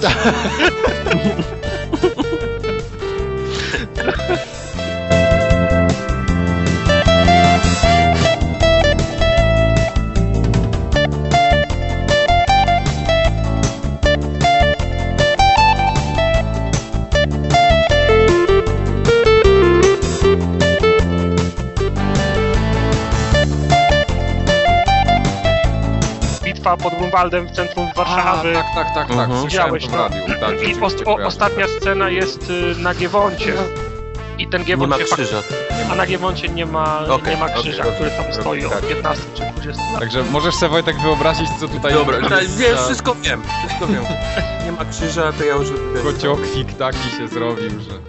Pod Grunwaldem w centrum Warszawy. Tak. Słyszałem to w radiu. Tak, I ostatnia scena jest na Giewoncie. I ten Giewont nie ma krzyża. A na Giewoncie nie ma krzyża, który tam stoi od 15 czy 20 lat. Także możesz sobie, Wojtek, wyobrazić, co tutaj... Dobra, wszystko wiem. Nie ma krzyża, to ja już... Kociokwik taki się zrobił, że...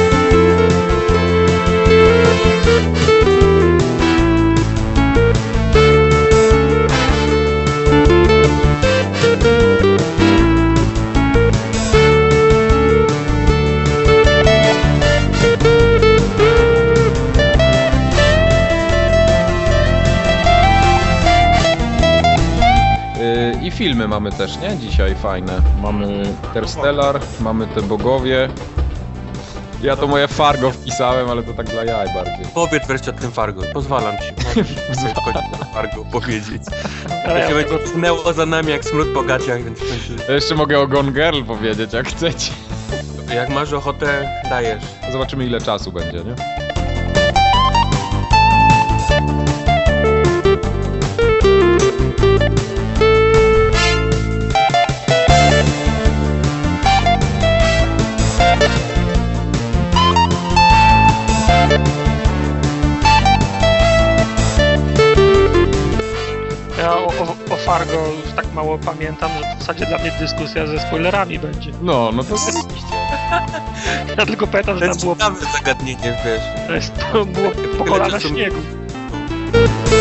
I filmy mamy też, nie? Dzisiaj fajne. Mamy Interstellar, mamy Te Bogowie. Ja to moje Fargo wpisałem, ale to tak dla jaj bardziej. Powiedz wreszcie o tym Fargo, pozwalam ci. Możesz Fargo powiedzieć. To się będzie tchnęło za nami jak smród po gaciach, więc... Ja jeszcze mogę o Gone Girl powiedzieć, jak chcecie. Jak masz ochotę, dajesz. Zobaczymy, ile czasu będzie, nie? Ja o Fargo już tak mało pamiętam, że w zasadzie dla mnie dyskusja ze spoilerami będzie. No to... Ja tylko pamiętam, że tam było... zagadnienie, wiesz. Było pokola na śniegu.